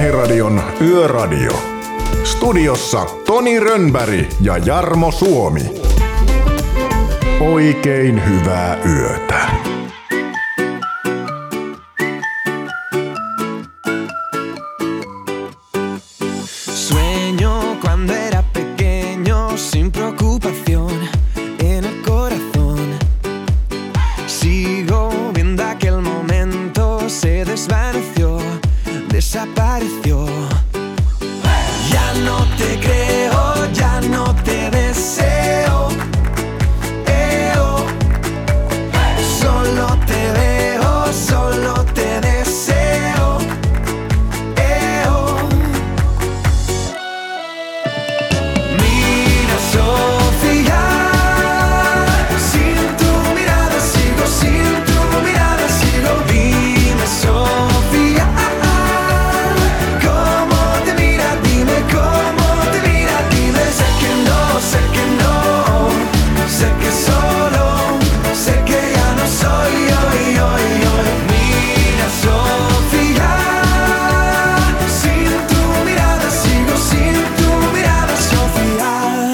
Lähiradion Yöradio. Studiossa Toni Rönnberg ja Jarmo Suomi. Oikein hyvää yötä. Sueño cuando era pequeño sin preocupación en el corazón. Sigo viendo aquel momento, se desvaneció, desapareció. Ya no te creo, ya no te deseo. Solo te veo, solo te deseo. Mira, Sofía, sin tu mirada sigo, sin tu mirada sigo. Dime, Sofía, cómo te mira, dime cómo te mira, dime. Sé que no, sé que no, sé que solo, sé que ya no soy yo. Mira, Sofía, sin tu mirada sigo, sin tu mirada, Sofía.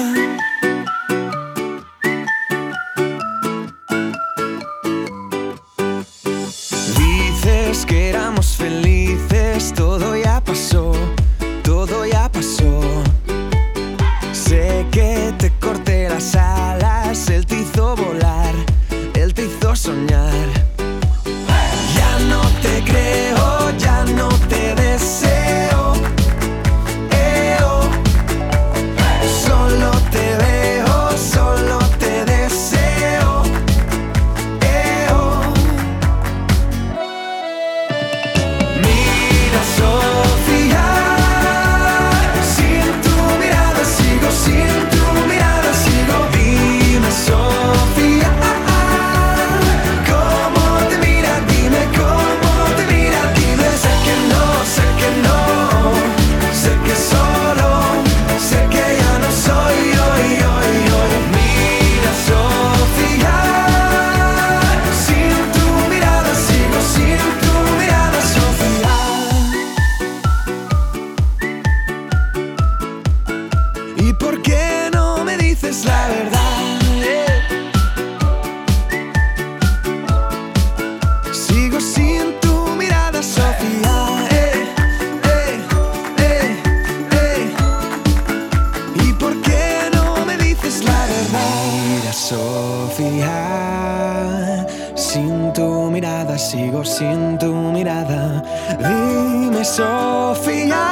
Dices que éramos felices, todo ya pasó, todo ya pasó. Sé que te corté las alas, él te hizo volar, él te hizo soñar. Ya no te creo, ya no te deseo. Solo te veo, solo te deseo. Mira, Sofía, sin tu mirada sigo, sin tu mirada sigo. Dime, Sofía, cómo te mira, dime cómo te mira, dime. Sé que no, sé que no, sé que solo, sé que ya no soy yo. Mira, Sofía, sin tu mirada sigo, sin tu mirada, Sofía. ¿Y por qué no me dices la verdad? Sigo sin tu mirada, Sofía. ¿Y por qué no me dices la verdad? Mira, Sofía, sin tu mirada sigo, sin tu mirada. Dime, Sofía,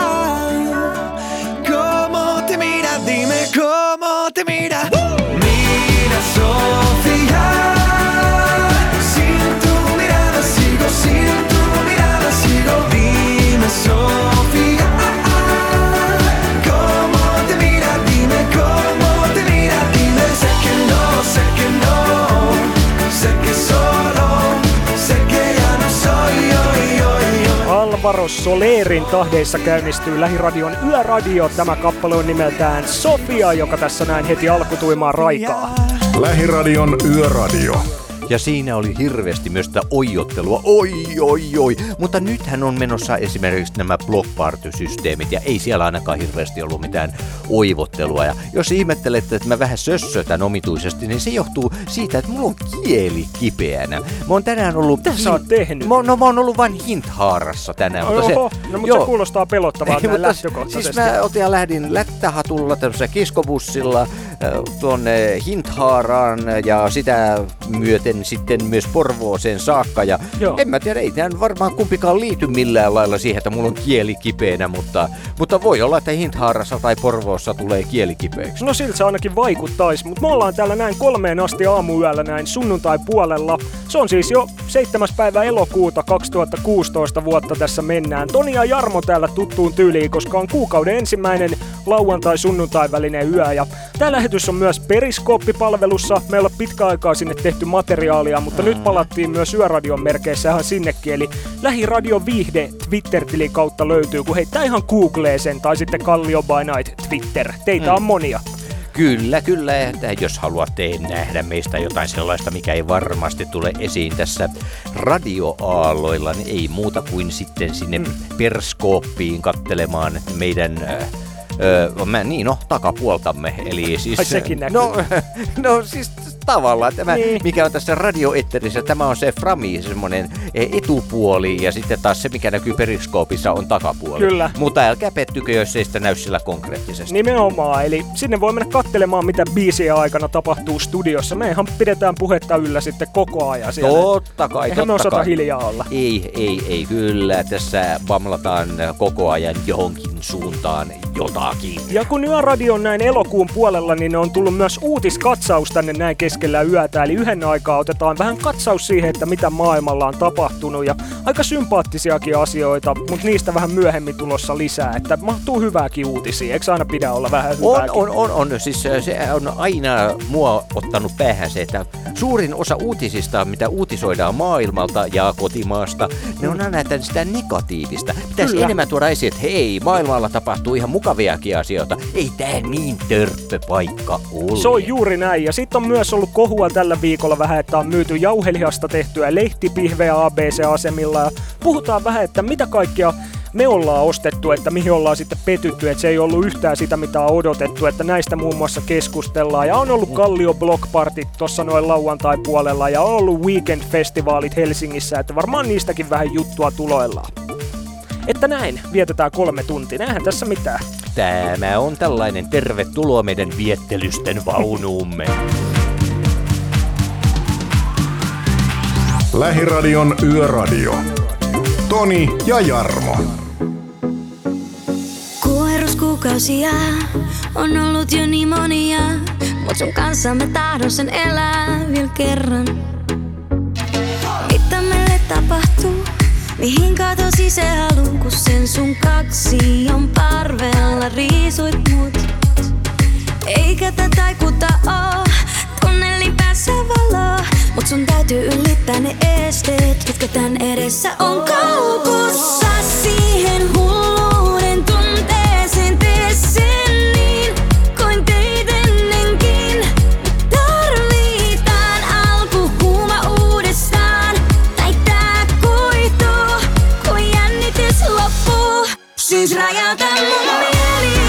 cómo te mira, dime cómo te mira. Mira, Sofía, sin tu mirada sigo, sin tu mirada sigo. Dime, Sofía, cómo te mira, dime cómo te mira, dime. Sé que no, sé que no, sé que solo, sé que ya no soy yo. Alvaro Solerin tahdeissa käynnistyy Lähiradion Yöradio. Tämä kappale on nimeltään Sofia, joka tässä näin heti alkutuimaan raikaa. Lähiradion Yöradio. Ja siinä oli hirveästi myös sitä oijottelua, oi. Mutta nythän on menossa esimerkiksi nämä block-party-systeemit ja ei siellä ainakaan hirveästi ollut mitään oivottelua. Ja jos ihmettelette, että mä vähän sössötän omituisesti, niin se johtuu siitä, että mulla on kieli kipeänä. Mä oon tänään ollut... Mitä sä oot tehnyt? Mä oon ollut vain Hinthaarassa tänään. Mutta se kuulostaa pelottavaa näin lähtökohtaisesti. Siis mä lähdin lättähatulla tämmöisellä kiskobussilla tuonne Hinthaaraan ja sitä myöten sitten myös Porvooseen saakka. Ja en mä tiedä, ei tämän varmaan kumpikaan liity millään lailla siihen, että mulla on kieli kipeänä, mutta voi olla, että Hinthaarassa tai Porvoossa tulee kieli kipeäksi. No siltä se ainakin vaikuttaisi, mutta me ollaan täällä näin 3 asti aamuyöllä näin sunnuntai-puolella. Se on siis jo 7. päivä elokuuta 2016 vuotta tässä mennään. Toni ja Jarmo täällä tuttuun tyyliin, koska on kuukauden ensimmäinen lauantai-sunnuntai välinen yö. Ja tää lähetys on myös Periskooppipalvelussa. Meillä on pitkä aikaa sinne tehty materiaalia, mutta nyt palattiin myös Yöradion merkeissä ihan sinnekin. Eli Lähiradio Viihde Twitter-tilin kautta löytyy, kun heittää ihan Googleen sen, tai sitten Kallio by Night Twitter. Teitä on monia. Kyllä, että jos haluatte nähdä meistä jotain sellaista, mikä ei varmasti tule esiin tässä radioaalloilla, niin ei muuta kuin sitten sinne Perskooppiin katselemaan meidän takapuoltamme. Eli siis, sekin näkyy. No siis tavallaan tämä, mikä on tässä radioetterissä, tämä on se frami, semmoinen etupuoli, ja sitten taas se, mikä näkyy Periskoopissa, on takapuoli. Kyllä. Mutta älkää pettykö, jos ei sitä näy sillä konkreettisesti. Nimenomaan, eli sinne voi mennä katselemaan, mitä biisien aikana tapahtuu studiossa. Mehän pidetään puhetta yllä sitten koko ajan siellä. Totta kai. Eihän me osata hiljaa olla. Ei, kyllä. Tässä vamlataan koko ajan johonkin suuntaan jotakin. Ja kun Yöradio on näin elokuun puolella, niin on tullut myös uutiskatsaus tänne näin keskellä yötä. Eli yhden aikaa otetaan vähän katsaus siihen, että mitä maailmalla on tapahtunut. Ja aika sympaattisiakin asioita, mutta niistä vähän myöhemmin tulossa lisää. Että mahtuu hyvääkin uutisia. Eikö aina pidä olla vähän hyvääkin? On. Siis se on aina mua ottanut päähän se, että suurin osa uutisista, mitä uutisoidaan maailmalta ja kotimaasta, ne on aina sitä negatiivista. Pitäisi enemmän tuoda esiin, että hei, maailmalla tapahtuu ihan mukaviakin asioita. Ei tää niin törppöpaikka ole. Se on juuri näin. Ja sitten on myös ollut kohua tällä viikolla vähän, että on myyty jauhelihasta tehtyä lehtipihveä ABC-asemilla. Ja puhutaan vähän, että mitä kaikkea me ollaan ostettu, että mihin ollaan sitten petytty, että se ei ollut yhtään sitä, mitä on odotettu, että näistä muun muassa keskustellaan. Ja on ollut Kallio Block Party tuossa noin lauantai-puolella ja on ollut Weekend-festivaalit Helsingissä, että varmaan niistäkin vähän juttua tuloillaan. Että näin vietetään 3 tuntia, eihän tässä mitään. Tämä on tällainen tervetuloa meidän viettelysten vaunuumme. Lähiradion Yöradio. Toni ja Jarmo. Kuheruskuukausia on ollut jo niin monia, mut sun kanssa mä tahdon sen elää vielä kerran. Mitä meille tapahtuu? Mihin katosi se halu, kun sen sun kaksi on parvella riisuit mut? Eikä tätä taikuta oo, tunnelin päässä valoa, mut sun täytyy ylittää ne esteet, jotka tän edessä on koukussa. Siihen hulluuden tunteeseen tee sen niin, kuin teit ennenkin. Tarvitaan alkuhuuma uudestaan, tai tää kuihtuu, kun jännitys loppuu. Siis räjäytä mun mieli.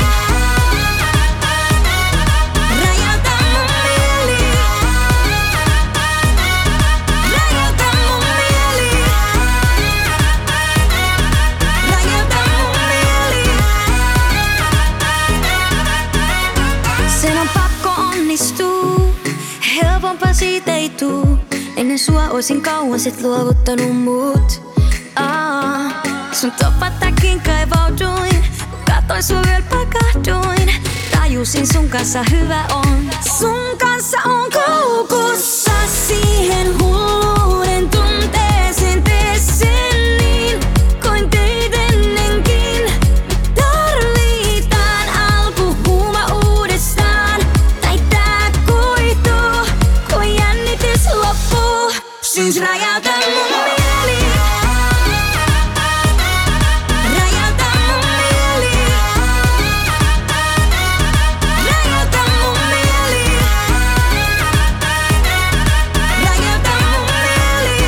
Helpompaa siitä ei tuu. Ennen sua oisin kauan sit luovuttanut mut. Sun topattakin kaivauduin, kun katoin sua vielä pakahduin. Tajusin sun kanssa hyvä on. Sun kanssa on koukussa. Siihen hulluuden tunteeseen tee sen niin, kuin teit ennenkin. Tarvitaan alkuhuuma uudestaan, tai tää kuihtuu, kun jännitys loppuu. Siis räjäytä mun mieli. Räjäytä mun mieli. Räjäytä mun mieli. Räjäytä mun mieli.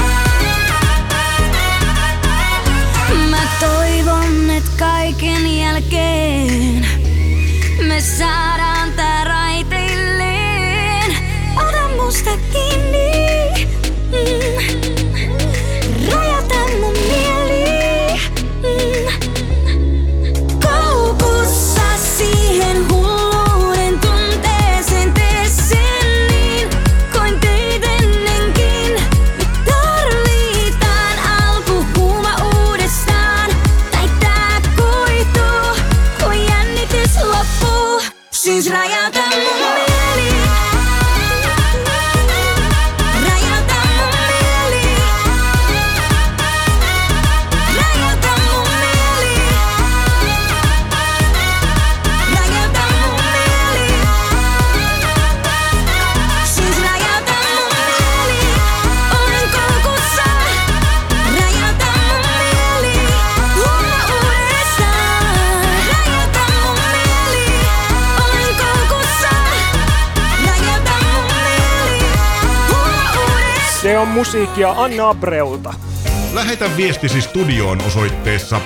Mä toivon, et kaiken jälkeen me saadaan tää raiteilleen. Ota musta kiinni. Räjäytä mun mieli. Koukussa siihen hulluuden tunteeseen tee sen niin, kuin teit ennenkin. Me tarvitaan alkuhuuma uudestaan, tai tää kuihtuu, kun jännitys loppuu. Siis räjäytä mun mieli. Se on musiikkia Anna Abreulta. Lähetä viestisi studioon osoitteessa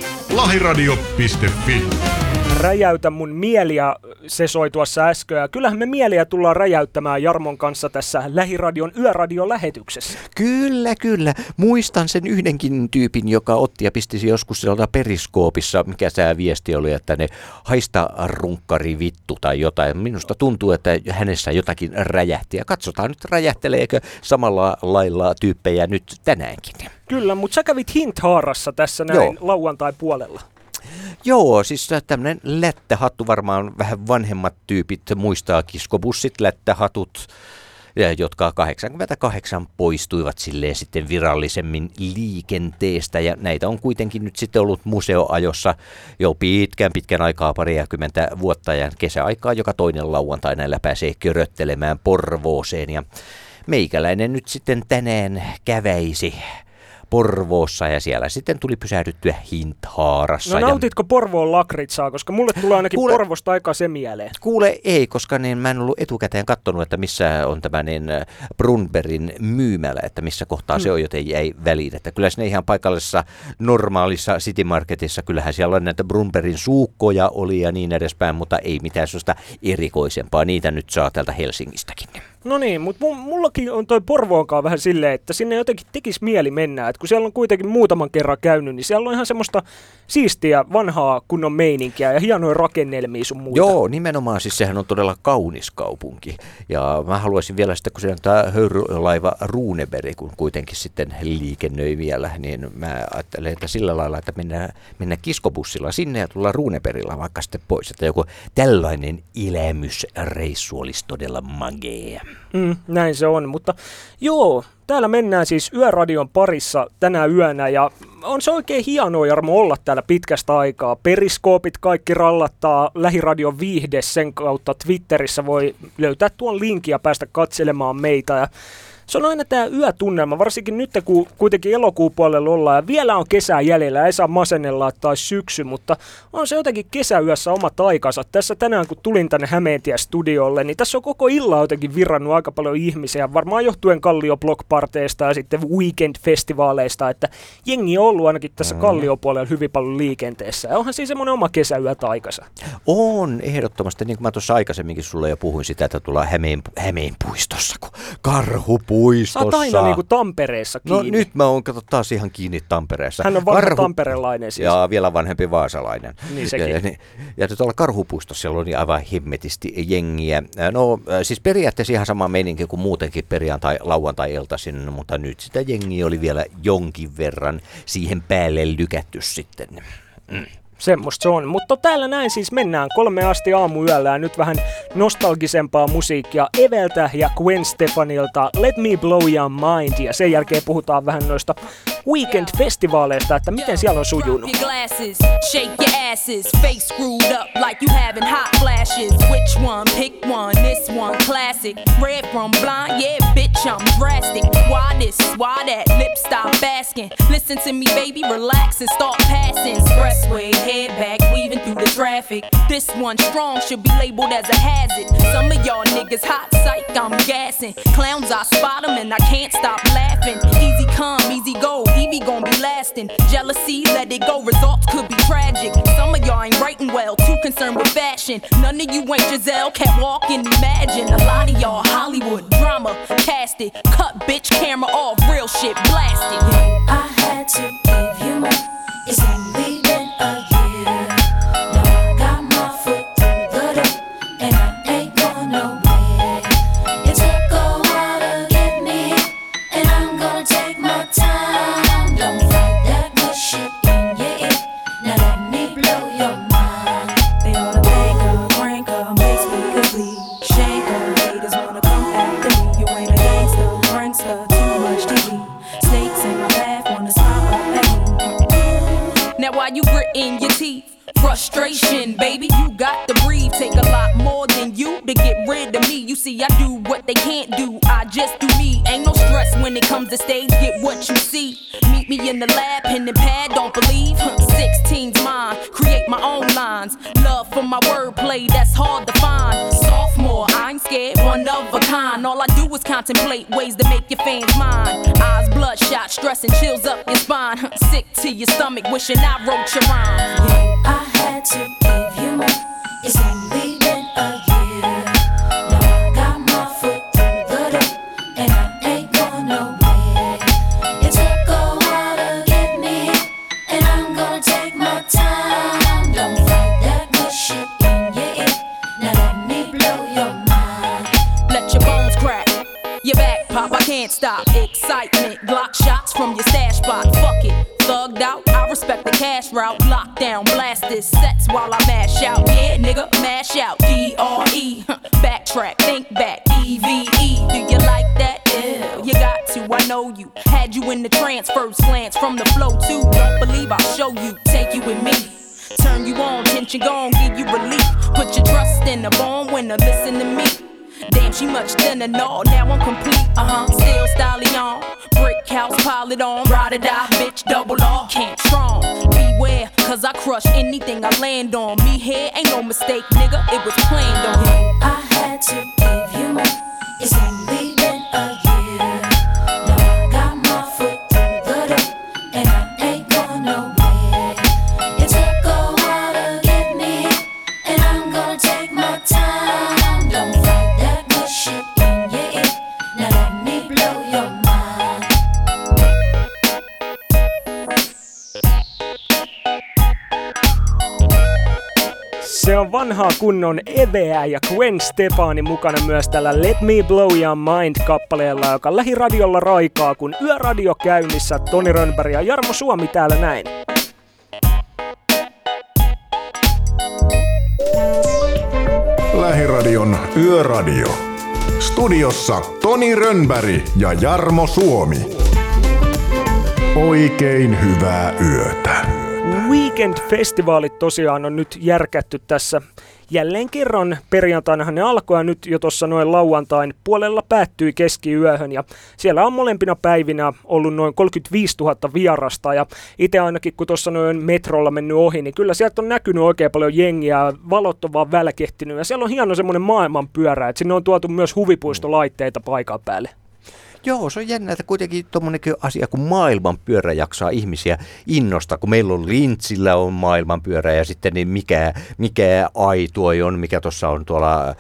lahiradio.fi. Räjäytä mun mieliä, se soi tuossa äsken. Ja kyllähän me mieliä tullaan räjäyttämään Jarmon kanssa tässä Lähiradion yöradiolähetyksessä. Kyllä. Muistan sen yhdenkin tyypin, joka otti ja pisti joskus sieltä periskoopissa, mikä tämä viesti oli, että ne haista runkkari vittu tai jotain. Minusta tuntuu, että hänessä jotakin räjähti. Ja katsotaan nyt, räjähteleekö samalla lailla tyyppejä nyt tänäänkin. Kyllä, mutta sä kävit Hinthaarassa tässä näin lauantai puolella. Joo, siis tämmöinen lättähattu, varmaan vähän vanhemmat tyypit muistaa kiskobussit, lättähatut, jotka 88 poistuivat silleen sitten virallisemmin liikenteestä. Ja näitä on kuitenkin nyt sitten ollut museoajossa jo pitkän aikaa, 20 vuotta, ja kesäaikaa joka toinen lauantai näillä pääsee köröttelemään Porvooseen. Ja meikäläinen nyt sitten tänään käväisi Porvoossa ja siellä sitten tuli pysähdyttyä Hinthaarassa. No nautitko Porvoon lakritsaa, koska mulle tulee ainakin Porvosta aika se mieleen. Kuule ei, koska niin mä en ollut etukäteen katsonut, että missä on tämä niin Brunbergin myymälä, että missä kohtaa se on, joten jäi väliin. Että kyllä siinä ihan paikallisessa normaalissa City Marketissa, kyllähän siellä on näitä Brunbergin suukkoja oli ja niin edespäin, mutta ei mitään sellaista erikoisempaa. Niitä nyt saa täältä Helsingistäkin. No niin, mutta mullakin on toi Porvoonkaan vähän silleen, että sinne jotenkin tekisi mieli mennä. Et kun siellä on kuitenkin muutaman kerran käynyt, niin siellä on ihan semmoista siistiä vanhaa kunnon meininkiä ja hienoja rakennelmia sun muuta. Joo, nimenomaan siis sehän on todella kaunis kaupunki. Ja mä haluaisin vielä sitten, kun siellä on tämä höyrylaiva Runeberg, kun kuitenkin sitten liikennöi vielä, niin mä ajattelen, että sillä lailla, että mennään kiskobussilla sinne ja tullaan Runebergilla vaikka sitten pois. Että joku tällainen elämysreissu olisi todella magea. Näin se on, mutta joo, täällä mennään siis Yöradion parissa tänä yönä ja on se oikein hienoa, Jarmo, olla täällä pitkästä aikaa. Periskoopit kaikki rallattaa, Lähiradion viihde sen kautta Twitterissä voi löytää tuon linkin ja päästä katselemaan meitä ja se on aina tämä yötunnelma, varsinkin nyt kun kuitenkin elokuun puolella ollaan ja vielä on kesää jäljellä, ei saa masennella tai syksy, mutta on se jotenkin kesäyössä oma taikansa. Tässä tänään kun tulin tänne Hämeentie-studiolle, niin tässä on koko illan jotenkin virrannut aika paljon ihmisiä, varmaan johtuen Kallio-blockparteista ja sitten weekend-festivaaleista, että jengi on ollut ainakin tässä Kallio-puolella hyvin paljon liikenteessä. Ja onhan siis semmoinen oma kesäyö taikansa. On, ehdottomasti, niin kuin mä tuossa aikaisemminkin sulle jo puhuin sitä, että tullaan Hämeenpuistossa, kun Karhupuistossa. Sä oot aina niin kuin Tampereessa kiinni. No nyt mä oon taas ihan kiinni Tampereessa. Hän on vanha tamperelainen siis. Ja vielä vanhempi vaasalainen. Niin sekin. Ja tuolla Karhupuistossa siellä on aivan hemmetisti jengiä. No siis periaatteessa ihan sama meininki kuin muutenkin lauantai-iltaisin, mutta nyt sitä jengiä oli vielä jonkin verran siihen päälle lykätty sitten. Semmosta se on, mutta täällä näin siis mennään 3 asti aamuyöllä ja nyt vähän nostalgisempaa musiikkia Eveltä ja Gwen Stefanilta Let Me Blow Your Mind ja sen jälkeen puhutaan vähän noista weekend-festivaaleista, että miten siellä on sujunut. Shake your asses, face screwed up like you having hot flashes. Which one? Pick one, this one classic. Red from blind, yeah bitch I'm drastic. Why this, why that, lips stop basking. Listen to me baby, relax and start passing. Expressway, head back, weaving through the traffic. This one strong should be labeled as a hazard. Some of y'all niggas hot psych, I'm gassing. Clowns I spot them and I can't stop laughing. Easy come, easy go, Evie gon' be lasting. Jealousy, let it go, results could be tragic. Some of y'all ain't writing well, too concerned with fashion. None of you ain't Giselle, can't walk and imagine. A lot of y'all Hollywood drama, cast it. Cut bitch camera off, real shit blasted. I had to give you more. It's only been a year. Now I got my foot through the door, and I ain't going nowhere. It took a while to get me here, and I'm gonna take my time. Don't fight that good shit in your ear. Now let me blow your mind. They ought to make her, crank her, makes me complete. Shank her, haters wanna come after me. You ain't a gangster, prankster, too much TV. Snakes in my path, wanna smile up at me. Now why you gritting your teeth? Frustration, baby, you got to breathe. Take a lot more than you to get rid of me. You see, I do what they can't do, I just do me. Ain't no stress when it comes to stage, get what you see. Meet me in the lab, pen and pad, don't believe. 16's mine, create my own lines. Love for my wordplay, that's hard to find. Sophomore, I ain't scared, one of a kind. All I do is is contemplate ways to make your fans mine. Eyes bloodshot, stress and chills up your spine. Sick to your stomach, wishing I wrote your rhymes. Yeah, I had to give you more. It's only been a year. Now I got my foot through the door, and I ain't going nowhere. It took a while to get me here, and I'm gonna take my time. Don't fight that good shit in your ear. Now let me blow your mind. Let your bones crack, your back pop, I can't stop. Excitement, Glock shots from your stash spot. Fuck it, thugged out, I respect the cash route. Lockdown, blast this sets while I mash out. Yeah, nigga, mash out. D-R-E, backtrack, think back. E-V-E, do you like that? Yeah, you got to, I know you. Had you in the trance, first glance from the flow too. Don't believe I'll show you, take you with me. Turn you on, tension gone, give you relief. Put your trust in the born winner, listen to me. Damn, she much thinner, no, now I'm complete. Still stallion, brick house, pile it on. Ride or die, bitch, double R, can't strong. Beware, cause I crush anything I land on. Me here ain't no mistake, nigga, it was planned on. Yeah, I had to give you more. It's only been a year. Now I got my foot through the door, and I ain't going nowhere. It took a while to get me here, and I'm gonna take my time. Don't fight that good shit in your ear. Now let me blow your mind. Se on vanhaa kunnon Eveä ja Gwen Stefani mukana myös tällä Let Me Blow Your Mind-kappaleella, joka lähiradiolla raikaa, kun Yöradio käynnissä. Toni Rönnberg ja Jarmo Suomi täällä näin. Lähiradion Yöradio. Studiossa Toni Rönnberg ja Jarmo Suomi. Oikein hyvää yötä. Weekend-festivaalit tosiaan on nyt järkätty tässä jälleen kerran. Perjantainahan ne alkoi ja nyt jo tuossa noin lauantain puolella päättyi keskiyöhön. Ja siellä on molempina päivinä ollut noin 35 000 vierasta. Ja itse ainakin kun tuossa noin metrolla mennyt ohi, niin kyllä sieltä on näkynyt oikein paljon jengiä. Valot on vaan välkehtinyt ja siellä on hieno semmoinen maailmanpyörä, että sinne on tuotu myös huvipuistolaitteita paikan päälle. Joo, se on jännä, että kuitenkin tuommoinenkin asia kuin maailmanpyörä jaksaa ihmisiä innostaa, kun meillä on Lintsillä on maailmanpyörä ja sitten niin mikä Aituoi on, mikä tuossa on tuolla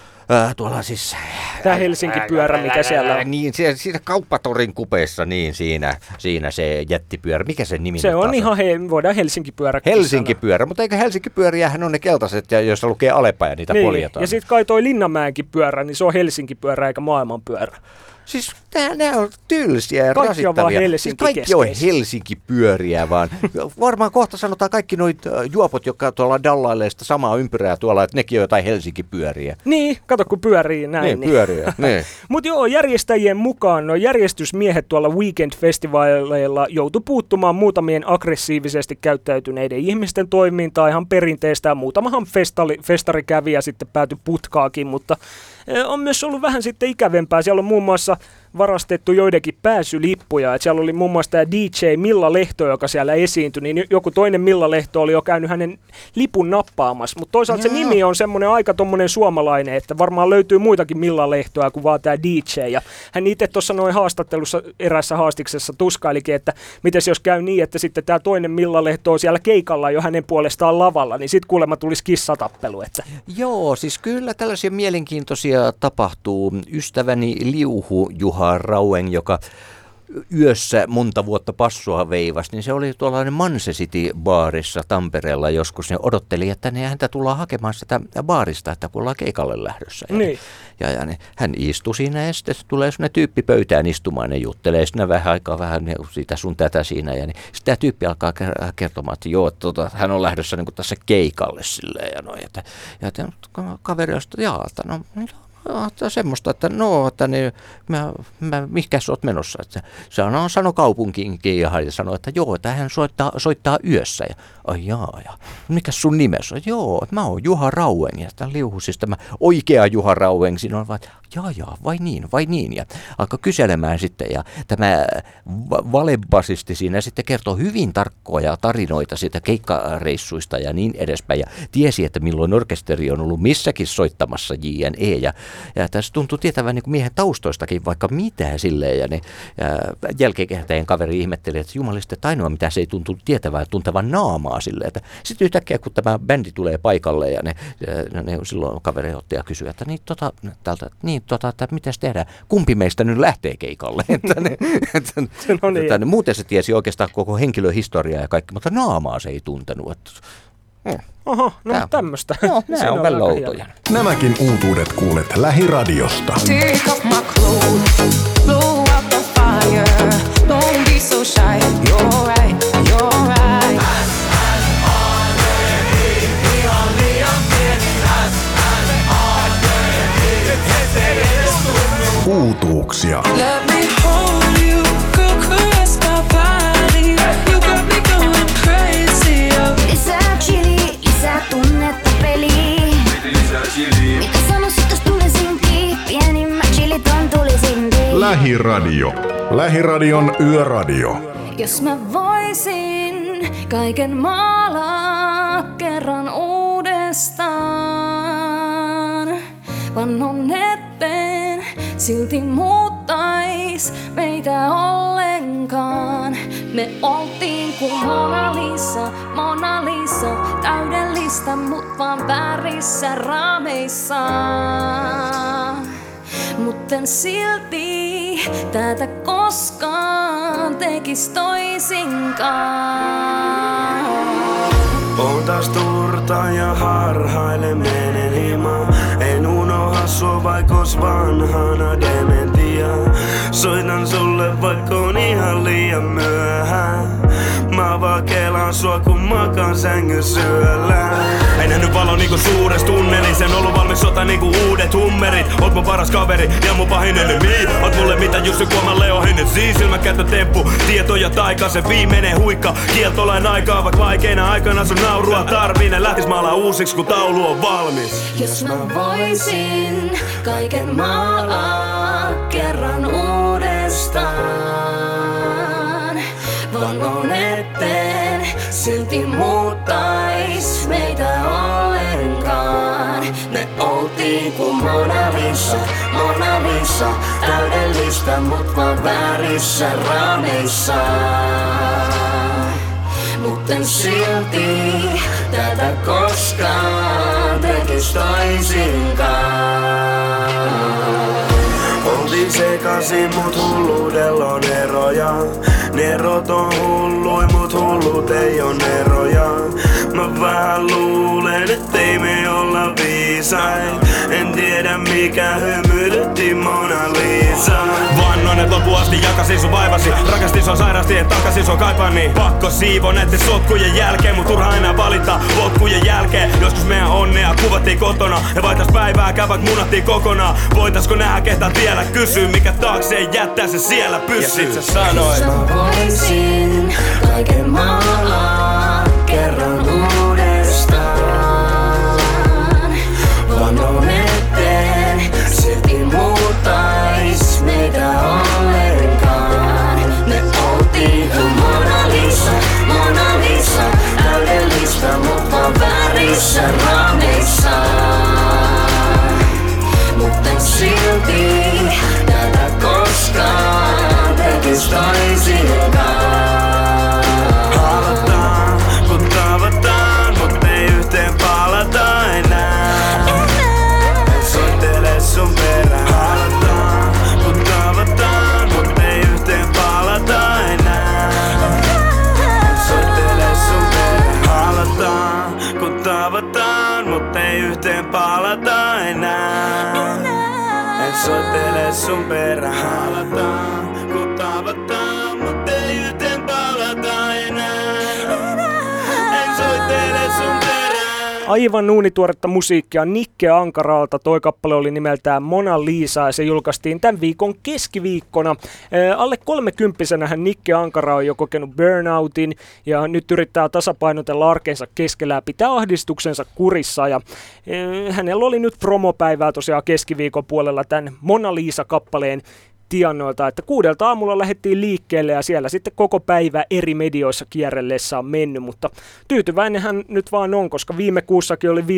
siis... Tämä Helsinki-pyörä, mikä siellä on. Niin, siinä Kauppatorin kupeessa, niin siinä se jättipyörä. Mikä sen nimi se on ihan, voidaan Helsinki-pyörä. Helsinki-pyörä, mutta eikö Helsinki-pyöriähän on ne keltaiset, joissa lukee Alepa ja niitä niin, poljetaan. Ja sitten kai toi Linnanmäenkin pyörä, niin se on Helsinki-pyörä eikä maailmanpyörä. Siis nämä on tylsiä ja kaikki rasittavia. On siis kaikki on Helsinki-pyöriä vaan. Varmaan kohta sanotaan kaikki noit juopot, jotka tuolla dallailee sitä samaa ympyrää tuolla, että nekin on jotain Helsinki-pyöriä. Niin, kato kun pyörii näin. Niin, pyöriä. Niin. Mutta joo, järjestäjien mukaan järjestysmiehet tuolla Weekend-festivaaleilla joutui puuttumaan muutamien aggressiivisesti käyttäytyneiden ihmisten toimintaan ihan perinteistä. Ja muutamahan festari kävi ja sitten päätyi putkaakin, mutta on myös ollut vähän sitten ikävempää. Siellä on muun muassa varastettu joidenkin pääsylippuja. Et siellä oli muun muassa tämä DJ Milla Lehto, joka siellä esiintyi, niin joku toinen Milla Lehto oli jo käynyt hänen lipun nappaamassa. Mutta toisaalta se nimi on semmoinen aika tommonen suomalainen, että varmaan löytyy muitakin Milla Lehtoja kuin vaan tämä DJ. Ja hän itse tuossa noin haastattelussa erässä haastiksessa tuskailikin, että mites jos käy niin, että sitten tämä toinen Milla Lehto on siellä keikalla jo hänen puolestaan lavalla, niin sitten kuulemma tulisi kissatappelu. Että. Joo, siis kyllä tällaisia mielenkiintoisia tapahtuu. Ystäväni Liuhu Juha Rauen, joka yössä monta vuotta passua veivasi, niin se oli tuollainen Manse City-baarissa Tampereella joskus. Ne odotteli, että häntä tullaan hakemaan sitä baarista, että kun ollaan keikalle lähdössä. Niin. Ja niin, hän istui siinä ja sitten tulee sellainen tyyppi pöytään istumaan ja juttelee siinä vähän aikaa vähän siitä sun tätä siinä. Ja niin, sitten tämä tyyppi alkaa kertomaan, että joo, että hän on lähdössä niin kuin tässä keikalle silleen. Ja noin, ja kaveri on sitten, semmoista, että niin, mihinkä sä oot menossa? Että se sanoi kaupunkiinkin ja sanoi, että joo, että hän soittaa yössä. Ja mikä sun nimesi on? Joo, että mä oon Juha Rauen ja tämän Liuhu, siis tämä oikea Juha Rauen. Siinä on vaan, jaa, vai niin. Ja alkoi kyselemään sitten, ja tämä valebasisti siinä sitten kertoo hyvin tarkkoja tarinoita siitä keikkareissuista ja niin edespäin, ja tiesi, että milloin orkesteri on ollut missäkin soittamassa JNE, ja tässä tuntui tietävän niin kuin miehen taustoistakin vaikka mitään silleen, ja jälkikäteen kaveri ihmetteli, että jumalista, että ainoa mitä se ei tuntunut tuntevan naamaa silleen, että sitten yhtäkkiä kun tämä bändi tulee paikalle, ja ne silloin kaveri otti ja kysyi, että että mitäs tehdään, kumpi meistä nyt lähtee keikalle, muuten se tiesi oikeastaan koko henkilöhistoriaa ja kaikki, mutta naamaa se ei tuntenut. Oho, no tämmöistä. Nämä on välillä outoja. Nämäkin uutuudet kuulet Lähiradiosta. Take off my clothes, blow up the fire. Don't be so shy. You're right, you're right. Uutuuksia. Let me hold you, go caress my body. You got me going crazy. Lisää chili, lisää tunnetta peliin. Mitä sanoisit jos tulisinkin? Pienimmät chilit on tulisinkin. Lähiradio. Lähiradion yöradio. Jos mä voisin kaiken maalaa kerran uudestaan, vannon eteen silti muuttais meitä ollenkaan. Me oltiin kuin Mona Lisa, täydellistä mut vaan väärissä raameissa. Mutten silti tätä koskaan tekis toisinkaan. On taas turta ja harhaile menen himaan. En unoha sua vaikos vanhana dementia. Soitan sulle vaikka on ihan liian myöhään. Mä vaan kelaan sua kun makaan sängyn syöllä. Ei nähnyt valo niinku suures tunnelissa. En ollut valmis sota niinku uudet hummerit. Oot mun paras kaveri ja mun pahin enemy. Oot mulle mitä Jussi Kuoman Leo Hennessy. Silmäkäyttötemppu, tieto ja taika. Se viimeinen huikka, kieltolain aikaa. Vaik vaikeina aikana sun naurua tarvii. Ne lähtis maalaa uusiksi kun taulu on valmis. Jos mä voisin kaiken maalaa kerran uudestaan, vannon eteen silti muuttais meitä ollenkaan. Me oltiin kuin Mona Lisa, täydellistä mut vaan väärissä raameissa. Mutten silti tätä koskaan tekis toisinkaan. Oltiin sekasin mut hulluudella on eroja. Nerot on hullui mut hullut ei on eroja. Mä vähän luulen ettei me olla viisain. En tiedä mikä hymyilytti Mona Lisa. Vannoin et loppuun asti jakasin sun vaivasi. Rakastin sua sairasti et takasin sua kaipaan niin. Pakko siivo näitten sotkujen jälkeen. Mut turha enää valita potkujen jälkeen. Joskus meidän onnea kuvattiin kotona. Ja vaitas päivää kävät munattiin kokonaan. Voitaisko nähdä ketä vielä kysyy. Mikä taakseen jättää se siellä pysyy. Ja sit sä sanoit jos mä voisin kaiken maalaa kerran uudestaan, vannon eteen silti muuttais meitä ollenkaan. Me oltiin kuin Mona Lisa, täydellistä mut vaan väärissä raameissa. Mutten silti tätä koskaan tekis toisinkaan. Halataan, kun tavataan, mut ei yhteen palata enää. En soittele sun perään. Halataan, kun tavataan, mut ei yhteen palata enää. En soittele sun perään. Halataan, kun tavataan, mut ei yhteen palata enää. En soittele sun perään. Halataan, kun tavataan, mut ei yhteen palata enää. En soittele sun perään. Aivan uunituoretta musiikkia Nikke Ankaralta. Toi kappale oli nimeltään Mona Lisa ja se julkaistiin tämän viikon keskiviikkona. Alle 30-vuotiaana Nikke Ankara on jo kokenut burnoutin ja nyt yrittää tasapainotella arkeensa keskellä ja pitää ahdistuksensa kurissa. Ja hänellä oli nyt promopäivää tosiaan keskiviikon puolella tämän Mona Lisa-kappaleen tienoilta, että 6 aamulla lähdettiin liikkeelle ja siellä sitten koko päivä eri medioissa kierrellessä on mennyt, mutta tyytyväinen hän nyt vaan on, koska viime kuussakin oli 15-17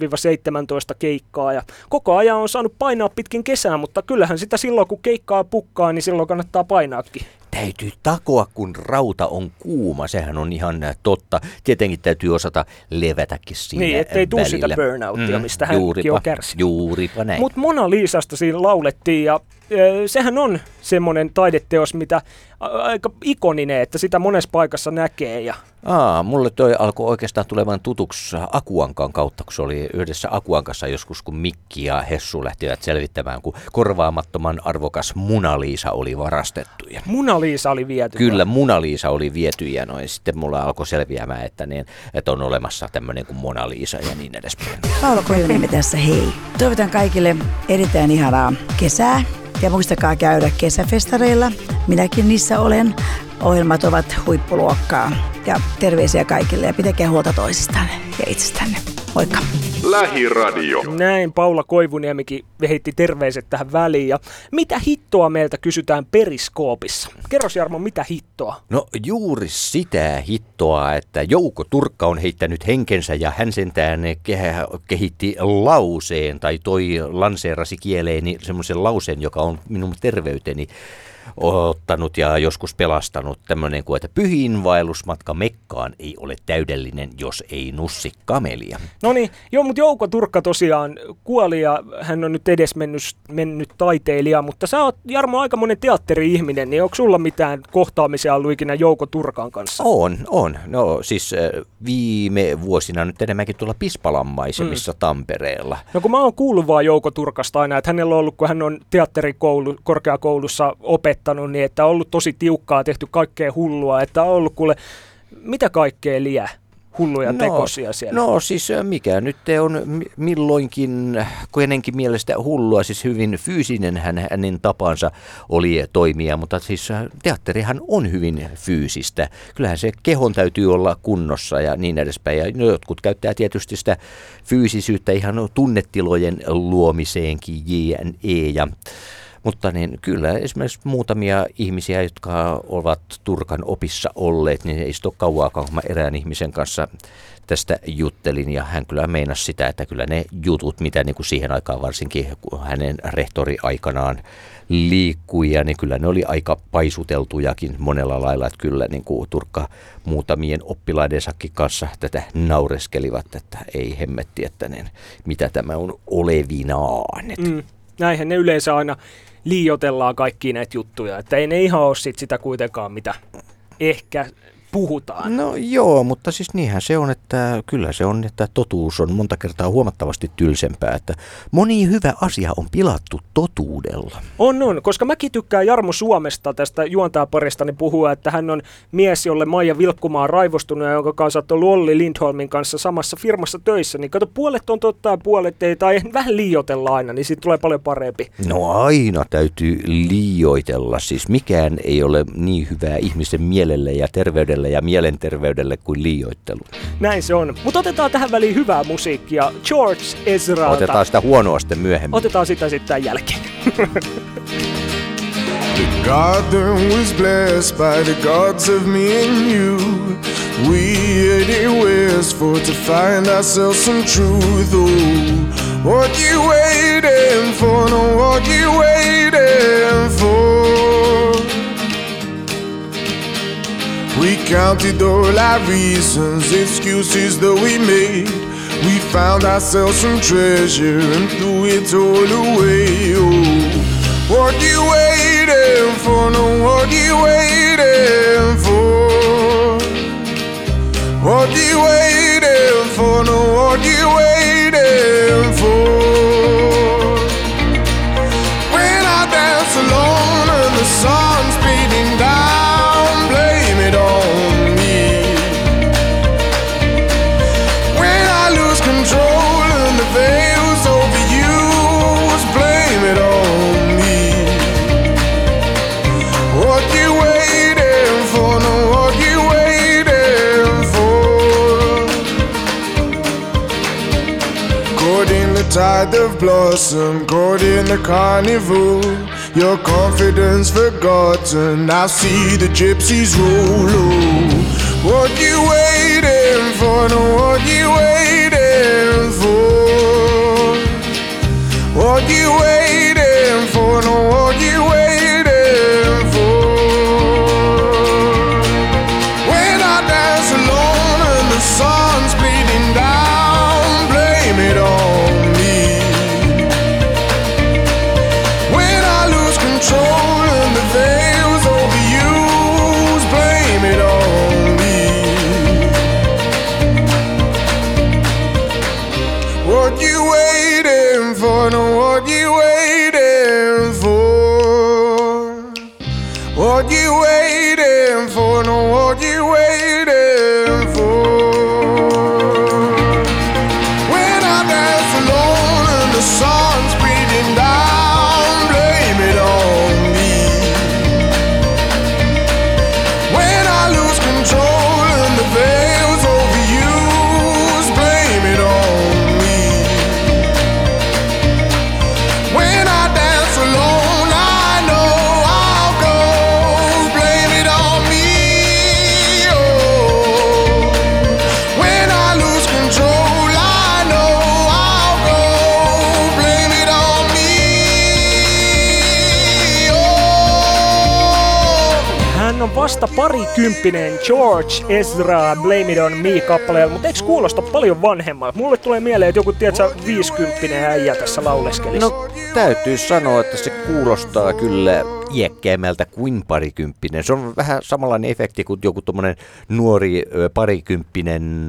keikkaa ja koko ajan on saanut painaa pitkin kesää, mutta kyllähän sitä silloin kun keikkaa pukkaa, niin silloin kannattaa painaakin. Täytyy takoa, kun rauta on kuuma, sehän on ihan totta. Tietenkin täytyy osata levätäkin siinä niin, ettei tule välillä. Sitä burnouttia, mistä hänkin on kärsinyt. Juuripa näin. Mutta Mona Lisasta siinä laulettiin ja sehän on semmoinen taideteos, mitä aika ikoninen, että sitä monessa paikassa näkee. Ja Mulle toi alkoi oikeastaan tulemaan tutuksi Akuankan kautta, kun se oli yhdessä Akuankassa joskus, kun Mikki ja Hessu lähtivät selvittämään, kun korvaamattoman arvokas Mona Lisa oli varastettu. Ja Mona Lisa oli viety. Kyllä, Mona Lisa oli viety ja noin. Sitten mulla alkoi selviämään, että on olemassa tämmöinen kuin Mona Lisa ja niin edespäin. Paula Koivuniemi tässä, hei. Toivotan kaikille erittäin ihanaa kesää. Ja muistakaa käydä kesäfestareilla. Minäkin niissä olen. Ohjelmat ovat huippuluokkaa. Ja terveisiä kaikille ja pitäkää huolta toisistanne ja itsestänne. Moikka! Lähiradio. Näin Paula Koivuniemikin heitti terveiset tähän väliin. Ja mitä hittoa meiltä kysytään Periskoopissa? Kerros Jarmo, mitä hittoa? No juuri sitä hittoa, että Jouko Turkka on heittänyt henkensä ja hän sentään kehitti lauseen tai lanseerasi kieleeni semmoisen lauseen, joka on minun terveyteni ottanut ja joskus pelastanut, tämmöinen kuin, että pyhiinvaellusmatka Mekkaan ei ole täydellinen, jos ei nussi kamelia. No niin, mutta Jouko Turkka tosiaan kuoli ja hän on nyt mennyt taiteilija, mutta sä oot Jarmo aikamoinen teatteri-ihminen, niin onko sulla mitään kohtaamisia ollut ikinä Jouko Turkan kanssa? On. No siis viime vuosina nyt enemmänkin tuolla Pispalanmaisemissa Tampereella. No kun mä oon kuullut vaan Jouko Turkasta aina, että hänellä on ollut, kun hän on korkeakoulussa opettanut, niin että on ollut tosi tiukkaa, tehty kaikkea hullua, että on ollut kuule, mitä kaikkea liää hulluja tekosia siellä? No siis mikä nyt on milloinkin kenenkin mielestä hullua, siis hyvin fyysinen hänen tapansa oli toimia, mutta siis teatterihan on hyvin fyysistä. Kyllähän se kehon täytyy olla kunnossa ja niin edespäin. Ja jotkut käyttää tietysti sitä fyysisyyttä ihan tunnetilojen luomiseenkin, jne. Mutta niin kyllä esimerkiksi muutamia ihmisiä, jotka ovat Turkan opissa olleet, niin ei sitä ole kauaakaan, kun mä erään ihmisen kanssa tästä juttelin. Ja hän kyllä meinasi sitä, että kyllä ne jutut, mitä niin kuin siihen aikaan varsinkin kun hänen rehtori aikanaan liikkui, ja niin kyllä ne oli aika paisuteltujakin monella lailla. Että kyllä niin kuin Turkka muutamien oppilaidensakin kanssa tätä naureskelivat, että ei hemmetti, että mitä tämä on olevinaan. Näinhän ne yleensä aina liioitellaan kaikkia näitä juttuja, että ei ne ihan ole sitä kuitenkaan, mitä ehkä puhutaan. No joo, mutta siis niinhän se on, että kyllä se on, että totuus on monta kertaa huomattavasti tylsempää, että moni hyvä asia on pilattu totuudella. On, koska mäkin tykkään Jarmo Suomesta tästä juontajaparistani puhua, että hän on mies, jolle Maija Vilkkumaa on raivostunut ja jonka kanssa on ollut Olli Lindholmin kanssa samassa firmassa töissä, niin kato, puolet on totta ja puolet ei, tai vähän liioitella aina, niin siitä tulee paljon parempi. No aina täytyy liioitella, siis mikään ei ole niin hyvää ihmisen mielelle ja terveydelle ja mielenterveydelle kuin liioittelu. Näin se on. Mutta otetaan tähän väliin hyvää musiikkia George Ezralta. Otetaan sitä huonoa sitten myöhemmin. Otetaan sitä sitten jälkeen. The garden was blessed by the gods of me and you. We headed westward to find ourselves some truth. Oh, what you waiting for? No, what you waiting for? We counted all our reasons, excuses that we made. We found ourselves some treasure and threw it all away. Oh, what you waiting for? No, what you waiting for? What you waiting for? No, what you waiting for? When I dance alone and the sun's beating down, blame it on me. When I lose control tide of blossom caught in the carnival. Your confidence forgotten, I see the gypsies roll. What you waiting for? No, what you waiting for? What you waiting for? No, what you waiting for? When I dance alone and the sun's bleeding down, blame it on me. When I lose control and the veils overused, blame it on me. What you waiting for? No, what you waiting for? What you waiting for? No, what you waiting for? When I dance alone and the sun's beating down, blame it on me. When I lose control and the veils overused, blame it on me. When I dance alone, I know I'll go, blame it on me. Oh. When I lose control, I know I'll go, blame it on me. Oh. Hän on vasta parikymppinen George Ezra Blame It On Me-kappaleella, mutta eikö kuulosta paljon vanhemmalta? Mulle tulee mieleen, että joku, tiedätkö, 50 äijä tässä lauleskelisi. No täytyy sanoa, että se kuulostaa kyllä iäkkäämmältä kuin parikymppinen. Se on vähän samanlainen efekti kuin joku tommonen nuori parikymppinen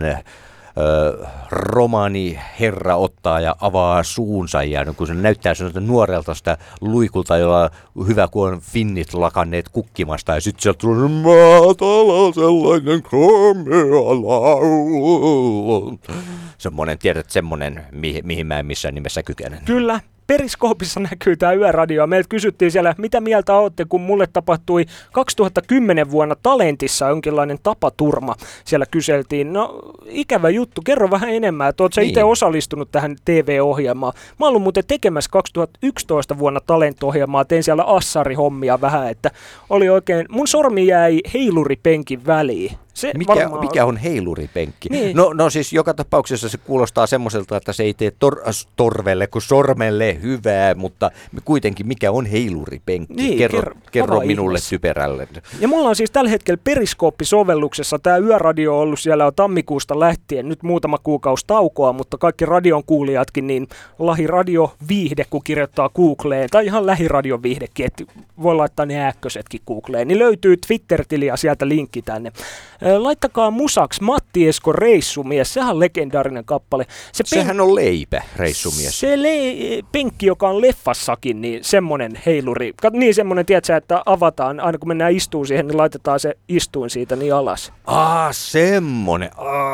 romaani herra ottaa ja avaa suunsa ja kun se näyttää sellaista nuorelta sitä luikulta, jolla hyvä kun on finnit lakanneet kukkimasta ja sitten sieltä tulee maatala sellainen komea laulu. Semmoinen, tiedät, semmoinen, mihin mä en missään nimessä kykenen. Kyllä. Periskoopissa näkyy tää Yöradio. Meiltä kysyttiin siellä, mitä mieltä olette, kun mulle tapahtui 2010 vuonna Talentissa jonkinlainen tapaturma. Siellä kyseltiin, no ikävä juttu, kerro vähän enemmän, että oot sä itse osallistunut tähän TV-ohjelmaan. Mä oon ollut muuten tekemässä 2011 vuonna Talent-ohjelmaa, tein siellä assarihommia vähän, että oli oikein, mun sormi jäi heiluripenkin väliin. Mikä on heiluripenkki? Niin. No siis joka tapauksessa se kuulostaa semmoiselta, että se ei tee torvelle kuin sormelle hyvää, mutta kuitenkin mikä on heiluripenkki? Niin, kerro minulle typerälle. Ja mulla on siis tällä hetkellä Periskooppi-sovelluksessa tämä Yöradio on ollut siellä jo tammikuusta lähtien, nyt muutama kuukausi taukoa, mutta kaikki radion kuulijatkin, niin Lähiradio Viihde, kun kirjoittaa Googleen, tai ihan Lähiradio Viihdekin, että voi laittaa ne ääkkösetkin Googleen, niin löytyy Twitter-tili ja sieltä linkki tänne. Laittakaa musaks Matti Esko Reissumies, sehän on legendaarinen kappale. Sehän on leipä, Reissumies. Se penkki, joka on leffassakin, niin semmonen heiluri. Niin semmonen, tiedätkö, että avataan, aina kun mennään istuun siihen, niin laitetaan se istuin siitä niin alas. Semmonen.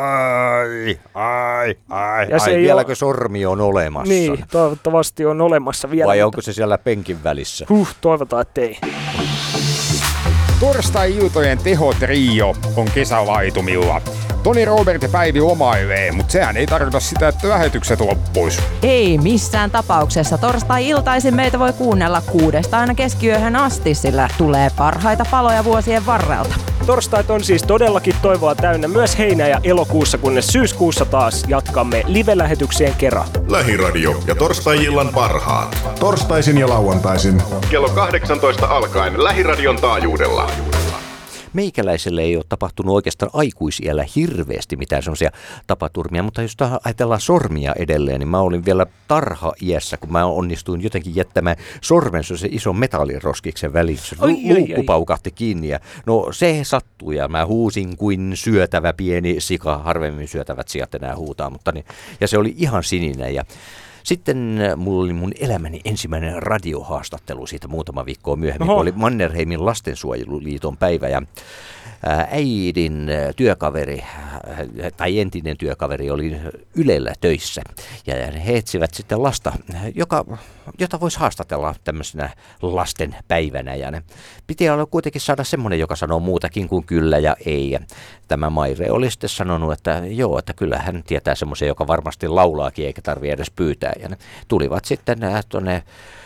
Vieläkö sormi on olemassa? Niin, toivottavasti on olemassa vielä. Vai onko se siellä penkin välissä? Toivotaan, ettei. Torstai-iltojen tehotrio on kesälaitumilla. Toni, Robert ja Päivi lomailee, mutta sehän ei tarkoita sitä, että lähetykset loppuis. Ei missään tapauksessa. Torstai-iltaisin meitä voi kuunnella 6:00 aina keskiyöhön asti, sillä tulee parhaita paloja vuosien varrelta. Torstait on siis todellakin toivoa täynnä myös heinä- ja elokuussa, kunnes syyskuussa taas jatkamme live-lähetyksien kerran. Lähiradio ja torstai-illan parhaat. Torstaisin ja lauantaisin. Kello 18 alkaen Lähiradion taajuudella. Meikäläiselle ei ole tapahtunut oikeastaan aikuisiällä hirveästi mitään semmoisia tapaturmia, mutta jos ajatellaan sormia edelleen, niin mä olin vielä tarha-iässä, kun mä onnistuin jotenkin jättämään sormen se ison metalliroskiksen väliin. Luukku paukahti kiinni ja no se sattui ja mä huusin kuin syötävä pieni sika, harvemmin syötävät sijat enää huutaa, mutta niin, ja se oli ihan sininen ja sitten mulla oli mun elämäni ensimmäinen radiohaastattelu siitä muutama viikkoa myöhemmin, kun oli Mannerheimin lastensuojeluliiton päivä ja äidin työkaveri tai entinen työkaveri oli Ylellä töissä ja he etsivät sitten lasta, jota voisi haastatella tämmöisenä lasten päivänä ja ne piti olla kuitenkin saada semmoinen, joka sanoo muutakin kuin kyllä ja ei. Ja tämä Maire oli sitten sanonut, että joo, että kyllä hän tietää semmoisen, joka varmasti laulaakin eikä tarvitse edes pyytää. mitään. Ja ne tulivat sitten tuonne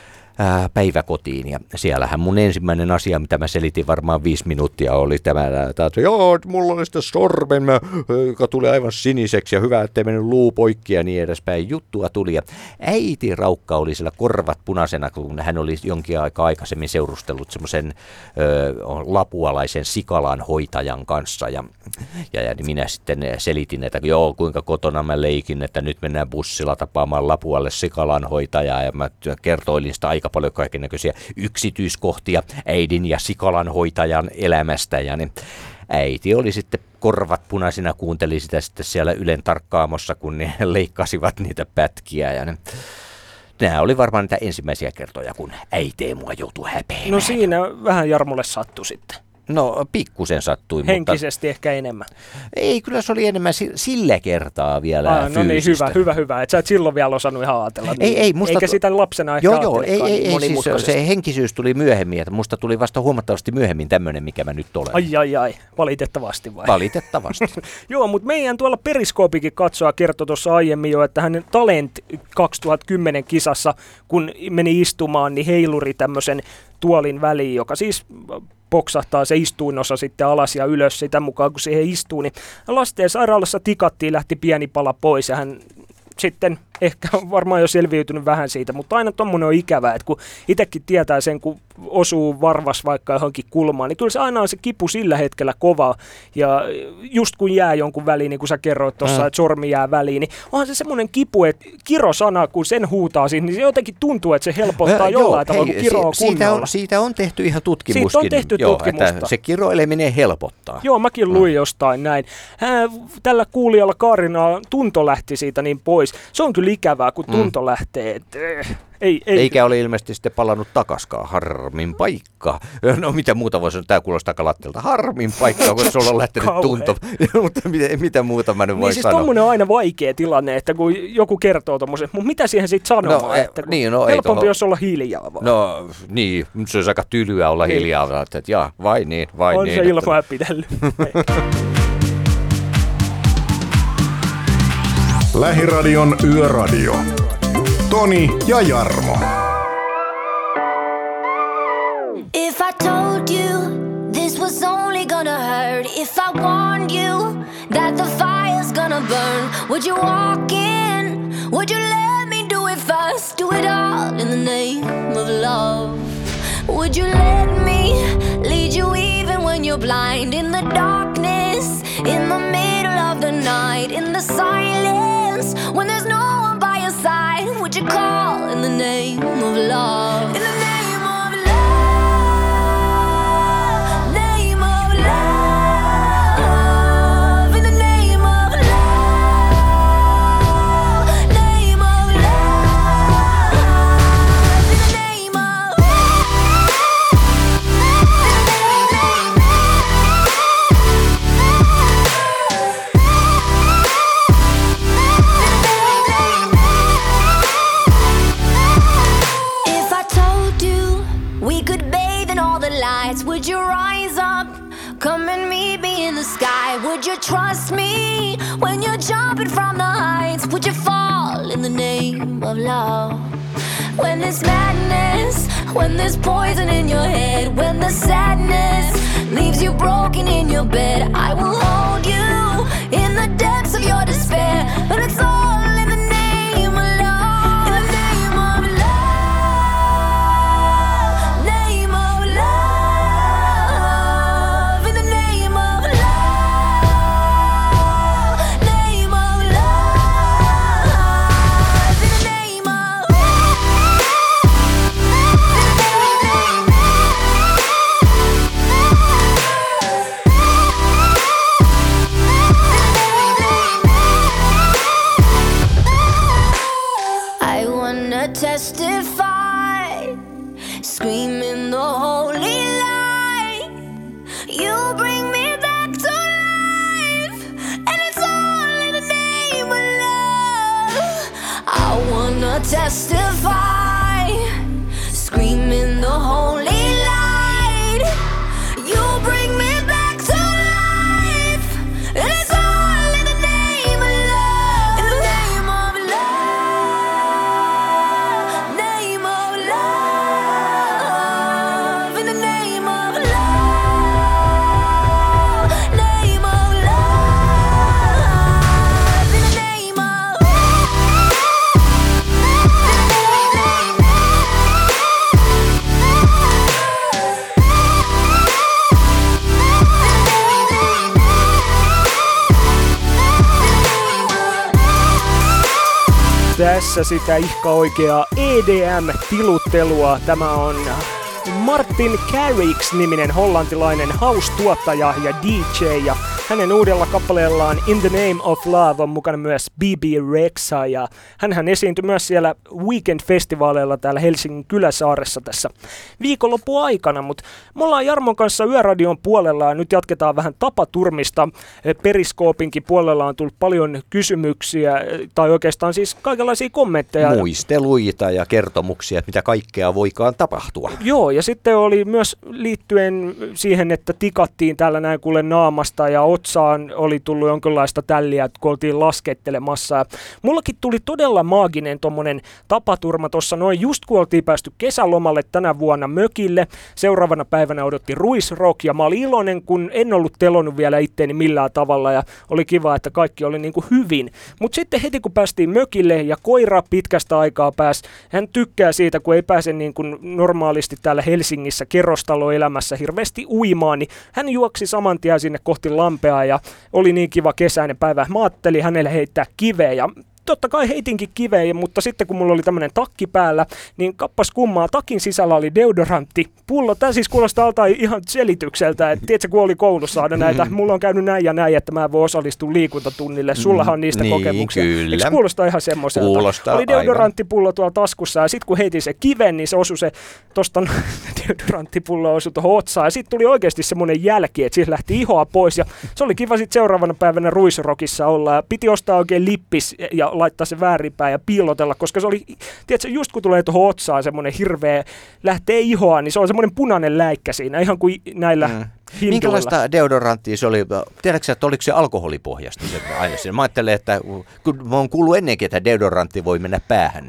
päiväkotiin ja siellähän mun ensimmäinen asia, mitä mä selitin varmaan 5 minuuttia oli tämä, että joo, mulla oli sitä sormen, joka tuli aivan siniseksi ja hyvä, ettei mennyt luu poikki ja niin edespäin. Juttua tuli ja äiti Raukka oli siellä korvat punaisena, kun hän oli jonkin aikaa aikaisemmin seurustellut semmoisen lapualaisen Sikalan hoitajan kanssa ja minä sitten selitin, että joo, kuinka kotona mä leikin, että nyt mennään bussilla tapaamaan Lapualle Sikalan hoitajaa ja mä kertoilin sitä aika paljon kaikennäköisiä yksityiskohtia äidin ja Sikalan hoitajan elämästä ja niin äiti oli sitten korvat punaisina, kuunteli sitä sitten siellä Ylen tarkkaamossa, kun ne leikkasivat niitä pätkiä ja ne. Nämä oli varmaan niitä ensimmäisiä kertoja, kun äiti mua joutui häpeämään. No siinä vähän Jarmolle sattui sitten. No pikkusen sattui, henkisesti ehkä enemmän. Ei, kyllä se oli enemmän sillä kertaa vielä fyysistä. No niin, hyvä. Et sä et silloin vielä osannut ihan ajatella. Ei, musta eikä sitä lapsena ehkä ei, siis se henkisyys tuli myöhemmin, että musta tuli vasta huomattavasti myöhemmin tämmöinen, mikä mä nyt olen. Ai, valitettavasti vai? Valitettavasti. Joo, mutta meidän tuolla Periskoopikin katsoa kertoi tuossa aiemmin jo, että hänen Talent 2010 kisassa, kun meni istumaan, niin heiluri tämmöisen tuolin väliin, joka siis poksahtaa se istuinosa sitten alas ja ylös sitä mukaan, kun siihen istuu, niin lasten sairaalassa tikattiin, lähti pieni pala pois ja hän sitten ehkä varmaan jo selviytynyt vähän siitä, mutta aina tommoinen on ikävää, että kun itsekin tietää sen, kun osuu varvas vaikka johonkin kulmaan, niin kyllä se aina on se kipu sillä hetkellä kova ja just kun jää jonkun väliin, niin kuin sä kerroit tuossa, että sormi jää väliin, niin onhan se semmoinen kipu, että kirosana, kun sen huutaa siinä, niin se jotenkin tuntuu, että se helpottaa jollain tavalla, kun kiroa kunnolla. Siitä on tehty ihan tutkimuskin. Siitä on tehty tutkimusta. Että se kiroileminen helpottaa. Joo, mäkin luin jostain näin. Tällä kuulijalla Kaarina tunto lähti siitä niin pois. Se on kyllä ikävää, kun tunto lähtee. Eikä ole ilmeisesti sitten palannut takaskaan. Harmin paikka. No mitä muuta voisi sanoa, tämä kuulostaa kalattelta. Harmin paikka, kun sulla on lähtenyt tunto. Mutta mitä muuta mä nyt voin siis sanoa. Tommoinen on aina vaikea tilanne, että kun joku kertoo tommoisen, mutta mitä siihen sitten sanomaan? Helpompi jos olla hiljaa vaan. No niin, se olisi aika tylyä olla hiljaa. Että vai niin. On se ilmaa pidellyt. Lähiradion Yöradio. Toni ja Jarmo. If I told you this was only gonna hurt, if I warned you that the fire's gonna burn, would you walk in? Would you let me do it first? Do it all in the name of love. Would you let me lead you even when you're blind? In the darkness, in the middle of the night, in the silence, when there's no one by your side, would you call in the name of love? In the name of love, name of love, in the name of love, name of love, in the name of If I told you we could bathe in all the lights, would you rise up? Come and meet me in the sky. Would you trust me when you're jumping from the heights? Would you fall in the name of love? When there's madness, when there's poison in your head, when the sadness leaves you broken in your bed, I will hold you in the depths of your despair. But it's all in the name of love. In the name of love, name of love, in the name of love, name of love, in the name of I wanna testify, screaming the holy light. You bring me back to life, and it's all in the name of love. I wanna testify, screaming the holy light. You bring me back to life, and it's all in the name of love. In the name of love. Tässä sitä ihka oikeaa EDM-tiluttelua. Tämä on Martin Garrix-niminen hollantilainen house-tuottaja ja DJ, ja hänen uudella kappaleellaan In the Name of Love on mukana myös BB Rexha, ja hänhän esiintyi myös siellä Weekend-festivaaleilla täällä Helsingin Kyläsaaressa tässä viikonloppuaikana, mutta me ollaan Jarmon kanssa Yöradion puolella ja nyt jatketaan vähän tapaturmista. Periskoopinkin puolella on tullut paljon kysymyksiä, tai oikeastaan siis kaikenlaisia kommentteja. Muisteluita ja kertomuksia, että mitä kaikkea voikaan tapahtua. Joo, ja sitten oli myös liittyen siihen, että tikattiin täällä näin kuule naamasta ja otsaan oli tullut jonkinlaista tälliä, kun oltiin laskettelemassa. Mullakin tuli todella maaginen tommonen tapaturma tuossa noin just kun oltiin päästy kesälomalle tänä vuonna mökille. Seuraavana päivänä odotti Ruisrock ja mä olin iloinen, kun en ollut telonnut vielä itteeni millään tavalla ja oli kiva, että kaikki oli niinku hyvin. Mutta sitten heti kun päästiin mökille ja koira pitkästä aikaa pääsi, hän tykkää siitä, kun ei pääse niin kuin normaalisti täällä Helsingissä kerrostaloelämässä hirveästi uimaan, niin hän juoksi saman tien sinne kohti Lampea ja oli niin kiva kesäinen päivä. Mä ajattelin hänelle heittää kiveä ja totta kai heitinkin kiveen, mutta sitten kun mulla oli tämmönen takki päällä, niin kappas kummaa, takin sisällä oli deodoranttipullo. Tää siis kuulostaa altain ihan selitykseltä, että tiedätkö, kun oli koulussa aina näitä, mulla on käynyt näin ja näin, että mä voin osallistua liikuntatunnille. Sullahan on niistä kokemuksia. Kyllä. Eikö kuulostaa ihan semmoiselta? Kuulostaa, oli deodoranttipullo tuolla taskussa ja sitten kun heitin se kiven, niin se osui se tosta deodoranttipullo osui tuohon otsaan ja sitten tuli oikeasti semmoinen jälki, että siitä lähti ihoa pois ja se oli kiva sitten seuraavana päivänä Ruisrockissa olla ja piti ostaa oikein lippis ja laittaa se väärinpäin ja piilotella, koska se oli, tiedätkö, just kun tulee tuohon otsaan semmoinen hirveä, lähtee ihoa, niin se on semmoinen punainen läikkä siinä, ihan kuin näillä hinduilla. Minkälaista deodoranttia se oli? Tiedätkö, että oliko se alkoholipohjasta se aina siinä? Mä ajattelen, että kun mä oon kuullut ennenkin, että deodorantti voi mennä päähän.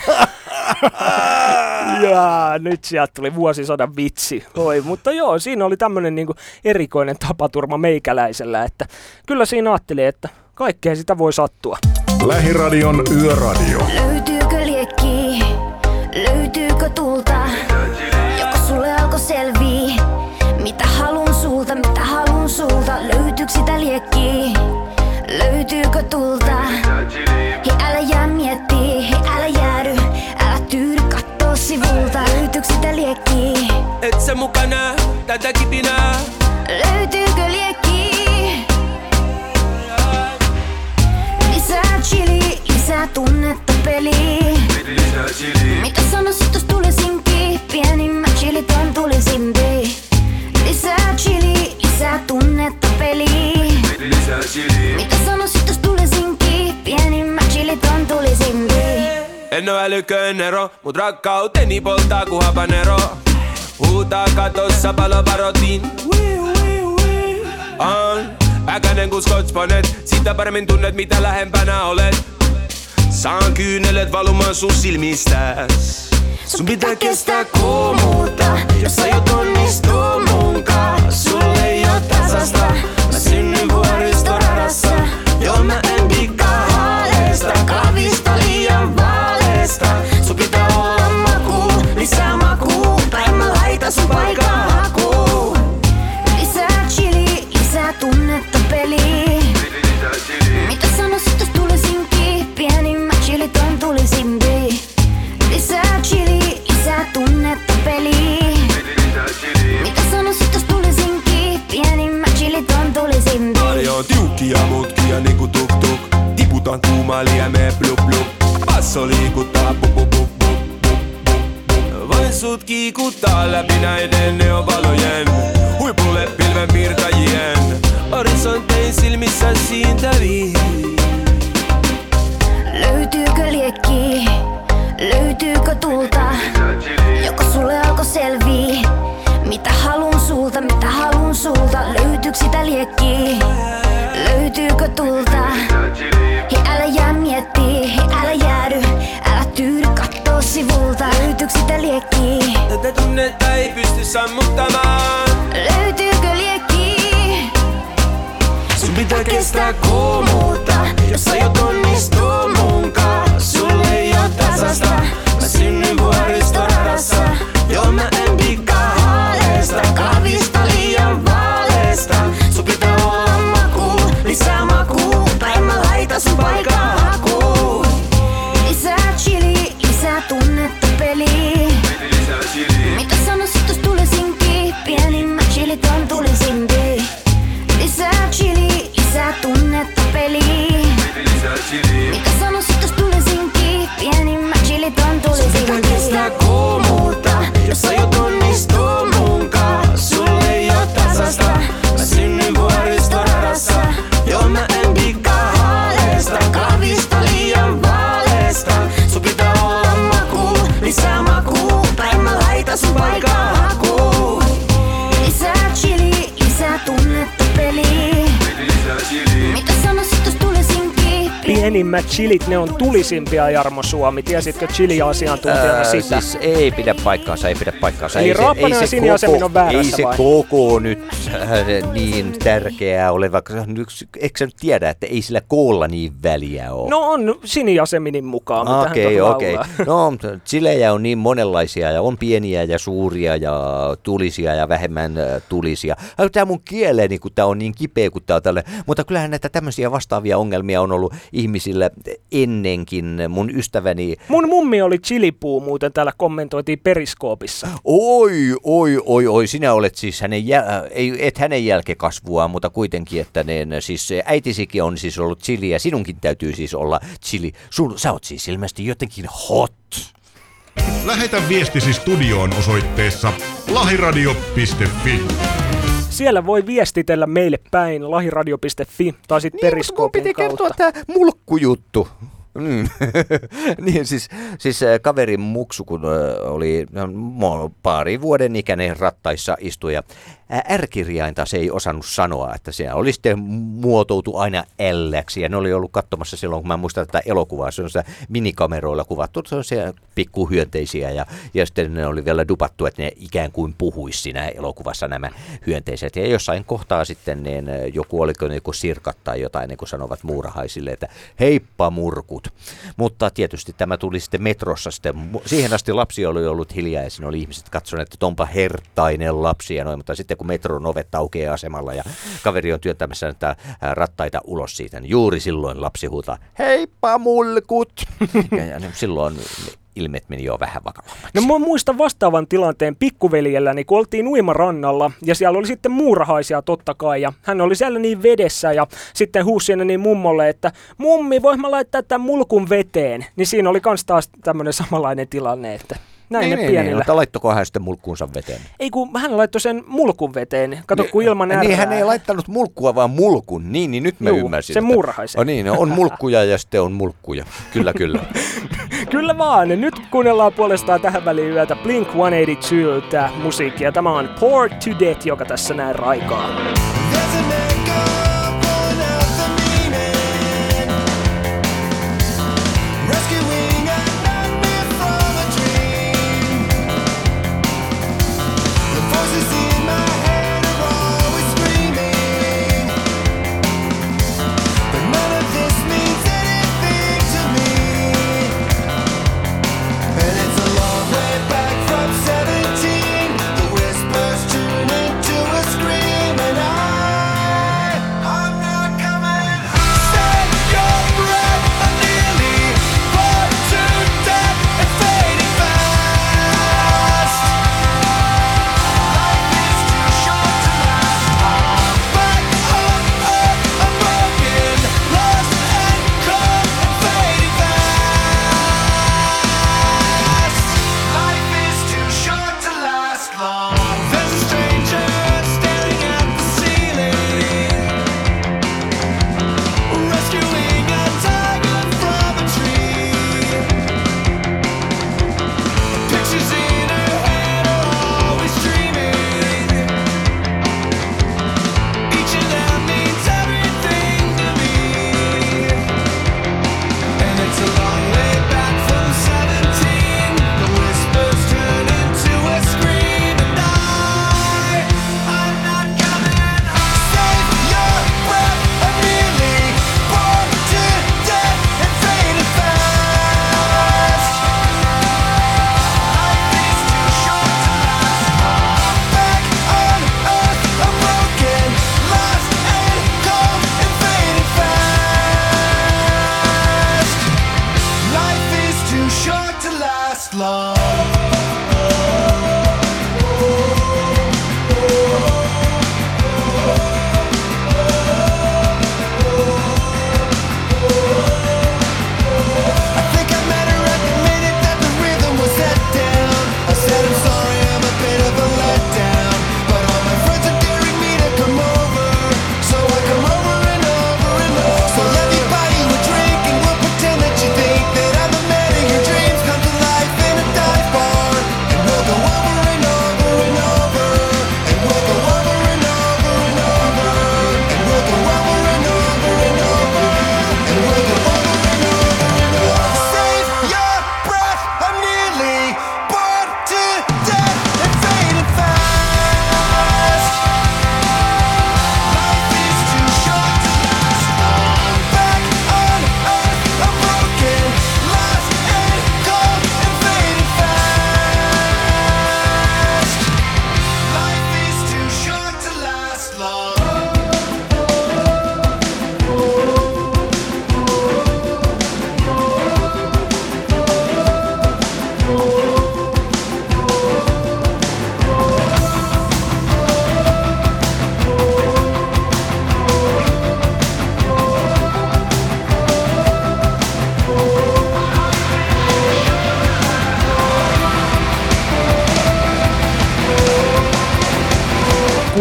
Jaa, nyt sieltä tuli vuosisadan vitsi. Oi, mutta joo, siinä oli tämmöinen niinku erikoinen tapaturma meikäläisellä, että kyllä siinä ajattelin, että kaikkea sitä voi sattua. Lähiradion Yöradio. Löytyykö liekki? Löytyykö tulta? Joko sulle alkoi selvii? Mitä halun sulta? Mitä halun sulta? Löytyykö sitä liekki? Löytyykö tulta? Hei älä jää miettii, hei älä jäädy, älä tyydy kattoo sivulta. Löytyykö sitä liekki? Et sä mukana tätä kipinää? Löytyykö liekki? Lisää chili, lisää tunnetta peliin. Mitä sanoisit jos tulisinkin? Pienimmät chilit on tulisimpi. Lisää chili, lisää tunnetta peliin. Mitä sanoisit jos tulisinkin? Pienimmät chilit on tulisimpi. En oo älykön ero, mut rakkauteni polttaa ku habanero. Huutaa katossa palovarotin. Äkänen ku Scotch-bonnet, sitä paremmin tunnet mitä lähempänä olet. Saan kyynelet valumaan sun silmistäs. Sun pitää kestää kuumuutta, jos sä jo onnistuu munkaan. Sulle ei oo tasasta, mä synnyin vuoristoradassa. Joo mä en pikkaa haaleesta, kahvista liian vaaleesta. Sun pitää olla makuu, lisää makuu, tai mä laitan sun paikan hakuun. Lisää chili, lisää tunnetta peliin. Mitä sanoisit jos tulisinkin? Pienimmät chilit on tulisimpi. Lisää chili, lisää tunnetta peliin. Mitä sanoisit jos tulisinkin? Pienimmät chilit on tulisimpi. Paljon tiukkia mutkia niinku tuk-tuk. Tiputan kuumaa liemeen blup blup. Basso liikuttaa bup bup bup bup bup. Voin sut kiikuttaa läpi näiden neovalojen. Huipulle pilven piirtäjien. Horisontein silmissä siintäviin. Löytyykö liekki? Löytyykö tulta? Joko sulle alkoi selvii? Mitä halun sulta? Mitä halun sulta? Löytyykö sitä liekki? Löytyykö tulta? Hei älä jää miettii, hei älä jäädy, älä tyydy kattoo sivulta. Löytyykö sitä liekki? Tätä tunnetta ei pysty sammuttamaan. Löytyykö liekki? Sun pitää kestää kuumuutta, jos sä jo onnistuu munkaan. Sulle ei oo tasasta, mä synnyin vuoristoradassa. Joo mä en pikkaa haaleesta, kahvista liian vaaleesta. Sun pitää olla makuu, lisää makuu, tai mä laitan sun paikan hakuun. Mikä sanois, jos tulisinkin? Pienimmät chilit on tulisin. Kestää kuumuutta, jos aiot onnistua munkaan. Sulle ei oo tasasta, mä synnyin vuoristoradassa. Joo mä en dikkaa haaleesta, kahvista liian vaaleesta. Sun pitää olla makuu, lisää makuu. Päin mä laitan sun paikan hakuun. Lisää chili, lisää tunnetta peliin. Mitä sanoisit, jos tulisinkin? Pienimmät chilit, ne on tulisimpia, Jarmo Suomi. Tiesitkö chili-asiantuntijana sitä? Siis ei pidä paikkaansa. Eli Raappanen ja Siniasemin on väärässä ei se vai? koko nyt niin tärkeää ole, vaikka eikö sä nyt tiedä, että ei sillä koolla niin väliä ole? No on Siniaseminin mukaan, mitä Okei. No chilejä on niin monenlaisia ja on pieniä ja suuria ja tulisia ja vähemmän tulisia. Tää mun kieleeni, kun tää on niin kipeä, kun tää on tälle. Mutta kyllähän näitä tämmöisiä vastaavia ongelmia on ollut ihmisillä ennenkin. Mun ystäväni... Mun mummi oli chilipuu, muuten täällä kommentoitiin Periskoopissa. Oi, sinä olet siis et hänen jälkekasvua, mutta kuitenkin, että siis äitisikin on siis ollut chili ja sinunkin täytyy siis olla chili. Sä oot siis ilmeisesti jotenkin hot. Lähetä viestisi studioon osoitteessa lahiradio.fi. Siellä voi viestitellä meille päin lahiradio.fi tai sitten Periskoopin kautta. Mun piti kertoa tää mulkkujuttu. Niin siis kaverin muksu, kun oli pari vuoden ikäinen rattaissa istuja. R-kirjainta se ei osannut sanoa, että siellä oli sitten muotoutu aina L-ksi, ja ne oli ollut katsomassa silloin, kun mä muistan tätä elokuvaa, se on sitä minikameroilla kuvattu, se on siellä pikkuhyönteisiä, ja sitten ne oli vielä dupattu, että ne ikään kuin puhuisi siinä elokuvassa nämä hyönteiset, ja jossain kohtaa sitten niin joku oliko niin kuin sirkat tai jotain, niin kuin sanovat muurahaisille, että heippa murkut, mutta tietysti tämä tuli sitten metrossa sitten, siihen asti lapsi oli ollut hiljaa, ja siinä oli ihmiset katsoneet, että onpa hertainen lapsi, ja noin, mutta sitten kun metron ovet aukeaa asemalla ja kaveri on työntämässä näitä rattaita ulos siitä, niin juuri silloin lapsi huutaa, heippa mulkut! Ja silloin ilmeet meni jo vähän vakavammaksi. No mä muistan vastaavan tilanteen pikkuveljelläni, kun oltiin uimarannalla ja siellä oli sitten muurahaisia totta kai ja hän oli siellä niin vedessä ja sitten huusi siinä niin mummolle, että mummi, vois mä laittaa tämän mulkun veteen? Niin siinä oli kans taas tämmönen samanlainen tilanne, että näin ne pienillä. Mutta laittoiko hän sitten mulkkuunsa veteen? Ei kun hän laittoi sen mulkun veteen. Kato kun ilman ärää. Niin hän ei laittanut mulkkua vaan mulkun. Niin nyt mä ymmärsin. Se muurahaisen. Niin, on mulkkuja ja sitten on mulkkuja. Kyllä. Kyllä vaan. Nyt kuunnellaan puolestaan tähän väliin yötä Blink-182 tää musiikkia. Tämä on Poor to Death, joka tässä näin raikaa.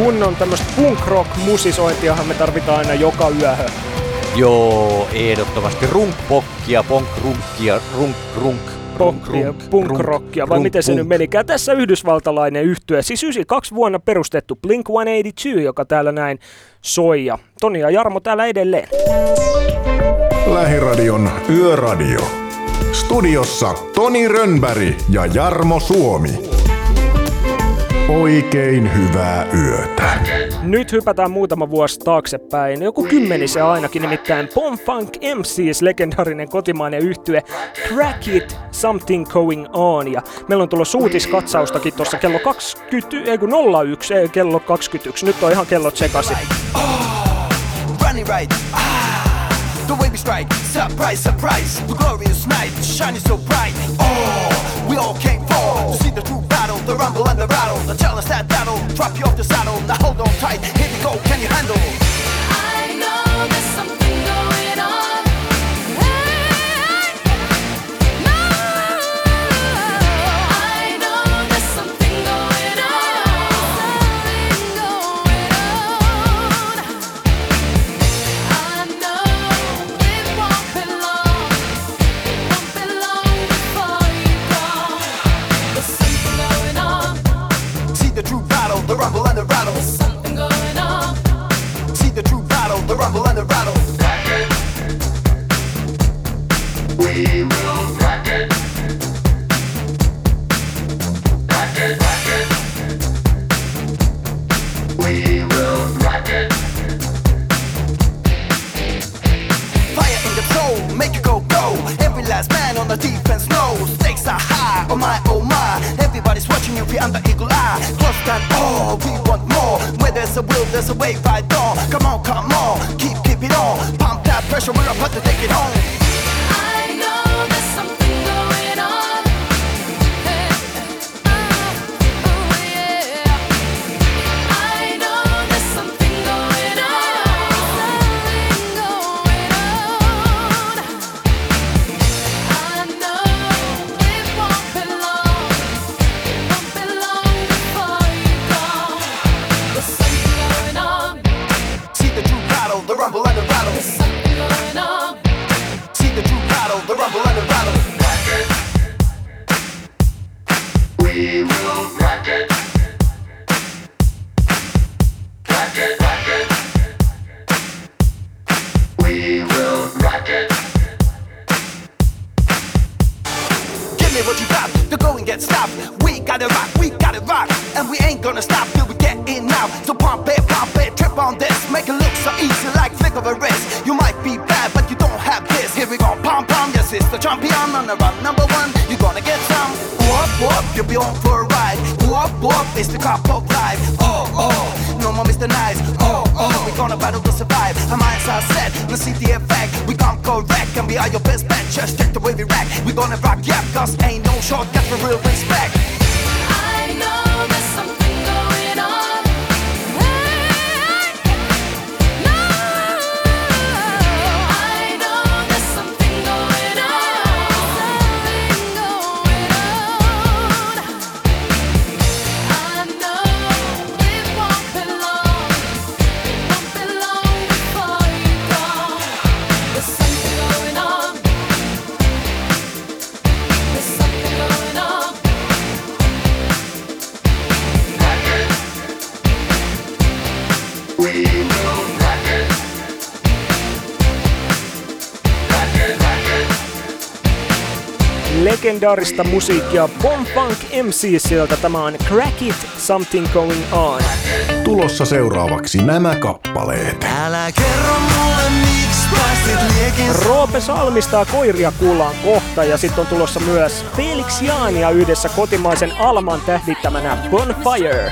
kunnon tämmöstä punk-rock-musisointiahan me tarvitaan aina joka yöhön. Joo, ehdottomasti runkpokkia, punk-runkkia, punk-rockia, vai miten se nyt menikään. Tässä yhdysvaltalainen yhtye, siis 92 vuonna perustettu Blink-182, joka täällä näin soi. Ja Toni ja Jarmo täällä edelleen. Lähiradion Yöradio. Studiossa Toni Rönnberg ja Jarmo Suomi. Oikein hyvää yötä. Nyt hypätään muutama vuosi taaksepäin, joku kymmenisen ainakin, nimittäin Bomb Funk MCs legendaarinen kotimainen yhtye Crack It, Something Going On. Ja meillä on tullut uutiskatsaustakin tuossa kello 01, kello 21. Nyt on ihan kellot sekaisin. The way we strike, surprise, surprise. The glorious night, shining so bright. Oh, we all came for to see the true battle, the rumble and the rattle. The challenge that battle, drop you off the saddle. Now hold on tight, here we go, can you handle? I know there's something going on. Hey, no. I know there's something going on. Something going on. I know it won't be long before you go. There's something going on. See the true battle, the rumble and the rattle. There's something going on. See the true battle, the rumble and the rattle. We will rock it. Rock it, rock it. We will rock it. Fire in the soul, make you go, go. Every last man on the defense knows. Stakes are high, oh my. Everybody's watching you, be under eagle eye. Close down, oh, we want more. Where there's a will, there's a way right on. Come on, keep it on. Pump that pressure, we're about to take it home. I know there's something going on. Hey, oh yeah. I know there's something going on. Something going on. I know it won't be long before you go. There's something going on. See the true battle, the rumble and the rattle. There's something going on. See the true battle, the rumble and the rattle. Rock it. We will rock it. Rock it, rock it. We will rock it. Give me what you got, the going gets stopped. We got it rock, and we ain't gonna stop till we get in now. So pump it, trip on this, make it look so easy like flick of a wrist. You might be bad, but you don't have this. Here we go, pump, yes, it's the champion on the run, number one. You're gonna get some. Whoop, you'll be on for a ride. Whoop, it's the cop of life. Oh, no more Mr. Nice. Oh, we're gonna battle to survive. Our minds are set, let's see the effect. We come correct, and we are your best bet. Just check the way we rack. We're gonna rock, yeah, cause ain't no shortcut for real respect. I know there's something going on. Hey, no. I know there's something going on. Something going on. I know it won't be long before you go. There's something going on. There's something going on. We will rock it. Rock it, rock it. Legendaarista musiikkia Bomb Funk MCsiltä. Tämä on Crack It, Something Going On. Tulossa seuraavaksi nämä kappaleet. Älä kerro mulle miksi päästit liekin. Roope salmistaa koiria kuullaan kohta ja sitten on tulossa myös Felix Jaania yhdessä kotimaisen Alman tähdittämänä Bonfire.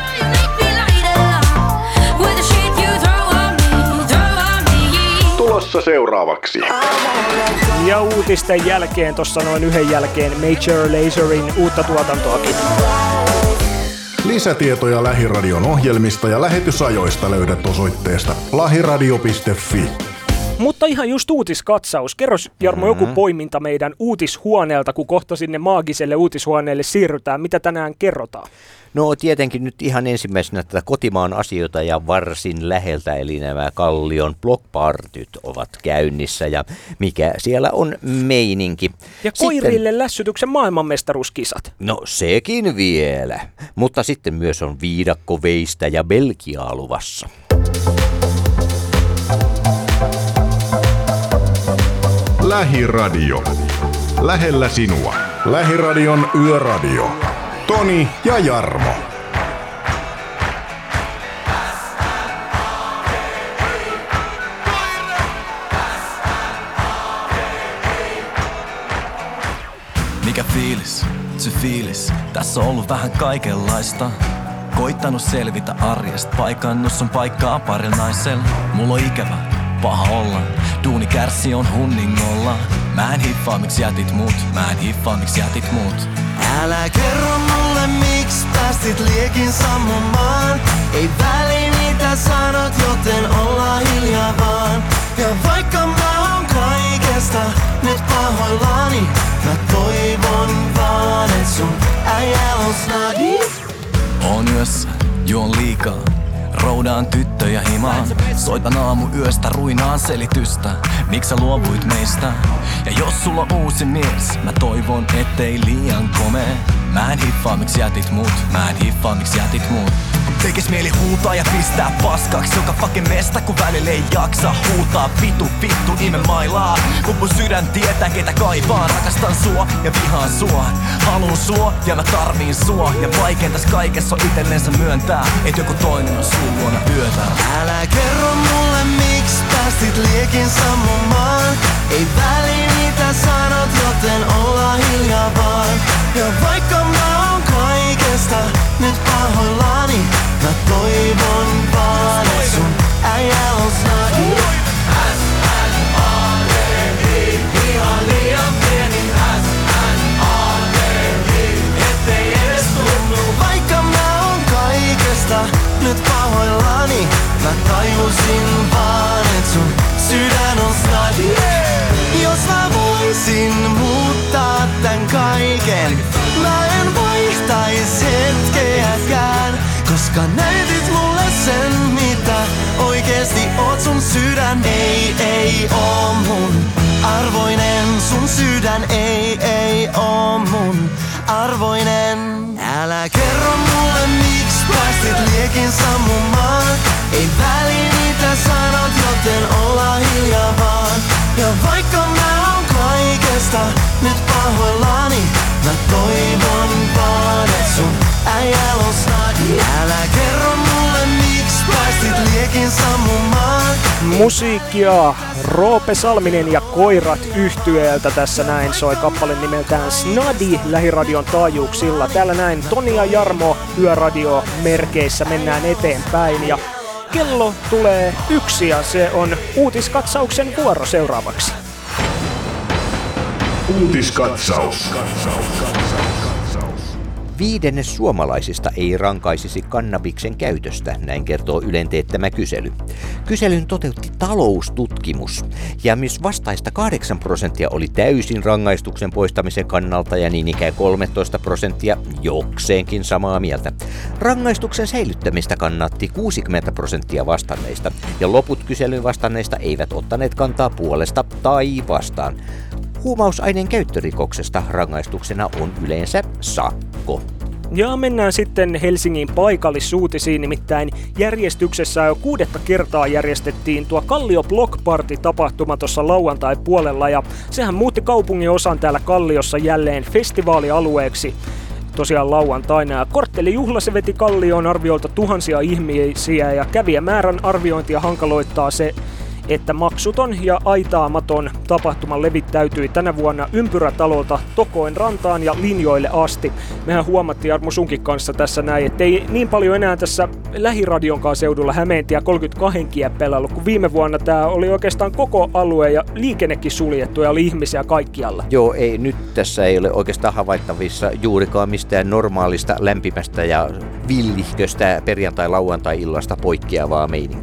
Tulossa seuraavaksi. Ja uutisten jälkeen, tossa noin yhden jälkeen, Major Lazerin uutta tuotantoakin. Lisätietoja Lähiradion ohjelmista ja lähetysajoista löydät osoitteesta lahiradio.fi. Mutta ihan just uutiskatsaus. Kerros Jarmo joku poiminta meidän uutishuoneelta, kun kohta sinne maagiselle uutishuoneelle siirrytään. Mitä tänään kerrotaan? No tietenkin nyt ihan ensimmäisenä tätä kotimaan asioita ja varsin läheltä, eli nämä Kallion blockpartyt ovat käynnissä ja mikä siellä on meininki. Ja koirille lässytyksen maailmanmestaruuskisat. No sekin vielä, mutta sitten myös on viidakkoveistä ja Belgiaa luvassa. Lähiradio. Lähellä sinua. Lähiradion yöradio. Toni ja Jarmo. Mikä fiilis, se fiilis, tässä on ollut vähän kaikenlaista. Koittanut selvitä arjesta, paikannus on paikkaa parilla naisella. Mulla on ikävä, paha olla, duuni kärsii on hunningolla. Mä en hiffaa miksi jätit mut, Älä kerro mulle miksi päästit liekin sammumaan. Ei väli mitä sanot, joten ollaan hiljaa vaan. Ja vaikka mä oon kaikesta nyt pahoillani, mä toivon vaan et sun äijä on snadi. Oon yössä, juon liikaa, roudaan tyttöjä himaan. Soitan aamuyöstä, ruinaan selitystä, miksi sä luovuit meistä. Ja jos sulla on uusi mies, mä toivon ettei liian komee. Mä en hiffaa miksi jätit mut. Tekis mieli huutaa ja pistää paskaks joka fucking mesta, kun välillä ei jaksa huutaa. Vittu, ime mailaa, kun mun sydän tietää ketä kaipaan. Rakastan sua ja vihaan sua, haluun sua ja mä tarviin sua. Ja vaikein tässä kaikessa on itsellensä myöntää, et joku toinen on sun luona yötä. Älä kerro mulle miksi päästit liekin sammumaan. Ei väli mitä sanot, joten ollaan hiljaa vaan. Ja vaikka mä oon kaikesta nyt pahoillani, mä toivon vaan et sun äijä on snadi. S-N-A-D-I, ihan liian pieni S-N-A-D-I, ettei edes tunnu. Vaikka mä oon kaikesta nyt pahoillani, mä tajusin vaan et sun sydän on snadi. Jos mä voisin muuttaa tän kaiken, mä en vaihtais hetkeäkään. Koska näytit mulle sen mitä oikeesti oot, sun sydän ei oo mun arvoinen. Sun sydän ei oo mun arvoinen. Älä kerro mulle miksi päästit liekin sammumaan. Ei väli mitä sanot, joten ollaan hiljaa vaan. Ja vaikka mä oon kaikesta nyt pahoillani, mä toivon vaan et sun äijä on snadi. Älä kerro mulle miksi päästit liekin sammumaan. Musiikkia Roope Salminen ja Koirat -yhtyeeltä tässä näin soi kappale nimeltään Snadi Lähiradion taajuuksilla. Täällä näin Toni ja Jarmo yöradio merkeissä mennään eteenpäin ja kello tulee 1 ja se on uutiskatsauksen vuoro seuraavaksi. Uutiskatsaus. 5% suomalaisista ei rankaisisi kannabiksen käytöstä, näin kertoo Ylen teettämä kysely. Kyselyn toteutti taloustutkimus, ja myös vastaista 8% oli täysin rangaistuksen poistamisen kannalta ja niin ikään 13% jokseenkin samaa mieltä. Rangaistuksen säilyttämistä kannatti 60% vastanneista, ja loput kyselyn vastanneista eivät ottaneet kantaa puolesta tai vastaan. Huumausaineen käyttörikoksesta rangaistuksena on yleensä sakko. Ja mennään sitten Helsingin paikallisuutisiin, nimittäin järjestyksessä jo 6. kertaa järjestettiin tuo Kallio Block Party -tapahtuma tuossa lauantai-puolella ja sehän muutti kaupungin osan täällä Kalliossa jälleen festivaalialueeksi. Tosiaan lauantaina. Korttelijuhla se veti Kallioon arviolta tuhansia ihmisiä ja kävijämäärän arviointia hankaloittaa se, että maksuton ja aitaamaton tapahtuma levittäytyi tänä vuonna Ympyrätalolta Tokoen rantaan ja linjoille asti. Mehän huomattiin Jarmo sunkin kanssa tässä näin, ettei niin paljon enää tässä Lähiradionkaan seudulla Hämeentie 32 kieppeillä ollut, kun viime vuonna tää oli oikeastaan koko alue ja liikennekin suljettu ja oli ihmisiä kaikkialla. Joo, ei, nyt tässä ei ole oikeastaan havaittavissa juurikaan mistään normaalista lämpimästä ja villihköstä perjantai-lauantai-illasta poikkeavaa meininkiä.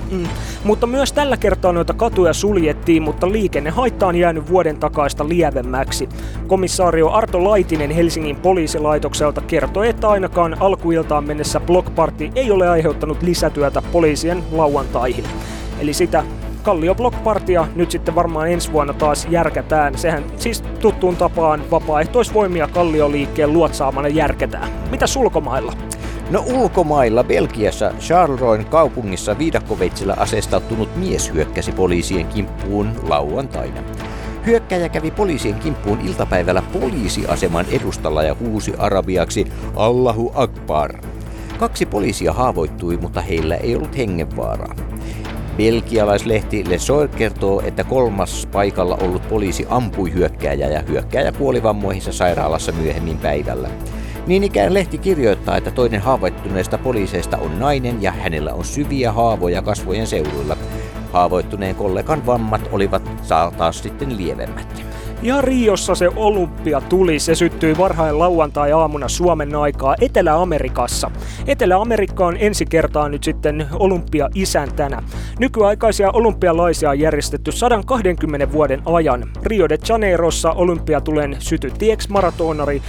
Mutta myös tällä kertaa noita katuja suljettiin, mutta liikennehaitta on jäänyt vuoden takaista lievemmäksi. Komissaario Arto Laitinen Helsingin poliisilaitokselta kertoi, että ainakaan alkuiltaan mennessä Block Party ei ole aiheuttanut lisätyötä poliisien lauantaihin. Eli sitä Kallio Block Partya nyt sitten varmaan ensi vuonna taas järkätään. Sehän siis tuttuun tapaan vapaaehtoisvoimia Kallioliikkeen luotsaamana järkätään. Mitäs ulkomailla? No ulkomailla Belgiassa Charleroi kaupungissa viidakkoveitsellä aseistautunut mies hyökkäsi poliisien kimppuun lauantaina. Hyökkäjä kävi poliisien kimppuun iltapäivällä poliisiaseman edustalla ja huusi arabiaksi Allahu Akbar. 2 poliisia haavoittui, mutta heillä ei ollut hengenvaaraa. Belgialaislehti Le Soir kertoo, että 3. paikalla ollut poliisi ampui hyökkääjää ja hyökkääjä kuoli vammoihinsa sairaalassa myöhemmin päivällä. Niin ikään lehti kirjoittaa, että toinen haavoittuneista poliiseista on nainen ja hänellä on syviä haavoja kasvojen seuduilla. Haavoittuneen kollegan vammat olivat taas sitten lievemmät. Ja Riossa se olympia tuli. Se syttyi varhain lauantai-aamuna Suomen aikaa Etelä-Amerikassa. Etelä-Amerikka on ensi kertaa nyt sitten olympia-isäntänä. Nykyaikaisia olympialaisia on järjestetty 120 vuoden ajan. Rio de Janeirossa olympiatulen sytytti ex-maratonari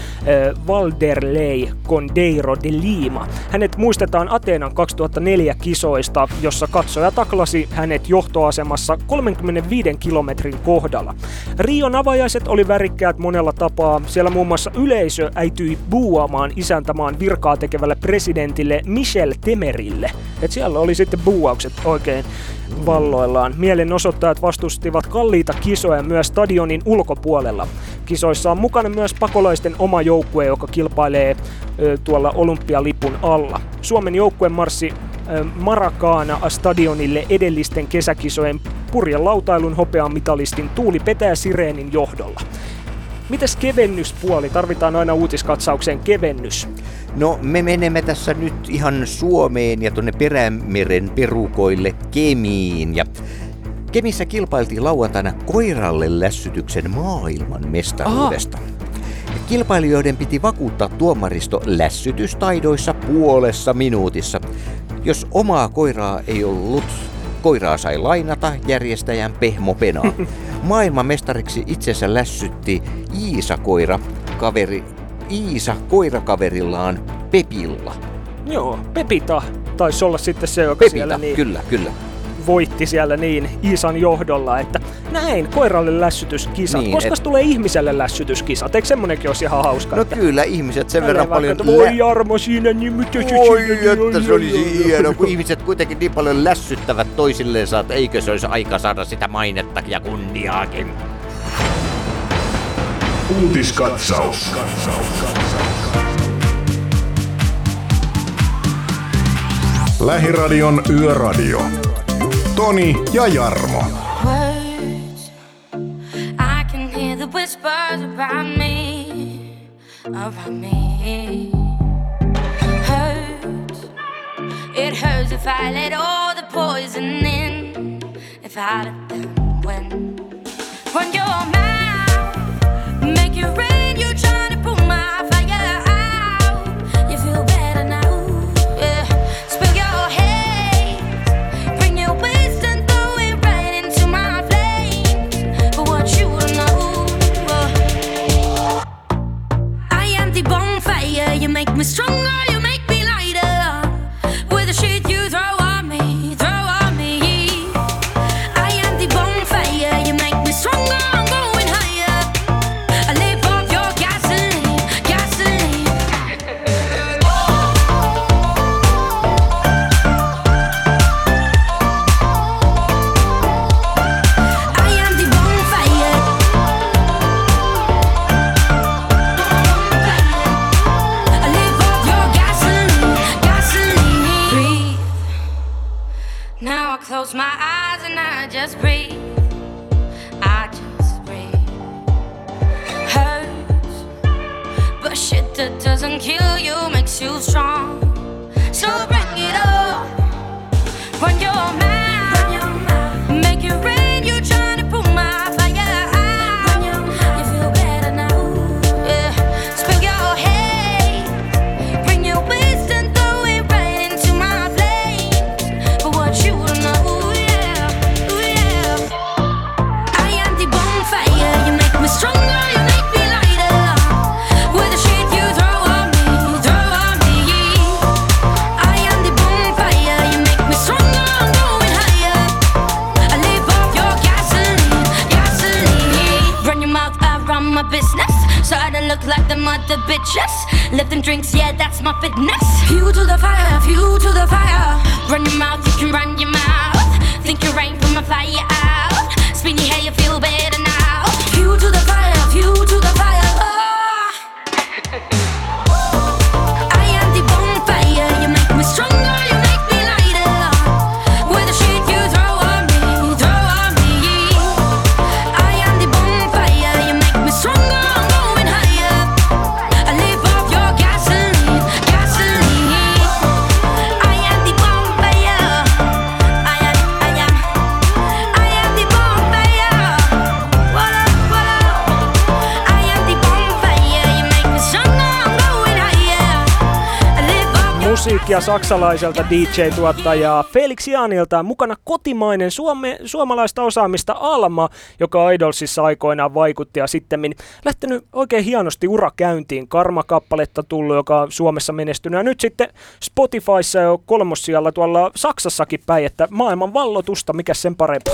Valderlei Condeiro de Lima. Hänet muistetaan Ateenan 2004 kisoista, jossa katsoja taklasi hänet johtoasemassa 35 kilometrin kohdalla. Rion avajaiset oli värikkäät monella tapaa. Siellä muun muassa yleisö äityi buuaamaan isäntämaan virkaa tekevälle presidentille Michel Temerille. Et siellä oli sitten buuaukset oikein valloillaan. Mielenosoittajat vastustivat kalliita kisoja myös stadionin ulkopuolella. Kisoissa on mukana myös pakolaisten oma joukkue, joka kilpailee tuolla olympialipun alla. Suomen joukkue marssi Maracana-stadionille edellisten kesäkisojen purjelautailun hopeamitalistin Tuuli Petäjä-Sireenin johdolla. Mitäs kevennyspuoli? Tarvitaan aina uutiskatsaukseen kevennys. No me menemme tässä nyt ihan Suomeen ja tuonne Perämeren perukoille Kemiin. Ja Kemissä kilpailtiin lauantaina koiralle lässytyksen maailman mestaruudesta. Kilpailijoiden piti vakuuttaa tuomaristo lässytystaidoissa 0,5 minuutissa. Jos omaa koiraa ei ollut, koiraa sai lainata järjestäjän Pehmo Penaa. Maailmanmestariksi itsensä lässytti Iisa koirakaverillaan Pepilla. Joo, Pepita taisi olla sitten se, joka Pepita, siellä niin kyllä. voitti siellä niin Iisan johdolla, että näin koiralle lässytyskisat. Niin, koska tulee ihmiselle lässytyskisat? Eikö semmonenkin olisi ihan hauska? No kyllä, ihmiset sen verran paljon... Voi Jarmo siinä, niin mitä se Oi, siinä... että se olisi hieno, kun ihmiset kuitenkin niin paljon lässyttävät toisillensa, että eikö se olisi aika saada sitä mainetta ja kunniaakin. Uutiskatsaus. Lähiradion Yöradio. Toni ja Jarmo. Words, I can hear the whispers around me. Hurts, it hurts if I let all the poison in. If I let them win. When your mouth make it rain, you trying to put my fire out. You feel better now, yeah. Spill your hate, bring your wisdom, throw it right into my flames. But what you don't know, I am the bonfire. You make me stronger, you make me lighter. With the shit you throw on me. I am the bonfire. You make me stronger. I'm going higher. I live off your gasoline. I am the bonfire. I live off your gasoline. Breathe. Now I close my eyes and I just breathe. Hurts, but shit that doesn't kill you makes you strong. So bring it up. Run your mouth, make it rain. You trying to put my fire out. You feel better now, yeah. Spill your hate, bring your wisdom, throw it right into my flames. But what you don't know. my business. Starting to look like the mother bitches. Lifting drinks, yeah, that's my fitness. Fuel to the fire, fuel to the fire. Run your mouth, you can run your mouth. Think you rain from a fire out. Spin your hair, you feel better now. Fuel to the fire, fuel to the fire. I am the bonfire, you make me stronger, you make me lighter. With the shit you throw on me, throw on me. I am the bonfire, you make me stronger, I'm going higher. I live off your gasoline, gasoline. I am the bonfire. I am the bonfire. What up, what up? I am the bonfire, you make me stronger, I'm going higher. I live off your Musiikkia saksalaiselta DJ-tuottajaa Felix Jaanilta, mukana kotimainen suomalaista osaamista Alma, joka Idolsissa aikoinaan vaikutti ja sittemmin lähtenyt oikein hienosti urakäyntiin. Karma-kappaletta tullut, joka on Suomessa menestynyt ja nyt sitten Spotifyssa jo kolmossijalla tuolla Saksassakin päin, että maailman vallotusta, mikä sen parempaa.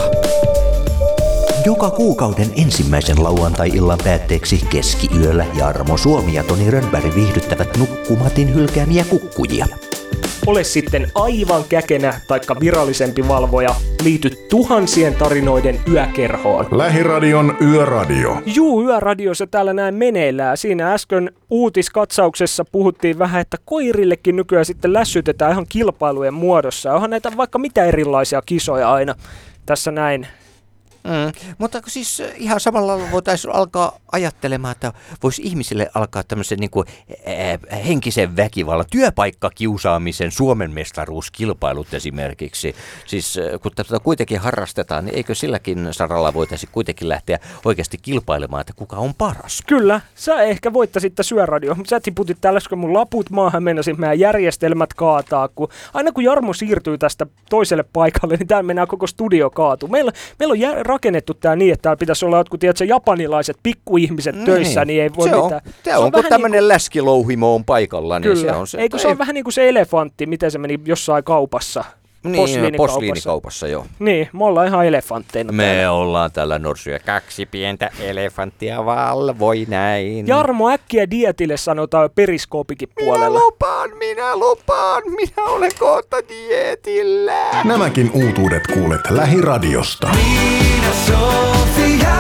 Joka kuukauden ensimmäisen lauantai-illan päätteeksi keskiyöllä Jarmo Suomi ja Toni Rönnberg viihdyttävät nukkumatin hylkäämiä kukkujia. Ole sitten aivan käkenä taikka virallisempi valvoja, liity tuhansien tarinoiden yökerhoon. Lähiradion Yöradio. Juu, Yöradio se täällä näin meneillään. Siinä äsken uutiskatsauksessa puhuttiin vähän, että koirillekin nykyään sitten lässytetään ihan kilpailujen muodossa. Onhan näitä vaikka mitä erilaisia kisoja aina tässä näin. Mutta siis ihan samalla voitaisiin alkaa ajattelemaan, että voisi ihmisille alkaa tämmöisen niin kuin, henkisen väkivallan, työpaikkakiusaamisen Suomen mestaruuskilpailut esimerkiksi. Siis kun tätä kuitenkin harrastetaan, niin eikö silläkin saralla voitaisiin kuitenkin lähteä oikeasti kilpailemaan, että kuka on paras? Kyllä, sä ehkä voittaisit tässä Yöradio. Sä tiputit tällaisen mun laput maahan, meinasin meidän järjestelmät kaataa. Aina kun Jarmo siirtyy tästä toiselle paikalle, niin täällä mennään koko studio kaatuu. Meillä on rakennettu tää niin, että täällä pitäisi olla jotkut japanilaiset pikkuihmiset töissä, niin ei voi mitään. Se on kun tämmöinen niin läskilouhimo on paikalla, niin kyllä. Se on se. Eikö se ole vähän niin kuin se elefantti, miten se meni jossain kaupassa? Niin, posliinikaupassa, joo. Niin, me ollaan ihan elefantteina. Me ollaan täällä norsuja. 2 pientä elefanttia valvoi näin. Jarmo, äkkiä dietille sanotaan periskoopikin puolella. Minä lupaan, minä olen kohta dietillä. Nämäkin uutuudet kuulet Lähiradiosta. Minä Sofia,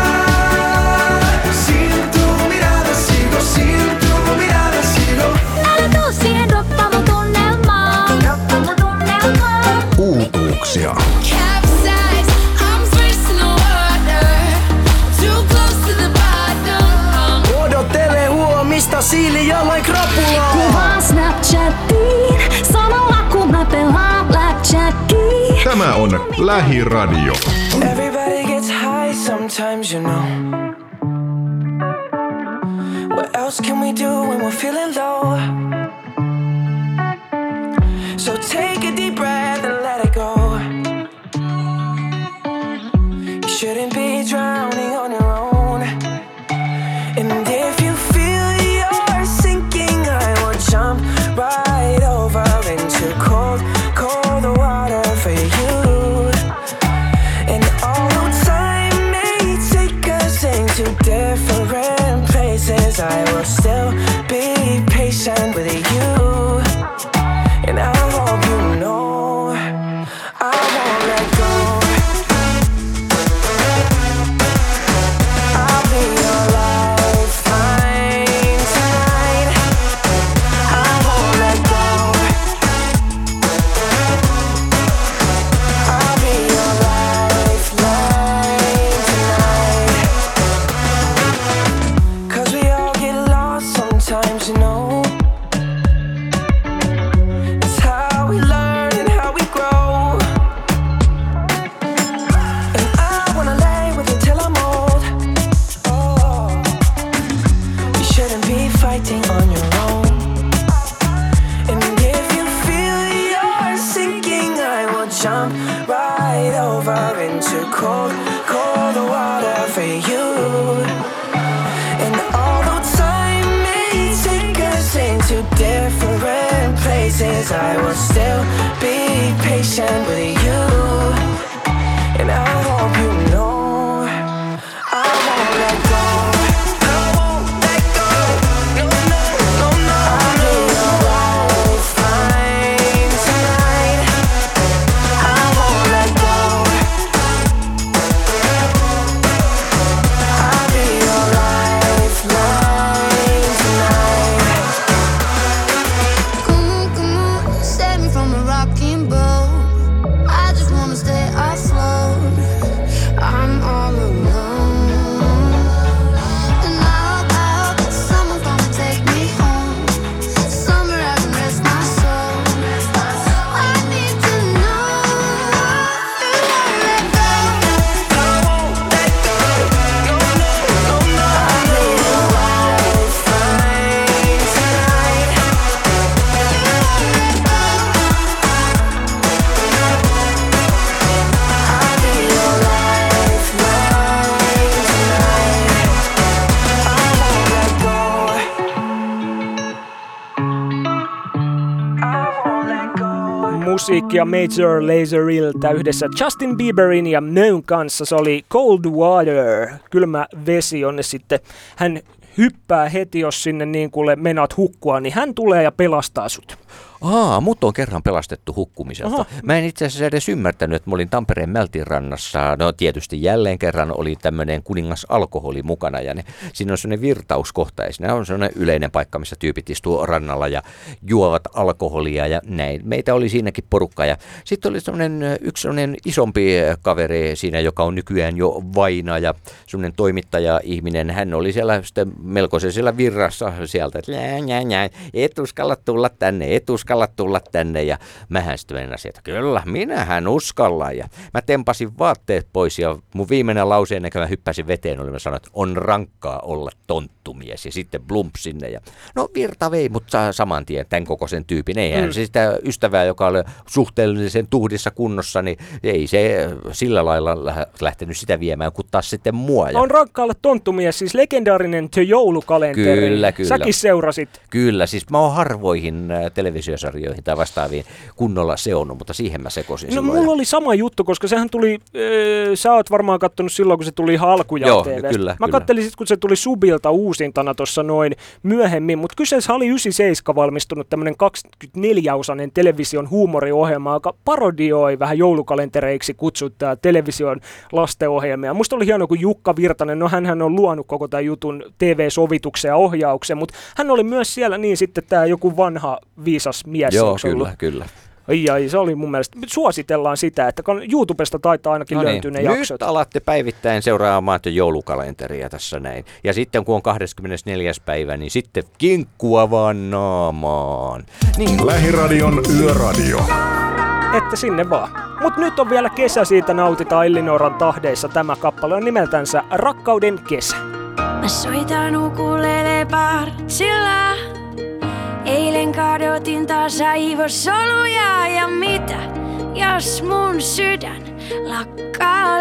sin tu mirada sigo, sin tu mirada sigo. Älä tuu siihen droppamun tunnelmaan. Uutuuksia. Capsize, arms racing the water. Too close to the bottom. Odottele huomista siilijallain krapulaa. Kuvaan Snapchattiin, samalla kun mä pelaan Blackjackia. Tämä on Lähiradio. Everybody gets high sometimes, you know. What else can we do when we're feeling low? So take a deep breath and let it go. You shouldn't be drowning on your own. And if you feel you're sinking, I will jump right over into cold, cold water for you. And although time may take us into different places, I will still be patient with you. And I hope you know I won't let go. I'll be your lifeline tonight. I won't let go. I'll be your lifeline tonight. 'Cause we all get lost sometimes, you know. musiikkia Major Lazeriltä yhdessä Justin Bieberin ja Moon kanssa. Se oli Cold Water, kylmä vesi, jonne sitten hän hyppää heti, jos sinne niin kuule menaat hukkua, niin hän tulee ja pelastaa sut. Mut on kerran pelastettu hukkumiselta. Aha. Mä en itse asiassa edes ymmärtänyt, että mä olin Tampereen Mältirannassa. No tietysti jälleen kerran oli tämmöinen kuningas alkoholi mukana ja siinä on semmoinen virtauskohta ja siinä on semmoinen yleinen paikka, missä tyypit istuu rannalla ja juovat alkoholia ja näin. Meitä oli siinäkin porukka ja sitten oli yksi semmoinen isompi kaveri siinä, joka on nykyään jo vainaja, semmoinen toimittaja-ihminen. Hän oli siellä sitten melkoisen siellä virrassa sieltä, että et uskalla tulla tänne ja mähän sitten meinasin, että kyllä, minähän uskallan ja mä tempasin vaatteet pois ja mun viimeinen lause ennen kuin mä hyppäsin veteen oli, mä sanoin, että on rankkaa olla tonttumies ja sitten blump sinne ja no virta vei mut saman tien tämän kokoisen tyypin, eihän se sitä ystävää, joka oli suhteellisen tuhdissa kunnossa, niin ei se sillä lailla lähtenyt sitä viemään kuin taas sitten mua. On rankkaa olla tonttumies, siis legendaarinen The Joulukalenteri. Kyllä. Säkin seurasit. Kyllä, siis mä oon harvoihin televisiosarjoihin tai vastaaviin kunnolla seonnut, mutta siihen mä sekosin silloin. Mulla oli sama juttu, koska sehän tuli, sä oot varmaan kattonut silloin, kun se tuli ihan alkujaan TV:stä. Kyllä. Mä kattelin sitten, kun se tuli Subilta uusintana tuossa noin myöhemmin, mutta kyseessä oli 97 valmistunut tämmönen 24-osainen television huumoriohjelma, joka parodioi vähän joulukalentereiksi kutsuttaa television lastenohjelmia. Musta oli hienoa, kun Jukka Virtanen, no hänhän on luonut koko tämän jutun TV-sovituksen ja ohjauksen, mutta hän oli myös siellä niin sitten tämä joku vanha viisas mies. Joo, kyllä. Ai, se oli mun mielestä. Suositellaan sitä, että YouTubesta taitaa ainakin löytyä ne jaksot. Nyt alatte päivittäin seuraamaan joulukalenteria tässä näin. Ja sitten kun on 24. päivä, niin sitten kinkkua vaan naamaan. Niin. Lähiradion Yöradio. Että sinne vaan. Mut nyt on vielä kesä, siitä nautitaan Illinoran tahdeissa. Tämä kappale on nimeltänsä Rakkauden kesä. Mä soitan ukulele partsilla. Eilen kadotin taas aivosoluja ja mitä, jos mun sydän lakkaa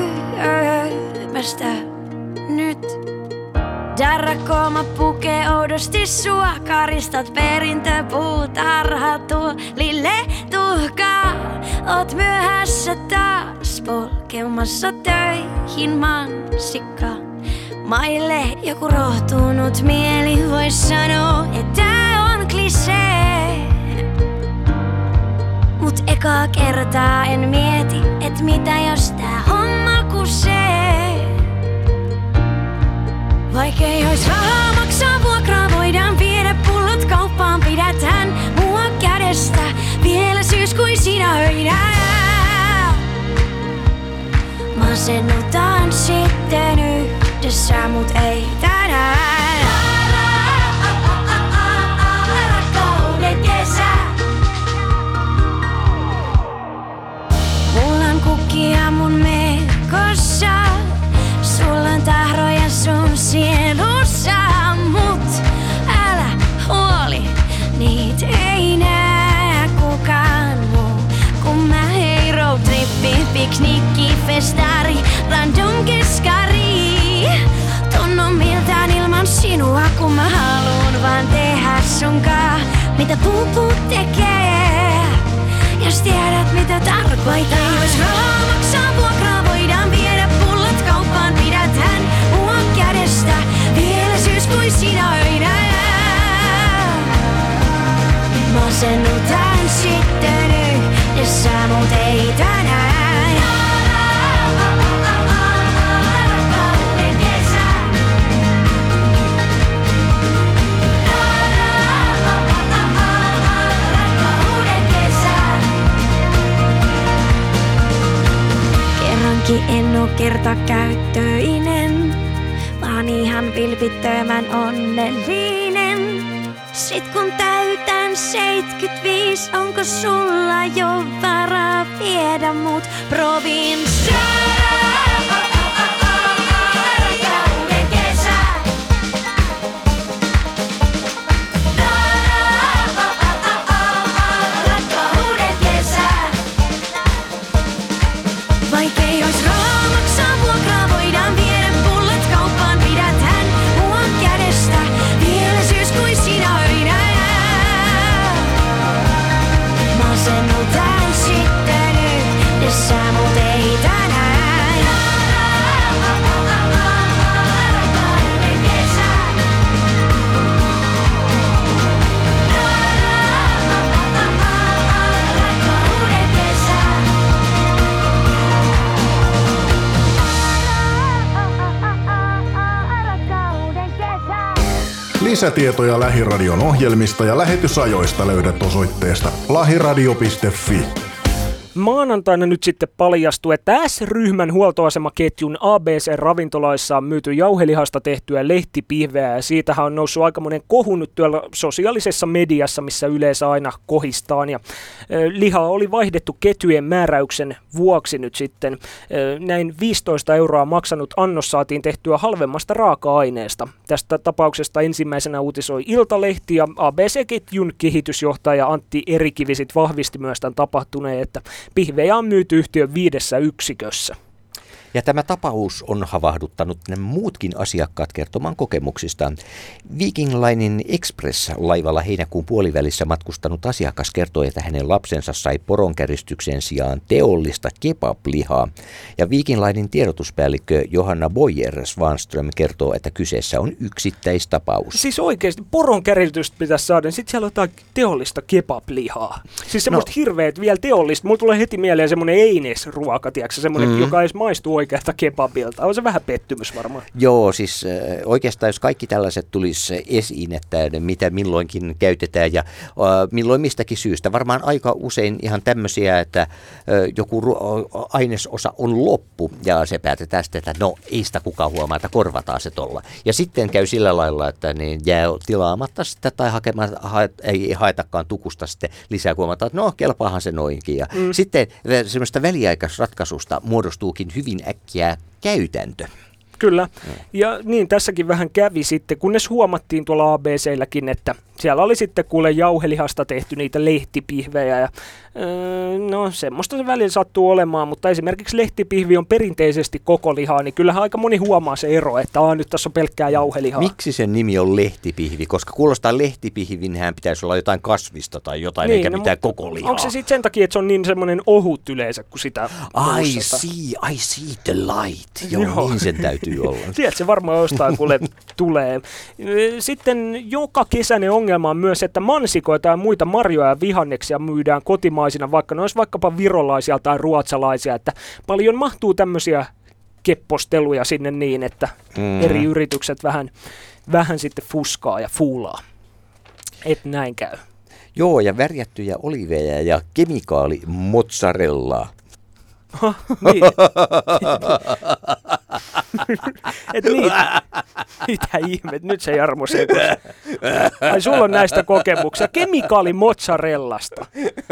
lyömästä nyt. Darrakooma pukee oudosti sua, karistat perintöpuutarha tuolille tuhkaa. Oot myöhässä taas polkemassa töihin mansikkaa. Maille joku rohtunut mieli vois sanoa, että on klisee. Mut ekaa kertaa en mieti, et mitä jos tää homma kusee. Vaikei ois rahaa maksaa vuokraa, voidaan viedä pullot kauppaan. Pidätään mua kädestä vielä syyskuisina öinä. Masennutaan sitten yhdessä, mut ei tänään. Rakkauden kesä. Mulla on kukkia mun mekossa. Sulla on tahroja sun sielussa. Mut älä huoli, niit ei näe kukaan muu. Kun mä hei roadtrippi, piknikki, festari, random keskari. Tunnu miltään ilman sinua, kun mä haluun vaan tehdä sunkaan mitä puu tekee. Jos tiedät mitä tarkoittaa. Ei ois rahaa maksaa vuokraa, voidaan viedä pullot kauppaan. Pidätään mua kädestä vielä syyskuisina öinä. Masennutaan sitten yhdessä, mut ei tänään. En oo kertakäyttöinen, vaan ihan vilpittömän onnellinen. Sit kun täytän 75, onko sulla jo varaa viedä mut provinssiin? Rakkauden kesä. Rakkauden kesä. Vaikei ois rahaa maksaa vuokraa, voidaan viedä pullot kauppaan. Pidätään mua kädestä vielä syyskuisina öinä. Masennutaan Lisätietoja Lähiradion ohjelmista ja lähetysajoista löydät osoitteesta lahiradio.fi. Maanantaina nyt sitten paljastui, että S-ryhmän huoltoasemaketjun ABC-ravintoloissa on myyty jauhelihasta tehtyä lehtipihveä, ja siitähän on noussut aikamoinen kohu nyt tuolla sosiaalisessa mediassa, missä yleensä aina kohistaan, ja lihaa oli vaihdettu ketjujen määräyksen vuoksi nyt sitten. Näin 15 € maksanut annos saatiin tehtyä halvemmasta raaka-aineesta. Tästä tapauksesta ensimmäisenä uutisoi Iltalehti, ja ABC-ketjun kehitysjohtaja Antti Erikivi sit vahvisti myös tämän tapahtuneen, että pihvejä on myyty yhtiön 5 yksikössä. Ja tämä tapaus on havahduttanut ne muutkin asiakkaat kertomaan kokemuksistaan. Viking Linen Express-laivalla heinäkuun puolivälissä matkustanut asiakas kertoi, että hänen lapsensa sai poronkäristyksen sijaan teollista kebab-lihaa. Ja Viking Linen tiedotuspäällikkö Johanna Boyer-Svanström kertoo, että kyseessä on yksittäistapaus. Siis oikeasti poronkäristystä pitäisi saada, niin sitten siellä on jotain teollista kebab-lihaa. Siis semmoista hirveät vielä teollista. Mulla tulee heti mieleen semmoinen Eines-ruoka, tiedätkö, semmoinen, joka ei maistuu oikeasta kebabilta. On se vähän pettymys varmaan. Joo, siis oikeastaan jos kaikki tällaiset tulisi esiin, että mitä milloinkin käytetään ja milloin mistäkin syystä. Varmaan aika usein ihan tämmöisiä, että joku ainesosa on loppu ja se päätetään sitten, että no ei sitä kukaan huomaa, että korvataan se tolla. Ja sitten käy sillä lailla, että niin jää tilaamatta sitä tai ei haetakaan tukusta sitten lisää, huomataan, että no kelpaahan se noinkin. Ja sitten semmoista väliaikaisratkaisusta muodostuukin hyvin äkkiä käytäntö. Kyllä. Ja niin tässäkin vähän kävi sitten, kunnes huomattiin tuolla ABC:lläkin, että siellä oli sitten kuule jauhelihasta tehty niitä lehtipihvejä. Ja, no semmoista se välillä sattuu olemaan, mutta esimerkiksi lehtipihvi on perinteisesti koko lihaa, niin kyllähän aika moni huomaa se ero, että nyt tässä on pelkkää jauhelihaa. Miksi sen nimi on lehtipihvi? Koska kuulostaa lehtipihvinhän pitäisi olla jotain kasvista tai jotain, niin, eikä mitään koko lihaa. Onko se sitten sen takia, että se on niin semmoinen ohut yleensä kuin sitä? I see the light. Joo, niin sen täytyy olla. Tiedätkö, se varmaan jostain kuule tulee. Sitten joka kesäinen ongelma on myös, että mansikoita ja muita marjoja ja vihanneksia myydään kotimaisina, vaikka ne olisi vaikkapa virolaisia tai ruotsalaisia, että paljon mahtuu tämmöisiä kepposteluja sinne niin, että eri yritykset vähän sitten fuskaa ja fuulaa. Et näin käy. Joo, ja värjättyjä oliveja ja kemikaali-mozzarellaa. Niin. Et niin. Mitä ihmet, nyt se Jarmo sekosi. Ai sulla on näistä kokemuksia. Kemikaali-mozzarellasta.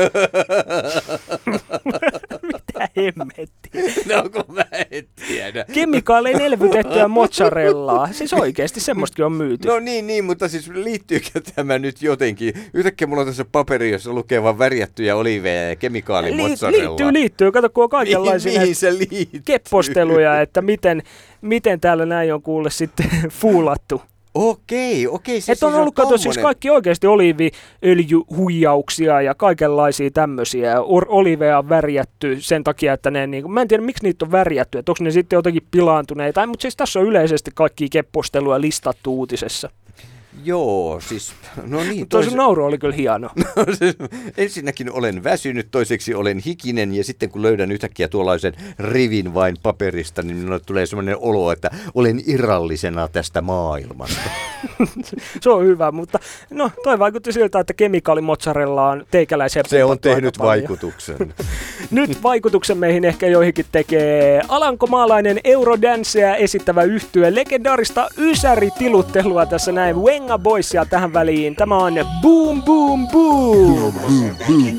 Mitä hemmettiä? No kun mä en tiedä. Kemikaalein elvytettyä mozzarellaa. Siis oikeasti semmoistakin on myyty. No niin, mutta siis liittyykö tämä nyt jotenkin? Yhtäkkiä mulla on tässä paperi, jossa lukee vaan värjättyjä oliveja ja kemikaali-mozzarellaa. Liittyy. Kato, kun on kaikenlaisia mihin se liittyy? Kepposteluja, että miten täällä näin on kuule sitten fuulattu. Okei. Siis että on ollut, kato, siis kaikki oikeasti oliiviöljyhuijauksia ja kaikenlaisia tämmöisiä. Oliveja on värjätty sen takia, että ne, niin, mä en tiedä miksi niitä on värjätty, että onko ne sitten jotenkin pilaantuneita. Mutta siis tässä on yleisesti kaikkia kepposteluja listattu uutisessa. Joo, siis, no niin. Toisen nauru oli kyllä hieno. No, siis, ensinnäkin olen väsynyt, toiseksi olen hikinen ja sitten kun löydän yhtäkkiä tuollaisen rivin vain paperista, niin minulle tulee semmoinen olo, että olen irrallisena tästä maailmasta. Se on hyvä, mutta no toi vaikutti siltä, että kemikaalimozzarella on teikäläisiä. Se on tehnyt vaikutuksen. Nyt vaikutuksen meihin ehkä joihinkin tekee alankomaalainen Eurodanceä esittävä yhtye legendaarista ysäritiluttelua tässä näin. Venga Boysia tähän väliin. Tämä on Boom Boom Boom. Boom, boom, boom.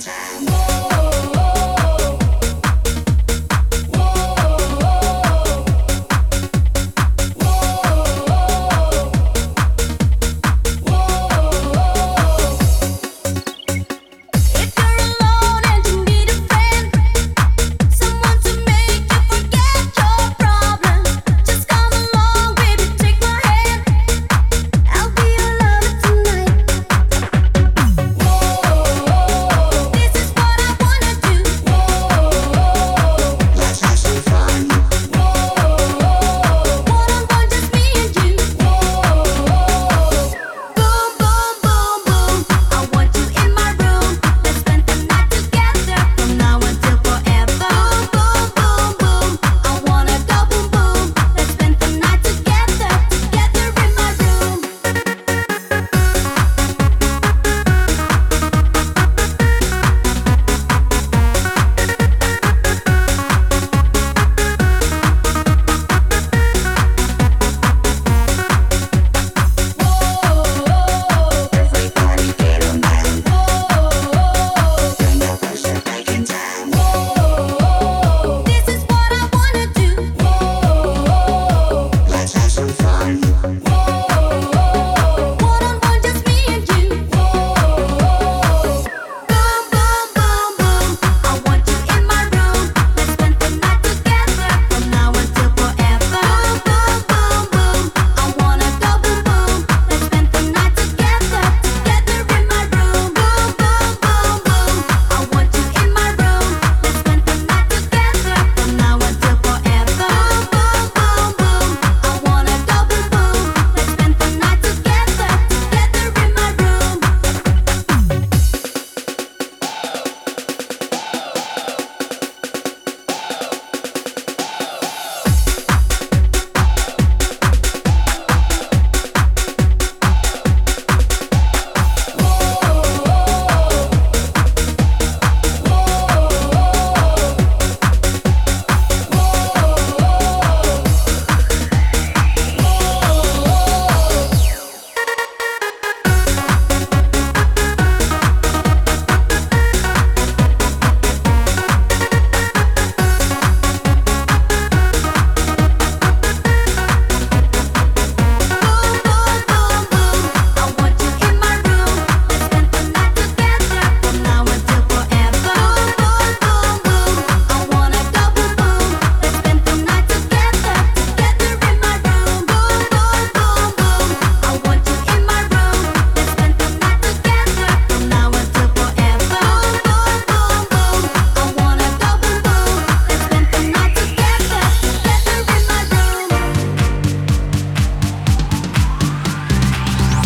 This is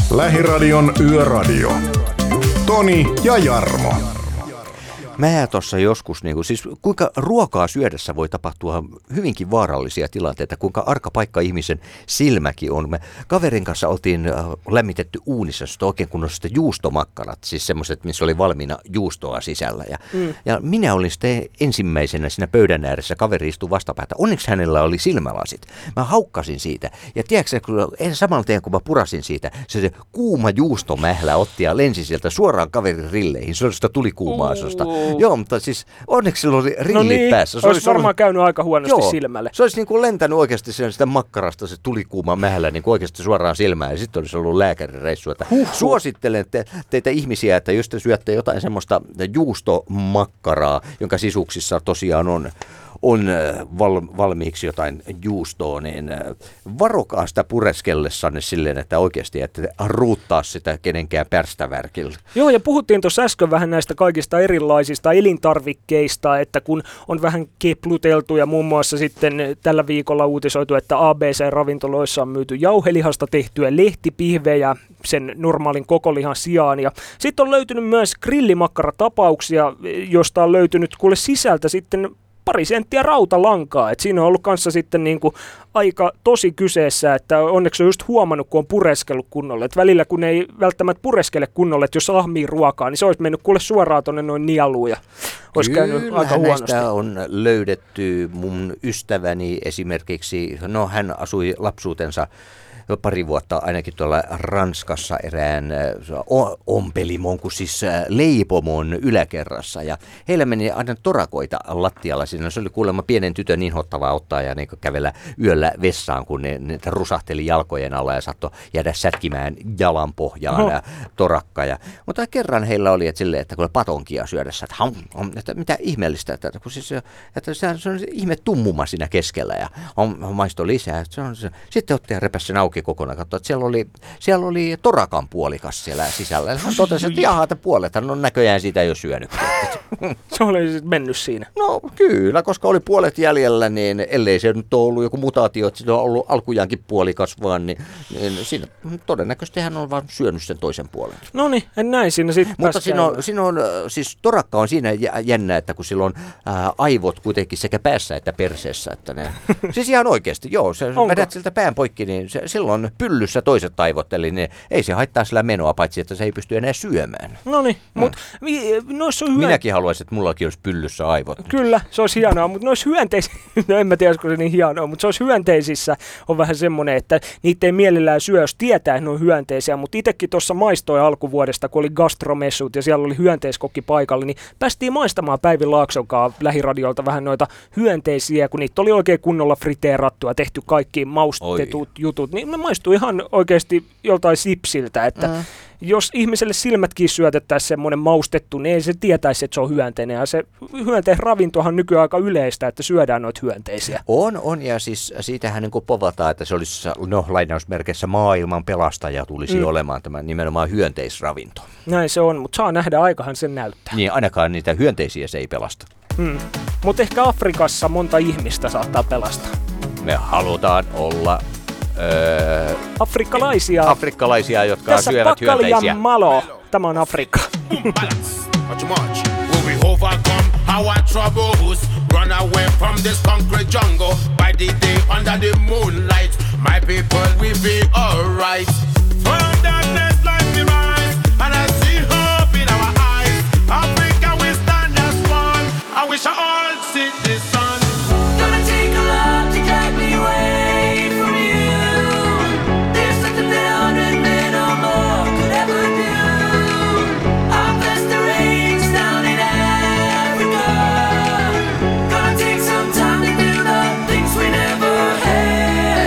Lähiradion Yöradio. Toni ja Jarmo. Mä tuossa joskus, siis kuinka ruokaa syödessä voi tapahtua hyvinkin vaarallisia tilanteita, kuinka arka paikka ihmisen silmäkin on. Me kaverin kanssa oltiin lämmitetty uunissa oikein kunnossa juustomakkarat, siis semmoiset, missä oli valmiina juustoa sisällä. Ja minä olin sitten ensimmäisenä siinä pöydän ääressä, kaveri istui vastapäätä. Onneksi hänellä oli silmälasit. Mä haukkasin siitä. Ja tiedätkö, saman tien kun mä purasin siitä, se kuuma juustomählä otti ja lensi sieltä suoraan kaverin rilleihin. Se tuli kuumaa asusta. Joo, mutta siis onneksi sillä oli rillit päässä. Se olisi varmaan käynyt aika huonosti silmälle. Se olisi niin kuin lentänyt oikeasti sitä makkarasta, se tulikuuma mählä niin kuin oikeasti suoraan silmään ja sitten olisi ollut lääkärireissu. Suosittelen teitä ihmisiä, että jos te syötte jotain semmoista juustomakkaraa, jonka sisuksissa tosiaan on valmiiksi jotain juustoa, niin varokaa sitä pureskellessanne silleen, että oikeasti ette ruuttaa sitä kenenkään pärstävärkillä. Joo, ja puhuttiin tuossa äsken vähän näistä kaikista erilaisista elintarvikkeista, että kun on vähän kepluteltu ja muun muassa sitten tällä viikolla uutisoitu, että ABC-ravintoloissa on myyty jauhelihasta tehtyä lehtipihvejä sen normaalin kokolihan sijaan. Ja sitten on löytynyt myös grillimakkaratapauksia, josta on löytynyt kuule sisältä sitten pari senttiä rautalankaa, että siinä on ollut kanssa sitten niinku aika tosi kyseessä, että onneksi on just huomannut, kun on pureskellut kunnolle, että välillä kun ei välttämättä pureskele kunnolle, että jos ahmii ruokaa, niin se olisi mennyt kuule suoraan tuonne noin nieluun ja olisi käynyt aika huonosti. Näistä on löydetty mun ystäväni esimerkiksi, hän asui lapsuutensa pari vuotta ainakin tuolla Ranskassa erään ompelimon, kun siis leipomon yläkerrassa. Ja heillä meni aina torakoita lattialla. Siinä se oli kuulemma pienen tytön inhottavaa ottaa ja niin kävellä yöllä vessaan, kun ne rusahteli jalkojen alla ja saattoi jäädä sätkimään jalan pohjaan torakka. Mutta kerran heillä oli että kun patonkia syödessä, että mitä ihmeellistä, että se on ihme tummuma siinä keskellä ja maistoi lisää. Sitten otti ja repäsi sen auki kokonaan, katsoa, että siellä oli torakan puolikas siellä sisällä. Hän totesi, että jaha, että puolethan on näköjään siitä jo syönyt. Se oli sitten mennyt siinä. No kyllä, koska oli puolet jäljellä, niin ellei se nyt ole ollut joku mutaatio, että se on ollut alkujaankin puolikas vaan, niin siinä todennäköisesti hän on vaan syönyt sen toisen puolen. No niin, näin siinä sitten. Mutta siinä on, siis torakka on siinä jännä, että kun sillä on aivot kuitenkin sekä päässä että perseessä. Että siis ihan oikeasti, joo, se vedät siltä pään poikki, niin silloin pyllyssä toiset aivot, eli ei se haittaa sillä menoa, paitsi että se ei pysty enää syömään. No niin, mutta noissa on Minäkin haluaisin, että mullakin olisi pyllyssä aivot. Kyllä, se olisi hienoa, mutta noissa hyönteisissä, en mä tiedä, olisiko se niin hienoa, mutta se olisi hyönteisissä on vähän semmoinen, että niitä ei mielellään syö, jos tietää, että ne on hyönteisiä, mutta itsekin tuossa maistoi alkuvuodesta, kun oli gastromessut ja siellä oli hyönteiskokki paikalla, niin päästiin maistamaan Päivi Laaksonkaan Lähiradiolta vähän noita hyönteisiä, kun niitä oli oikein kunnolla friteerattua, tehty kaikki maustetut jutut, niin ne maistui ihan oikeasti joltain sipsiltä, että jos ihmiselle silmätkin syötettäisiin semmoinen maustettu, niin ei se tietäisi, että se on hyönteinen. Ja se hyönteisravintohan nykyään aika yleistä, että syödään noita hyönteisiä. On, ja siis siitähän niin kuin povataan, että se olisi, lainausmerkeissä maailman pelastaja tulisi olemaan tämä nimenomaan hyönteisravinto. Näin se on, mutta saa nähdä, aikahan sen näyttää. Niin, ainakaan niitä hyönteisiä se ei pelasta. Mutta ehkä Afrikassa monta ihmistä saattaa pelastaa. Me halutaan olla Afrikkalaisia, jotka tässä syövät hyönteisiä. Tässä Malo. Tämä on Afrikka. Our troubles run away from this concrete jungle. By the day under the moonlight, my people will be alright. From darkness light we rise, and I see hope in our eyes. Africa we stand as one. I wish I all see the sun. Gonna take a lot to drag me away from you. There's something that 100 men or more could ever do. I'll bless the rains down in Africa. Gonna take some time to do the things we never had.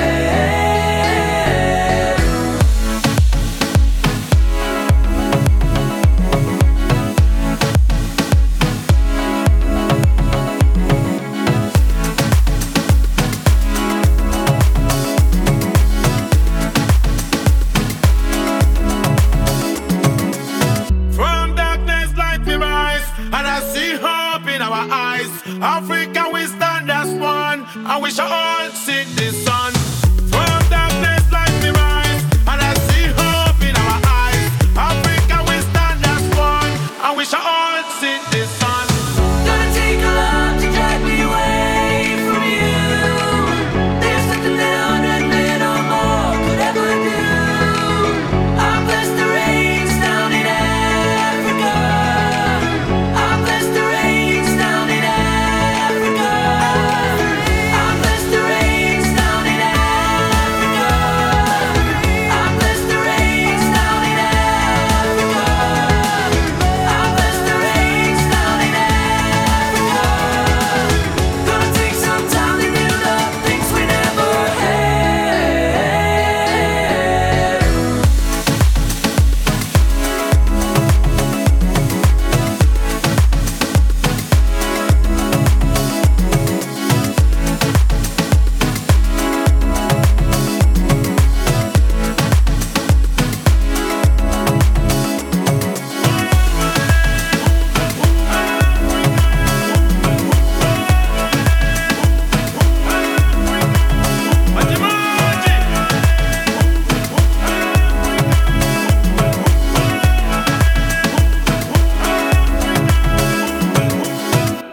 From darkness light we rise, and I see hope in our eyes. Africa we stand as one. I wish I all see the sun. From darkness light we rise, and I see hope in our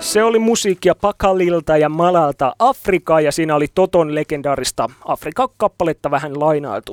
Se oli musiikkia Pakalilta ja Malalta Afrika, ja siinä oli Toton legendaarista Afrika-kappaletta vähän lainailtu.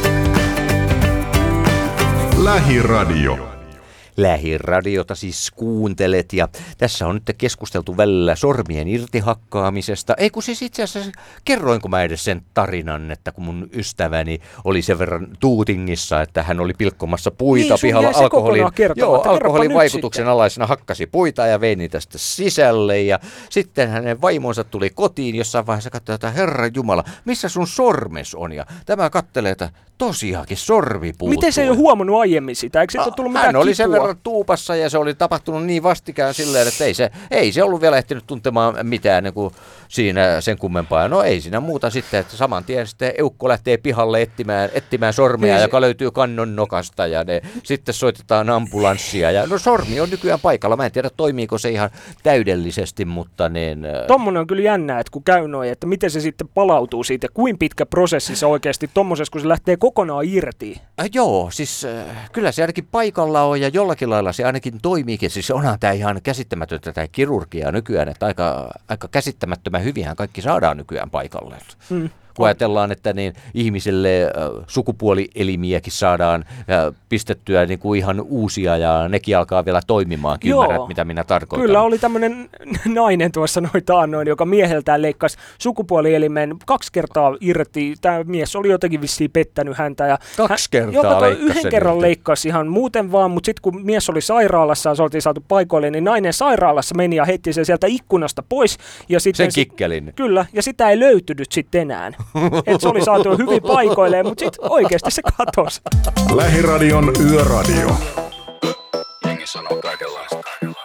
Lähiradio. Lähiradiota siis kuuntelet, ja tässä on nyt keskusteltu välillä sormien irtihakkaamisesta. Ei kun siis itse asiassa kerroinko mä edes sen tarinan, että kun mun ystäväni oli sen verran tuutingissa, että hän oli pilkkomassa puita pihalla alkoholin vaikutuksen alaisena, hakkasi puita ja vei niitä sitten sisälle, ja sitten hänen vaimonsa tuli kotiin jossain vaiheessa katsoi, että Herra Jumala, missä sun sormes on? Ja tämä kattelee, että tosiaankin sormi puuttuu. Miten se ei ole huomannut aiemmin sitä? Eikö siitä ole tullut mitään hän oli kipua? Sen verran tuupassa ja se oli tapahtunut niin vastikään silleen, että ei se ollut vielä ehtinyt tuntemaan mitään niin kuin siinä sen kummempaa. No ei siinä muuta sitten, että saman tien sitten eukko lähtee pihalle etsimään sormea, joka löytyy kannon nokasta, ja ne sitten soitetaan ambulanssia. Ja no sormi on nykyään paikalla. Mä en tiedä toimiiko se ihan täydellisesti, mutta niin... Tommonen on kyllä jännää, että kun käy noin, että miten se sitten palautuu siitä, kuinka pitkä prosessi se oikeasti tommosessa, kun se lähtee kokonaan irti. Joo, siis kyllä se ainakin paikalla on ja jollakin lailla se ainakin toimiikin. Siis onhan tämä ihan käsittämätöntä tämä kirurgia nykyään, että aika käsittämättömän hyvinhän kaikki saadaan nykyään paikalle. Kun ajatellaan, että niin ihmisille sukupuolielimiäkin saadaan pistettyä niin kuin ihan uusia ja nekin alkaa vielä toimimaan. Ymmärrät, mitä minä tarkoitan. Kyllä oli tämmöinen nainen tuossa taannoin, joka mieheltään leikkasi sukupuolielimen 2 kertaa irti. Tämä mies oli jotenkin vissiin pettänyt häntä. Ja 2 kertaa leikkasi. Yhden kerran leikkasi ihan muuten vaan, mutta sitten kun mies oli sairaalassa ja se oltiin saatu paikoille, niin nainen sairaalassa meni ja heitti sen sieltä ikkunasta pois. Ja sitten sen kikkelin. Kyllä, ja sitä ei löytynyt sitten enää. Että se oli saatu hyvin paikoilleen, mutta sitten oikeasti se katosi. Lähiradion Yöradio. Jengi sanoo kaikenlaista.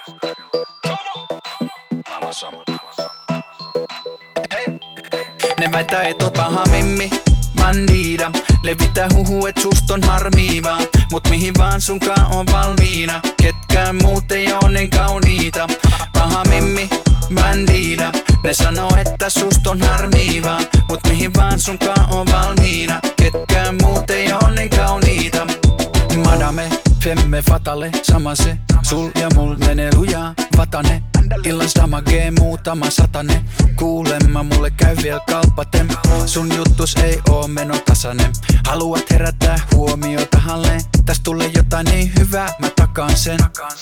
Ne väittää, et oot paha mimmi, bandida. Levittää huhu, et sust on harmiivaa. Mut mihin vaan sunkaan on valmiina. Ketkään muut ei oo niin kauniita. Paha mimmi, bandida. Ne sanoo, että sust on harmiivaa. Mut mihin vaan sunkaan on valmiina. Ketkään muut ei oo niin kauniita. Madame, femme fatale, sama se. Sul ja mul menee lujaa, vatane. Illas damagee muutama satane. Kuulemma mulle käy vielä kalpaten. Sun juttus ei oo menotasainen. Haluat herättää huomiota halleen. Täst tulee jotain niin hyvää, mä takaan sen.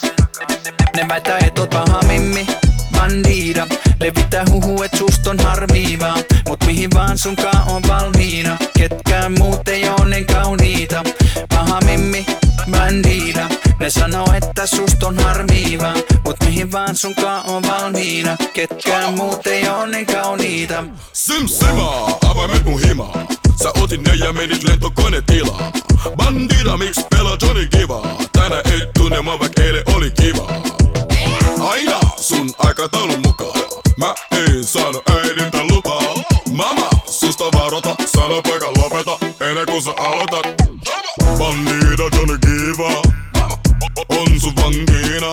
Ne väittää, et oot paha mimmi, bandida. Levittää huhu, et sust on harmiivaa. Mut mihin vaan sunkaan on valmiina. Ketkään muut ei oo niin kauniita. Paha mimmi, bandida. Ne sanoo, että sust on harmiivaa. Mut mihin vaan sunkaan on valmiina. Ketkään muut ei oo niin kauniita. Simsimaa, avaimet mun himaa. Sä otit ne ja menit lentokonetilaa. Bandida, miksi pelaa Johnny Kivaa? Tänä ei tunne mä vaik eilen oli kivaa. Aina sun aikataulun mukaan. Mä en saanut äidiltä lupaa. Mama, susta varota, sano poika lopeta ennen kuin sä aloitat. Bandida Johnny Kiva on sun vankina.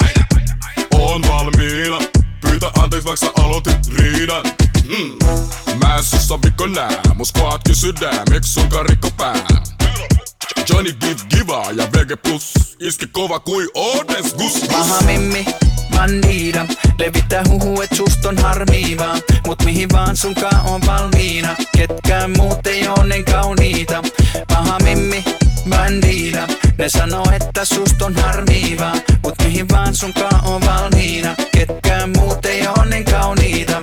On valmiina, pyytä anteeksi vaikka sä aloitit riidan. Mä sussa vikko nää, mun squadkin sydän, miksi sunkaan rikko pää? Johnny Kiva ja VG Plus iski kova kui Odes Gus. Paha mimmi, bandida. Levittää huhu, et sust on harmiivaa. Mut mihin vaan sunkaan on valmiina. Ketkään muut ei oo niin kauniita. Paha mimmi, bandida. Ne sanoo, että sust on harmiivaa. Mut mihin vaan sunkaan on valmiina. Ketkään muut ei oo niin kauniita.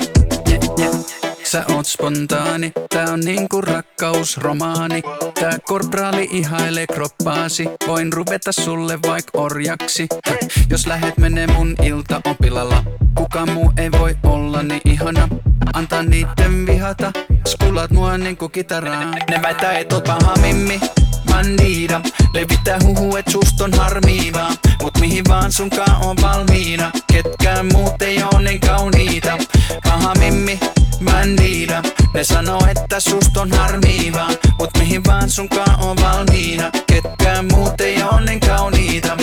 Sä oot spontaani, tää on niinku rakkausromaani. Tää korporaali ihailee kroppaasi. Voin ruveta sulle vaik orjaksi. Jos lähet menee mun iltaopilalla. Kuka muu ei voi olla niin ihana. Antaa niitten vihata. Skulat mua niinku kitaraa. Ne väittää, et oot paha mimmi, bandida. Levittää huhu, et sust on harmiivaa. Mut mihin vaan sunkaan on valmiina. Ketkään muut ei oo niin kauniita. Paha mimmi, bandida. Ne sanoo, että sust on harmiivaa. Mut mihin vaan sunkaan on valmiina. Ketkään muut ei oo niin kauniita.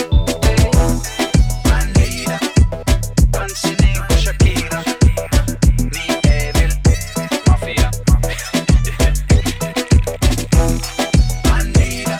Bandida. Tanssi niinku Shakira. Niin evil. Mafia. Bandida.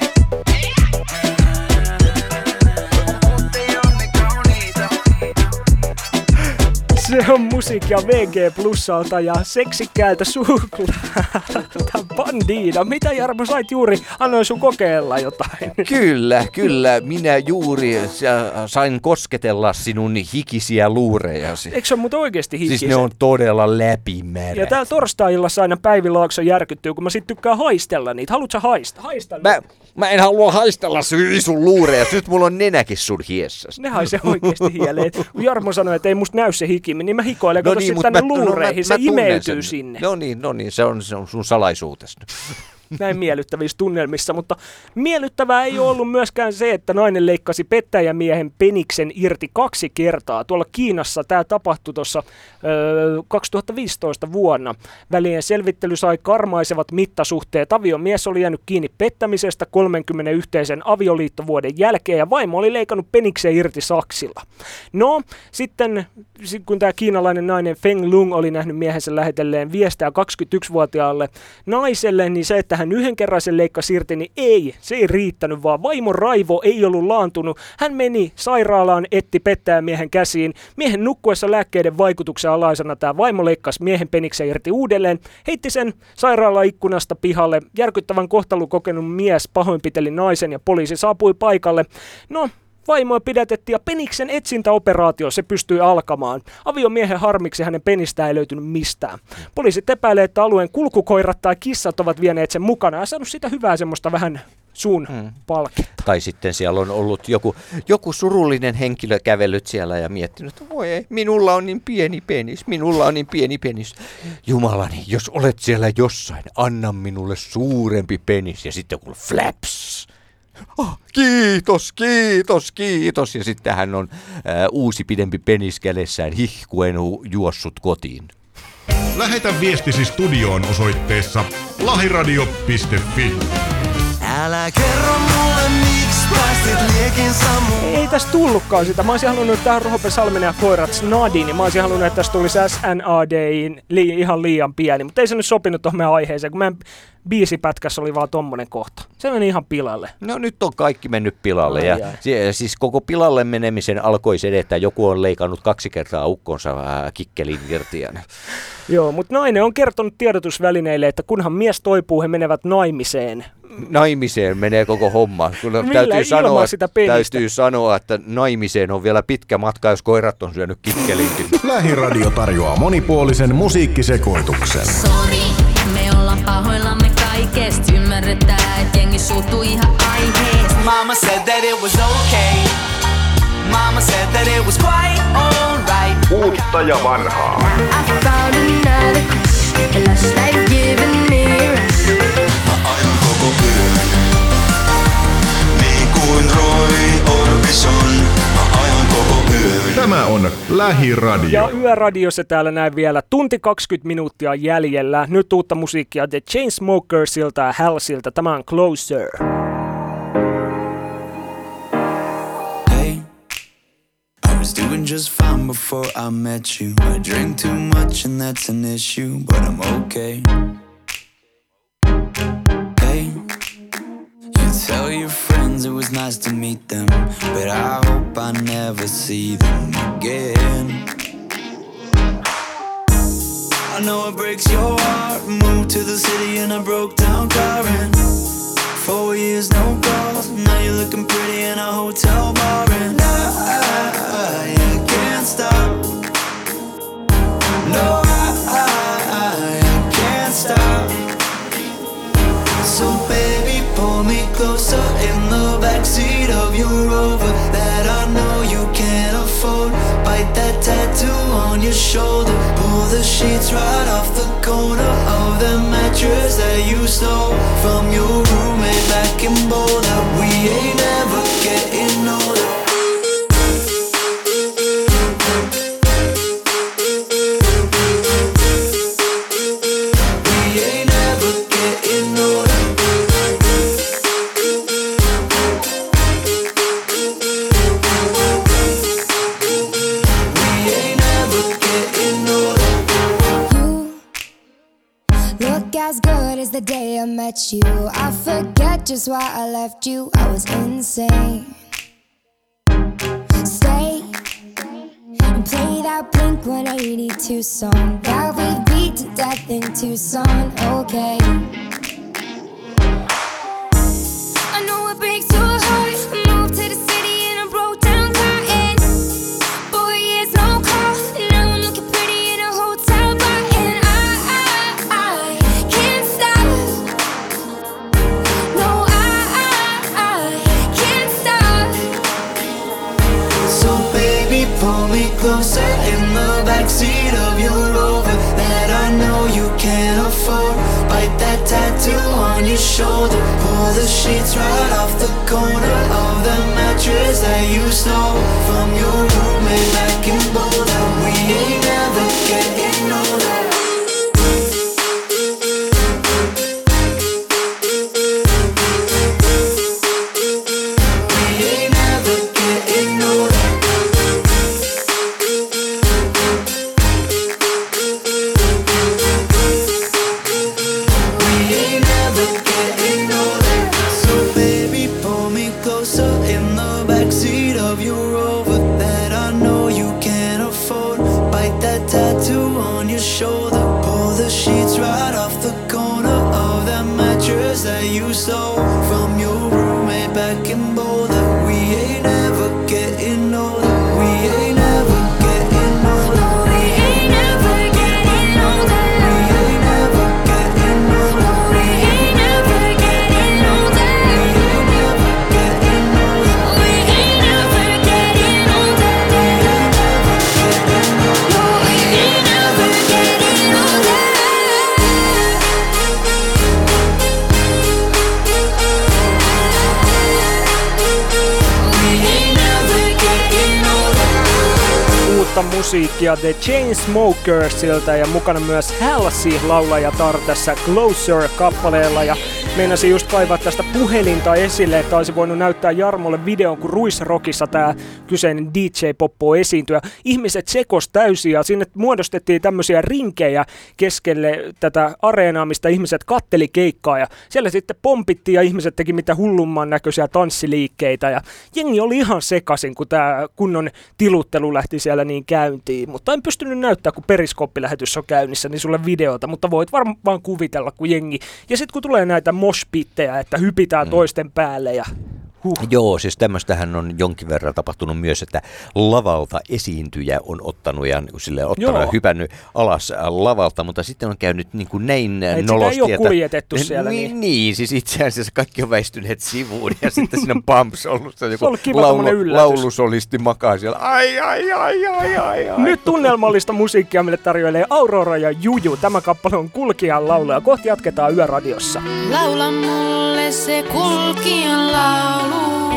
Se on musiikkia VG Plusalta ja seksikkäältä suklaata Bandida. Mitä Jarmo sait juuri? Annoin sun kokeilla jotain. Kyllä. Minä juuri sain kosketella sinun hikisiä luurejasi. Eikö se ole muuten oikeasti hikisiä? Siis ne on todella läpimärät. Ja täällä torstai-illassa aina Päivi Laakso järkyttyy, kun mä sit tykkään haistella niitä. Haluatko sä haista? Mä en halua haistella sun luureja. Nyt mulla on nenäkin sun hiessas. Ne haisee oikeesti hieleen. Kun Jarmo sanoi, että ei musta näy se hiki, niin mä hikoilen, kato sit tänne luureihin. Se imeytyy sinne. No niin, se on sun salaisuutesi. Näin miellyttävissä tunnelmissa, mutta miellyttävää ei ole ollut myöskään se, että nainen leikkasi pettäjämiehen peniksen irti 2 kertaa. Tuolla Kiinassa tämä tapahtui tuossa 2015 vuonna. Välien selvittely sai karmaisevat mittasuhteet. Aviomies oli jäänyt kiinni pettämisestä 30 yhteisen avioliittovuoden jälkeen ja vaimo oli leikannut peniksen irti saksilla. No, sitten kun tämä kiinalainen nainen Feng Lung oli nähnyt miehensä lähetelleen viestää 21-vuotiaalle naiselle, niin se, että hän yhden kerran sen leikkasi irti, niin se ei riittänyt, vaan vaimon raivo ei ollut laantunut. Hän meni sairaalaan, etti pettäjämiehen käsiin. Miehen nukkuessa lääkkeiden vaikutuksen alaisena tämä vaimo leikkasi miehen peniksen irti uudelleen, heitti sen sairaalaikkunasta pihalle. Järkyttävän kohtalon kokenut mies pahoinpiteli naisen ja poliisi saapui paikalle. No, vaimoa pidätettiin ja peniksen etsintäoperaatio se pystyi alkamaan. Aviomiehen harmiksi hänen penistään ei löytynyt mistään. Poliisit epäilee, että alueen kulkukoirat tai kissat ovat vieneet sen mukana ja saanut sitä hyvää semmoista vähän suun palketta. Tai sitten siellä on ollut joku surullinen henkilö kävellyt siellä ja miettinyt, että voi ei, minulla on niin pieni penis. Jumalani, jos olet siellä jossain, anna minulle suurempi penis. Ja sitten kun flaps. Oh, kiitos. Ja sitten hän on uusi pidempi penis kädessään hihkuen juossut kotiin. Lähetä viestisi studioon osoitteessa lahiradio.fi. Älä kerro mulle, miksi päästit liekin sammumaan. Ei tästä tullutkaan sitä. Mä olisin halunnut tähän Roope Salminen ja Koirat Snadin, niin mä olisin halunnut, että tästä tulisi SNADin ihan liian pieni. Mutta ei se nyt sopinut tuohon meidän aiheeseen, kun meidän biisipätkässä oli vaan tommonen kohta. Se meni ihan pilalle. No nyt on kaikki mennyt pilalle. Siis koko pilalle menemisen alkoi se, että joku on leikannut 2 kertaa ukkonsa kikkelin irti. Joo, mutta nainen on kertonut tiedotusvälineille, että kunhan mies toipuu, he menevät naimiseen. Naimiseen menee koko homma. Täytyy sanoa, että naimiseen on vielä pitkä matka, jos koirat on syönyt kikkelinkin. Lähiradio tarjoaa monipuolisen musiikkisekoituksen. Sori, me ollaan pahoillamme kaikesta. Ymmärretään, että jengi suuttuu ihan aiheesta. Mama said that it was okay. Mama said that it was quite alright. Uutta ja vanhaa. I found another crush, and last night giving me a rush. Ajan koko yön, niin kuin Roy Orbison. Ajan koko yön. Tämä on Lähiradio. Ja Yöradio se täällä näin vielä. Tunti 20 minuuttia jäljellä. Nyt uutta musiikkia The Chainsmokersilta ja Halsilta. Tämä on Closer. Doing just fine before I met you. I drink too much and that's an issue, but I'm okay. Hey, you tell your friends it was nice to meet them, but I hope I never see them again. I know it breaks your heart. Moved to the city in a broke down car and 4 years no calls. Now you're looking pretty in a hotel bar and I can't stop. No, I can't stop. So baby, pull me closer in the backseat of your Rover that I know you can't afford. Bite that tattoo on your shoulder. Pull the sheets right off the corner of the mattress that you stole from your roommate back in Boulder. We ain't ever getting older. The day I met you, I forget just why I left you. I was insane. Stay and play that that Blink-182 song that we beat to death in Tucson, okay. I know it breaks your heart. Moved to the city and I broke down crying. 4 years, no call. Now I'm looking pretty in a hotel bar. And I can't stop. No, I can't stop. So baby, pull me closer in the backseat of your Rover that I know you can't afford. Bite that tattoo on your shoulder. Pull the sheets right off the corner of the mattress that you stole from your roommate back in Boulder. We ain't never getting older. We ain't never getting older. We ain't never getting older. So baby, pull me closer in the backseat of your Rover that I know you can't afford. Bite that tattoo on your shoulder. Pull the sheets right off the corner of that mattress that you stole from your roommate back in Boulder. We ain't never getting older. We ain't never getting older. We ain't never getting older. We ain't never getting older. We ain't never getting older. We ain't never getting older. We ain't never getting older. We ain't never getting older. Uutta musiikkia The Chainsmokersilta ja mukana myös Halsey laulajatar tässä Closer-kappaleella. Ja meinasin just kaivaa tästä puhelinta esille, että olisi voinut näyttää Jarmolle videon, kun Ruisrockissa tämä kyseinen DJ-poppo esiintyy. Ihmiset sekos täysin ja sinne muodostettiin tämmöisiä rinkejä keskelle tätä areenaa, mistä ihmiset katteli keikkaa. Ja siellä sitten pompittiin ja ihmiset teki mitä hullumman näköisiä tanssiliikkeitä. Ja jengi oli ihan sekaisin, kun tämä kunnon tiluttelu lähti siellä niin käyntiin. Mutta en pystynyt näyttää, kun periskooppilähetys on käynnissä, niin sulle videota. Mutta voit vaan kuvitella, kun jengi. Ja sitten kun tulee näitä moshpittejä, että hypitään toisten päälle ja Joo, siis tämmöistähän on jonkin verran tapahtunut myös, että lavalta esiintyjä on ottanut ja hypännyt alas lavalta, mutta sitten on käynyt niin kuin näin nolosti. Sitä ei ole kuljetettu siellä. Niin, siis itse asiassa kaikki on väistyneet sivuun ja sitten siinä on pumps ollut. Joku laulusolisti makaa siellä. Ai. Nyt tunnelmallista musiikkia meille tarjoilee Aurora ja Juju. Tämä kappale on Kulkijan laulu ja kohti jatketaan Yöradiossa. Laula mulle se kulkijan laulu.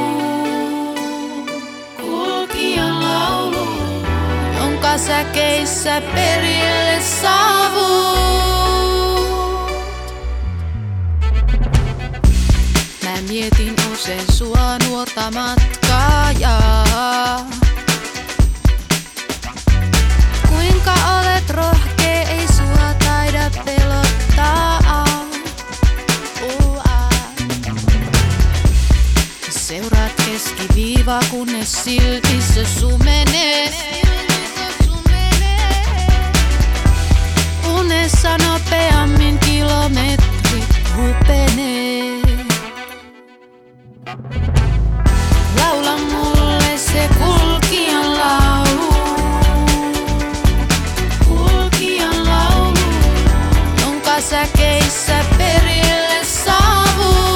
Kulkijan laulu, jonka säkeissä perille saavut. Mä mietin usein sua nuorta matkaajaa. Kuinka olet rohkea, ei sua taida pelottaa. Seuraat keskiviivaa, kunnes silti se sumenee. Unessa nopeammin kilometrit hupenee. Laula mulle se kulkijan laulu. Kulkijan laulu, jonka säkeissä perille saavut.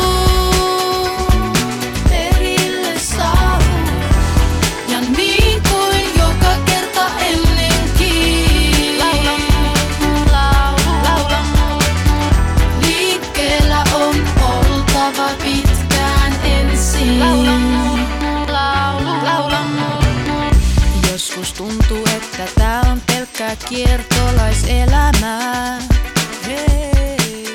Joskus tuntuu, että tää on pelkkää kiertolaiselämää. Hei.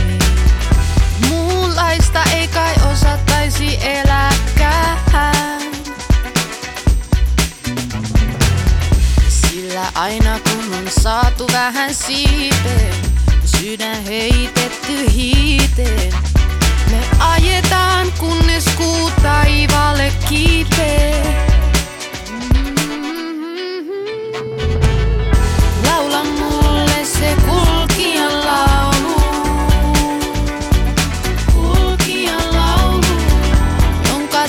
Muunlaista ei kai osattaisi elääkään. Sillä aina kun on saatu vähän siipeen, sydän heitetty hiiteen. Me ajetaan kunnes kuu taivaalle kiipee.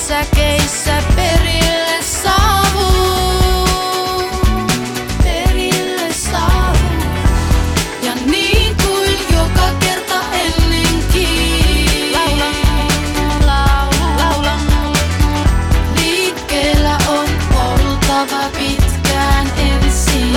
säkeissä perille saavuu. Perille saavuu. Ja niin kuin joka kerta ennenkin. Laulan. Liikkeellä on oltava pitkään ensin.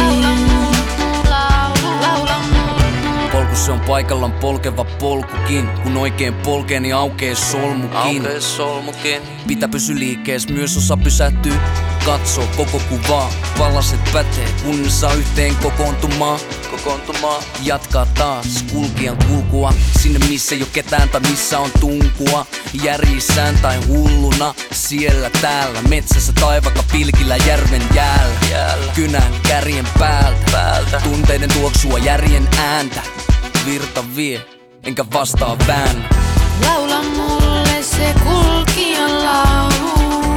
Polku se on paikallaan polkeva polkukin. Kun oikein polkee, niin aukee solmukin. Pitää pysy liikkees, myös osa pysähtyy. Katsoo koko kuvaa, vallaset pätee, kunnes saa yhteen kokoontumaan. Jatkaa taas kulkijan kulkua, sinne missä ei oo ketään tai missä on tunkua. Järjissään tai hulluna, siellä täällä, metsässä tai vaikka pilkillä järven jäällä. Kynän kärjen päältä, tunteiden tuoksua järjen ääntä. Virta vie, enkä vastaa väännä. Laula mulle se kulkijan laulu.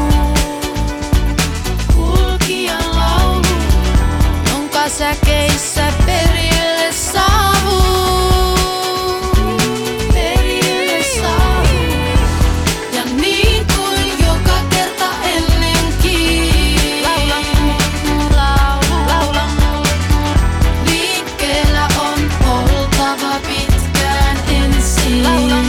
Kulkijan laulu, jonka säkeissä perille saavuu. Perille saavuu. Ja niin kuin joka kerta ennenkin. Laulan. Liikkeellä on oltava pitkään ensin. Laulan.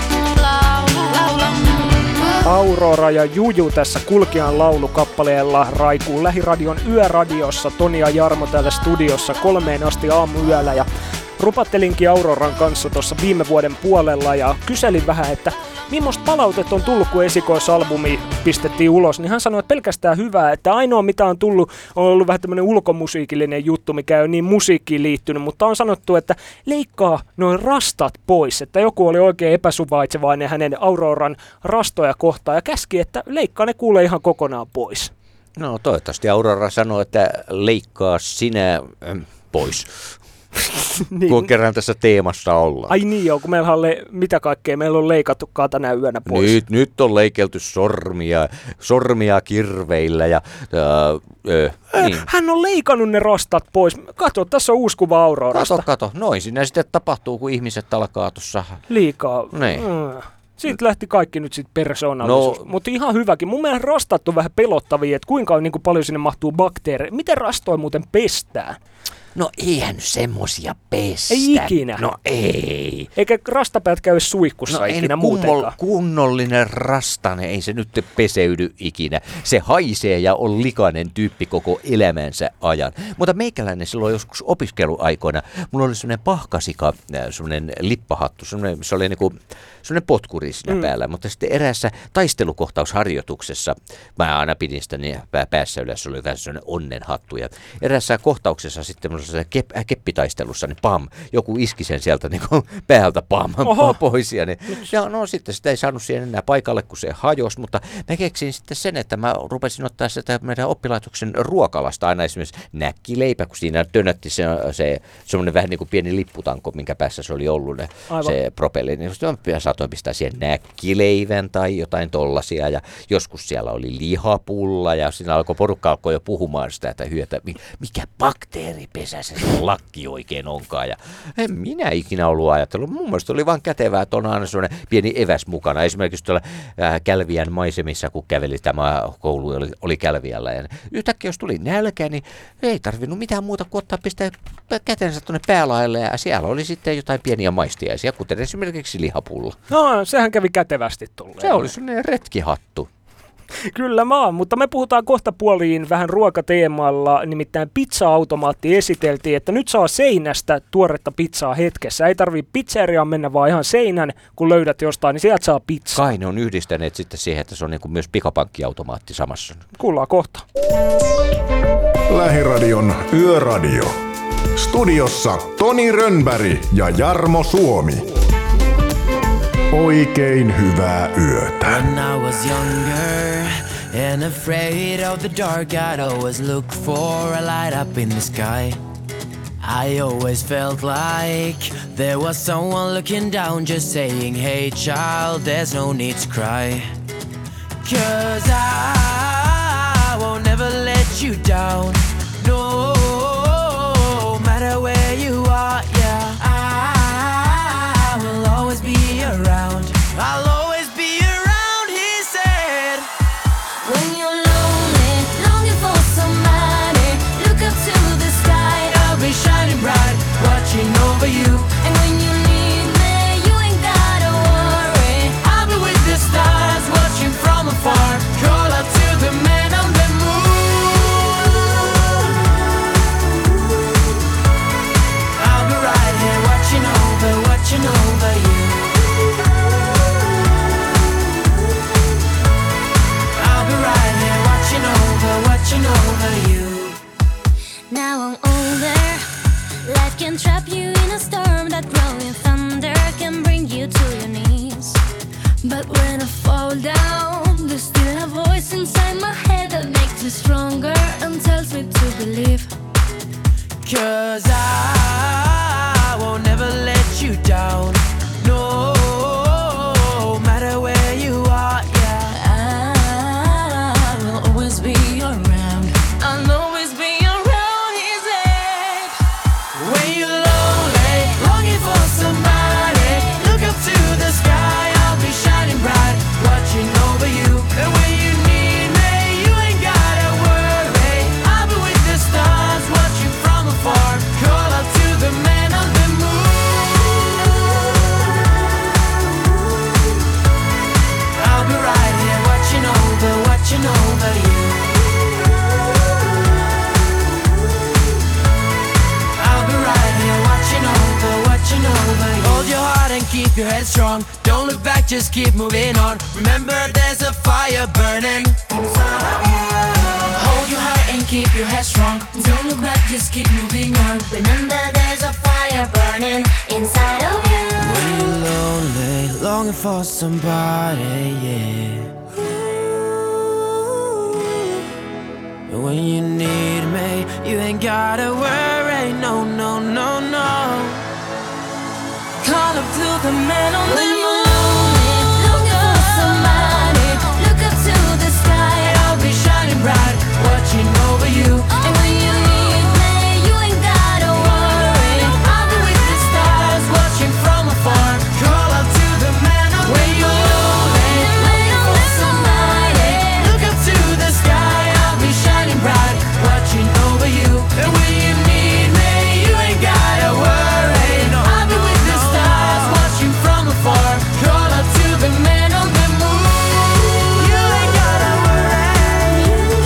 Aurora ja Juju tässä kulkijan laulukappaleella raikuu Lähiradion yöradiossa. Toni ja Jarmo täällä studiossa 3 asti aamuyöllä ja rupattelinkin Auroran kanssa tuossa viime vuoden puolella ja kyselin vähän, että millaista palautetta on tullut, kun esikoisalbumi pistettiin ulos, niin hän sanoi, että pelkästään hyvää, että ainoa mitä on tullut on ollut vähän tämmöinen ulkomusiikillinen juttu, mikä ei ole niin musiikkiin liittynyt, mutta on sanottu, että leikkaa noin rastat pois, että joku oli oikein epäsuvaitsevainen hänen Auroran rastoja kohtaan ja käski, että leikkaa ne kuulee ihan kokonaan pois. No toivottavasti Aurora sanoo, että leikkaa sinä pois. niin. Kun kerran tässä teemassa ollaan. Ai niin joo, kun meillä on mitä kaikkea meillä on leikattukaan tänä yönä pois. Nyt on leikelty sormia kirveillä ja... niin. Hän on leikannut ne rastat pois. Kato, tässä on uusi kuva Aurorasta. Kato. Noin siinä sitten tapahtuu, kun ihmiset alkaa tuossa... Liikaa. Niin. Siitä lähti kaikki nyt sitten persoonallisuus. Mutta ihan hyväkin. Mun mielestä rastat on vähän pelottavia, että kuinka niin kuin paljon sinne mahtuu bakteereja. Miten rastoja muuten pestään? No eihän semmosia pestä. Ei ikinä. No ei. Eikä rastapäät käy suihkussa ikinä muutenkaan. Kunnollinen rastane, ei se nyt peseydy ikinä. Se haisee ja on likainen tyyppi koko elämänsä ajan. Mutta meikäläinen silloin joskus opiskeluaikoina, mulla oli semmoinen pahkasika, semmoinen lippahattu, se oli niinku semmoinen potkuri siinä päällä. Mutta sitten eräässä taistelukohtausharjoituksessa, mä aina pidin sitä niin päässä yleensä, se oli vähän semmoinen onnenhattu. Ja eräässä kohtauksessa sitten keppitaistelussa, niin pam, joku iski sen sieltä niin kuin päältä pam pois. Ja no sitten sitä ei saanut siihen enää paikalle, kun se hajosi, mutta mä keksin sitten sen, että mä rupesin ottaa sitä meidän oppilaitoksen ruokalasta aina esimerkiksi näkkileipä, kun siinä tönötti se semmoinen vähän niin kuin pieni lipputanko, minkä päässä se oli ollut se propelli, niin saatoin pistää siihen näkkileivän tai jotain tollasia ja joskus siellä oli lihapulla ja siinä porukka alkoi jo puhumaan sitä, että mikä bakteeripesä se lakki oikein onkaan. Ja en minä ikinä ollut ajatellut. Mun mielestä oli vaan kätevää, että on aina sellainen pieni eväs mukana. Esimerkiksi tuolla Kälviän maisemissa, kun käveli tämä koulu, oli Kälviällä. Ja yhtäkkiä jos tuli nälkä, niin ei tarvinnut mitään muuta kuin ottaa pistää kätensä tuonne päälaelle. Ja siellä oli sitten jotain pieniä maistiaisia, kuten esimerkiksi lihapulla. No, sehän kävi kätevästi tulleen. Se oli sellainen retkihattu. Kyllä mutta me puhutaan kohta puoliin vähän ruokateemalla, nimittäin pizza-automaatti esiteltiin, että nyt saa seinästä tuoretta pizzaa hetkessä. Ei tarvii pizzeriaan mennä vaan ihan seinän, kun löydät jostain, niin sieltä saa pizzaa. Kai ne on yhdistäneet sitten siihen, että se on niin kuin myös pikapankkiautomaatti samassa. Kuullaan kohta. Lähiradion yöradio. Studiossa Toni Rönnberg ja Jarmo Suomi. Oikein hyvää yötä. When I was younger and afraid of the dark, I'd always look for a light up in the sky. I always felt like there was someone looking down, just saying, hey child, there's no need to cry. 'Cause I won't never let you down, no matter where you are, yeah. I will always be around, I'll always be around, he said. leave. 'Cause I won't never let you down. No matter where you are, yeah. I will always be around. I'll always be around, he said. When you're lonely, longing for somebody, look up to the sky, I'll be shining bright, watching over you. And when you need me, you ain't gotta worry, I'll be with the stars, watching from afar, call out to the man on the moon. I'll be right here watching over you. I'll be right here watching over you. Hold your heart and keep your head strong. Don't look back, just keep moving on. Remember there's a fire burning inside of you. Hold your heart and keep your head strong. Don't look back, just keep moving on. Remember there's a fire burning inside of you. When you're lonely, longing for somebody, yeah. And when you need me, you ain't gotta worry, no, no, no, no. Call up to the man on the moon. Look up for somebody, look up to the sky. I'll be shining bright, watching over you. And when you need me, you ain't gotta worry. I'll be with the stars, watching from afar. Call up to the man on the moon. Looking for somebody, look up to the sky. I'll be shining bright, watching over you. And when you need me, you ain't gotta worry. I'll be with the stars, watching from afar. Call up to the man on the moon. You ain't gotta worry.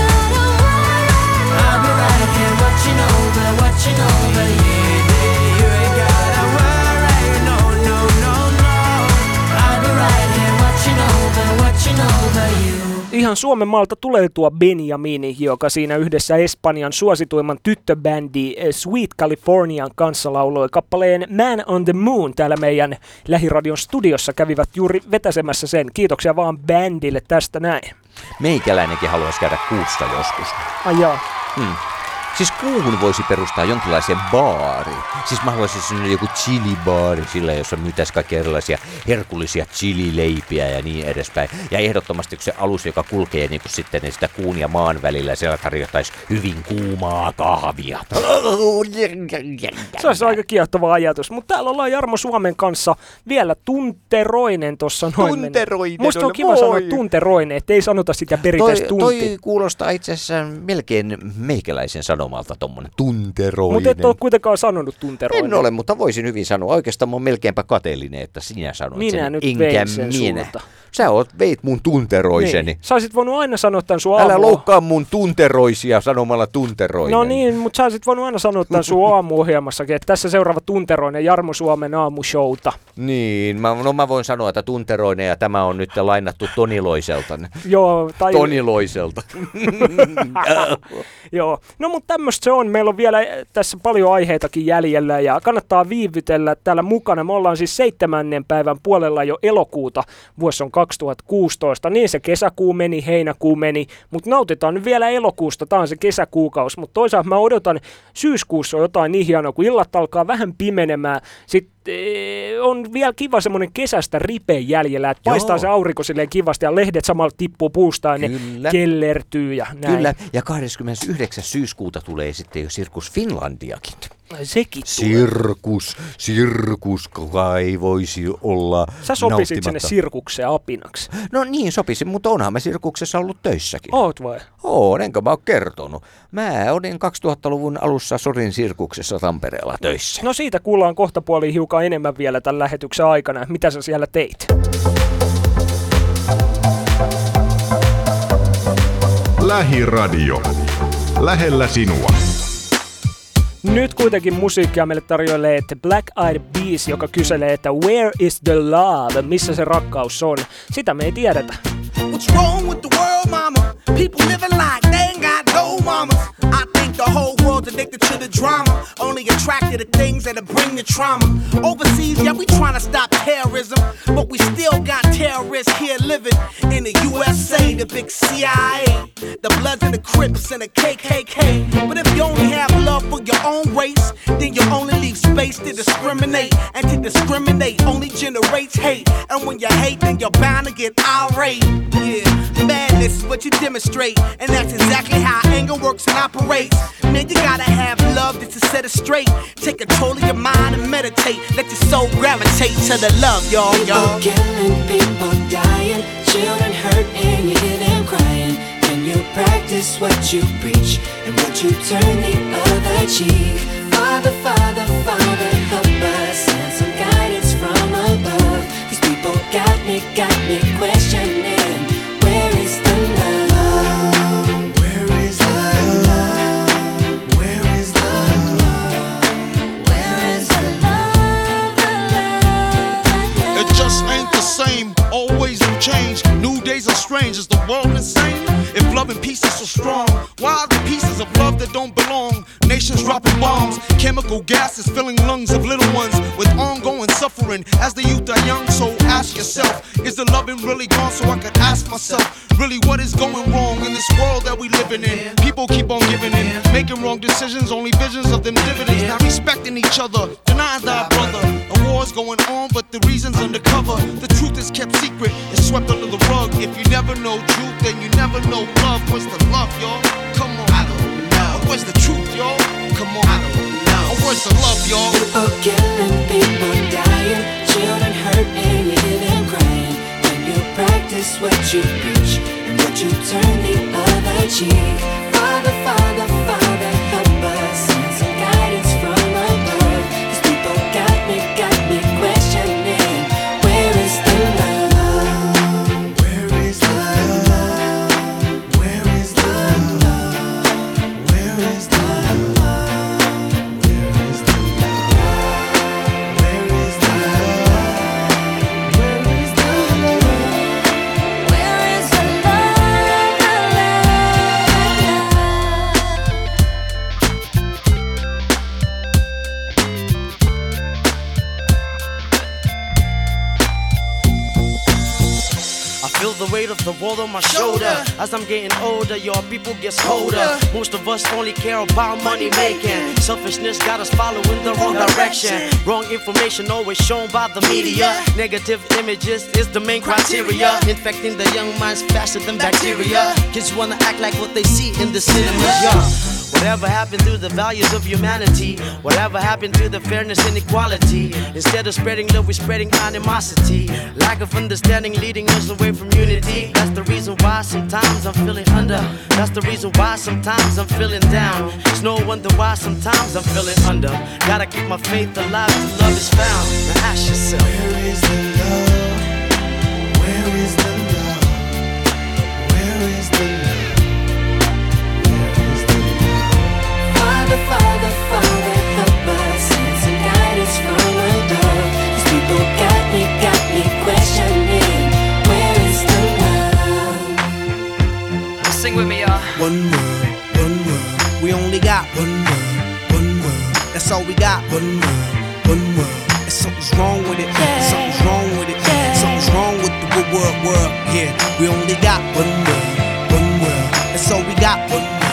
I'll be right here watching over you. You ain't gotta worry, no, no, no, no. I'll be right here watching over you. Ihan Suomen maalta tulee tuo Benjamini, joka siinä yhdessä Espanjan suosituimman tyttöbändi Sweet Californian kanssa lauloi kappaleen Man on the Moon. Täällä meidän Lähiradion studiossa kävivät juuri vetäsemässä sen. Kiitoksia vaan bändille tästä näin. Meikäläinenkin haluaisi käydä kuussa joskus. Ai jaa. Siis kuuhun voisi perustaa jonkinlaisen baarin. Siis mä haluaisin sinne joku chilibaari sillä, jossa myytäisi kaikkia erilaisia herkullisia chilileipiä ja niin edespäin. Ja ehdottomasti se alus, joka kulkee niin kuin sitten niin sitä kuun ja maan välillä, siellä tarjottaisi hyvin kuumaa kahvia. Se olisi aika kiehtova ajatus, mutta täällä ollaan Jarmo Suomen kanssa vielä tunteroinen tuossa noin. Tunteroinen. Musta on kiva sanoa tunteroinen, ettei sanota sitä perinteistä tunti. Toi kuulostaa itse asiassa melkein meikäläisen sanomalta tommonen tunteroinen. Mutta et ole kuitenkaan sanonut tunteroinen. En ole, mutta voisin hyvin sanoa. Oikeastaan mä oon melkeinpä kateellinen, että sinä sanoit minä sen. Nyt enkä sen minä. sulta. Sä veit mun tunteroiseni. Niin. Sä olisit voinut aina sanoa tän sun Älä loukkaa mun tunteroisia sanomalla tunteroinen. No niin, mutta sä olisit voinut aina sanoa tän sun aamuohjelmassakin, että tässä seuraava tunteroinen Jarmo Suomen aamushowta. Niin, mä voin sanoa, että tunteroinen ja tämä on nyt lainattu Toniloiselta. Joo, tai... Toniloiselta. Joo, no mutta tämmöistä se on. Meillä on vielä tässä paljon aiheitakin jäljellä ja kannattaa viivytellä täällä mukana. Me ollaan siis 7. päivän puolella jo elokuuta. Vuosi on 2016. Niin se kesäkuu meni, heinäkuu meni, mutta nautitaan nyt vielä elokuusta. Tää on se kesäkuukausi, mutta toisaalta mä odotan syyskuussa jotain niin hienoa, kun illat alkaa vähän pimenemään. Sitten on vielä kiva semmoinen kesästä ripe jäljellä, että paistaa se aurinko silleen kivasti ja lehdet samalla tippuu puusta ja ne kellertyy ja näin. Kyllä, ja 29. syyskuuta tulee sitten jo Sirkus Finlandiakin. Sekin Sirkus, kai voisi olla sä sopisit sinne sirkukseen apinaksi. No niin sopisin, mutta onhan mä sirkuksessa ollut töissäkin. Oot vai? Oon, enkä mä oo kertonut. Mä olin 2000-luvun alussa Sorin sirkuksessa Tampereella töissä. No siitä kuullaan kohtapuoliin hiukan enemmän vielä tämän lähetyksen aikana. Mitä sä siellä teit? Lähiradio. Lähellä sinua. Nyt kuitenkin musiikkia meille tarjoilee Black Eyed Peas, joka kyselee, että where is the love? Missä se rakkaus on? Sitä me ei tiedetä. What's wrong with the world, mama? People living like they ain't got no mamas. I think the whole world's addicted to the drama. Only only attracted to things that'll bring the trauma. Overseas, yeah, we trying to stop terrorism, but we still got terrorists here living in the USA, the big CIA, the Bloods and the Crips and the KKK. But if you only have love for your own race, then you only leave space to discriminate. And to discriminate only generates hate. And when you hate, then you're bound to get irate. Yeah, madness is what you demonstrate, and that's exactly how anger works and operates. Man, you gotta have love just to set it straight. Take control of your mind and meditate. Let your soul gravitate to the love, y'all. People killing, people dying, children hurt and you hear them crying. Can you practice what you preach and would you turn the other cheek? Father, Father, Father, help us and some guidance from above. These people got me questioning. Where is the love? Where is the love? Where is the love? Where is the love? It just ain't the same. Always new change. New days are strange. Is the world insane? If love and peace is so strong, why are the pieces of love that don't belong? Nations dropping bombs, chemical gases filling lungs of little ones with ongoing suffering as the youth are young. So ask yourself, is the loving really gone? So I could ask myself, really what is going wrong in this world that we living in? People keep on giving in, making wrong decisions, only visions of them dividends. Not respecting each other, denying thy brother. A war's going on, but the reason's undercover. The truth is kept secret, it's swept under the rug. If you never know truth, then you never know love. Where's the love, y'all? Come on. I don't know. Where's the truth, y'all? Come on. I don't know. Where's the love, y'all? People killing, people dying, children hurt and you hear them crying. When you practice what you preach and would you turn the other cheek? Father, Father, Father, help us and some guidance from above. These people got me questioning. Where is the love? Where is the love? Where is the love? Where is the love? Where is the love? Where is the love? Where is the love? Where is the I feel the weight of the world on my shoulder. As I'm getting older, your people get colder. Most of us only care about money making. Selfishness got us following the wrong direction. Wrong information always shown by the media. Negative images is the main criteria. Infecting the young minds faster than bacteria. Kids wanna act like what they see in the cinemas, yeah. Whatever happened to the values of humanity? Whatever happened to the fairness and equality? Instead of spreading love, we're spreading animosity. Lack of understanding leading us away from unity. That's the reason why sometimes I'm feeling under. That's the reason why sometimes I'm feeling down. It's no wonder why sometimes I'm feeling under. Gotta keep my faith alive till love is found. Now ask yourself, Where is the love? Where is the love? Where is the love? Father, Father, Father, help us and some guidance from above. These people got me questioning. Where is the love? sing with me, y'all. One world, we only got one world, that's all we got. One world, and something's wrong with it, something's wrong with it, something's wrong with the world, yeah. We only got one world, that's all we got.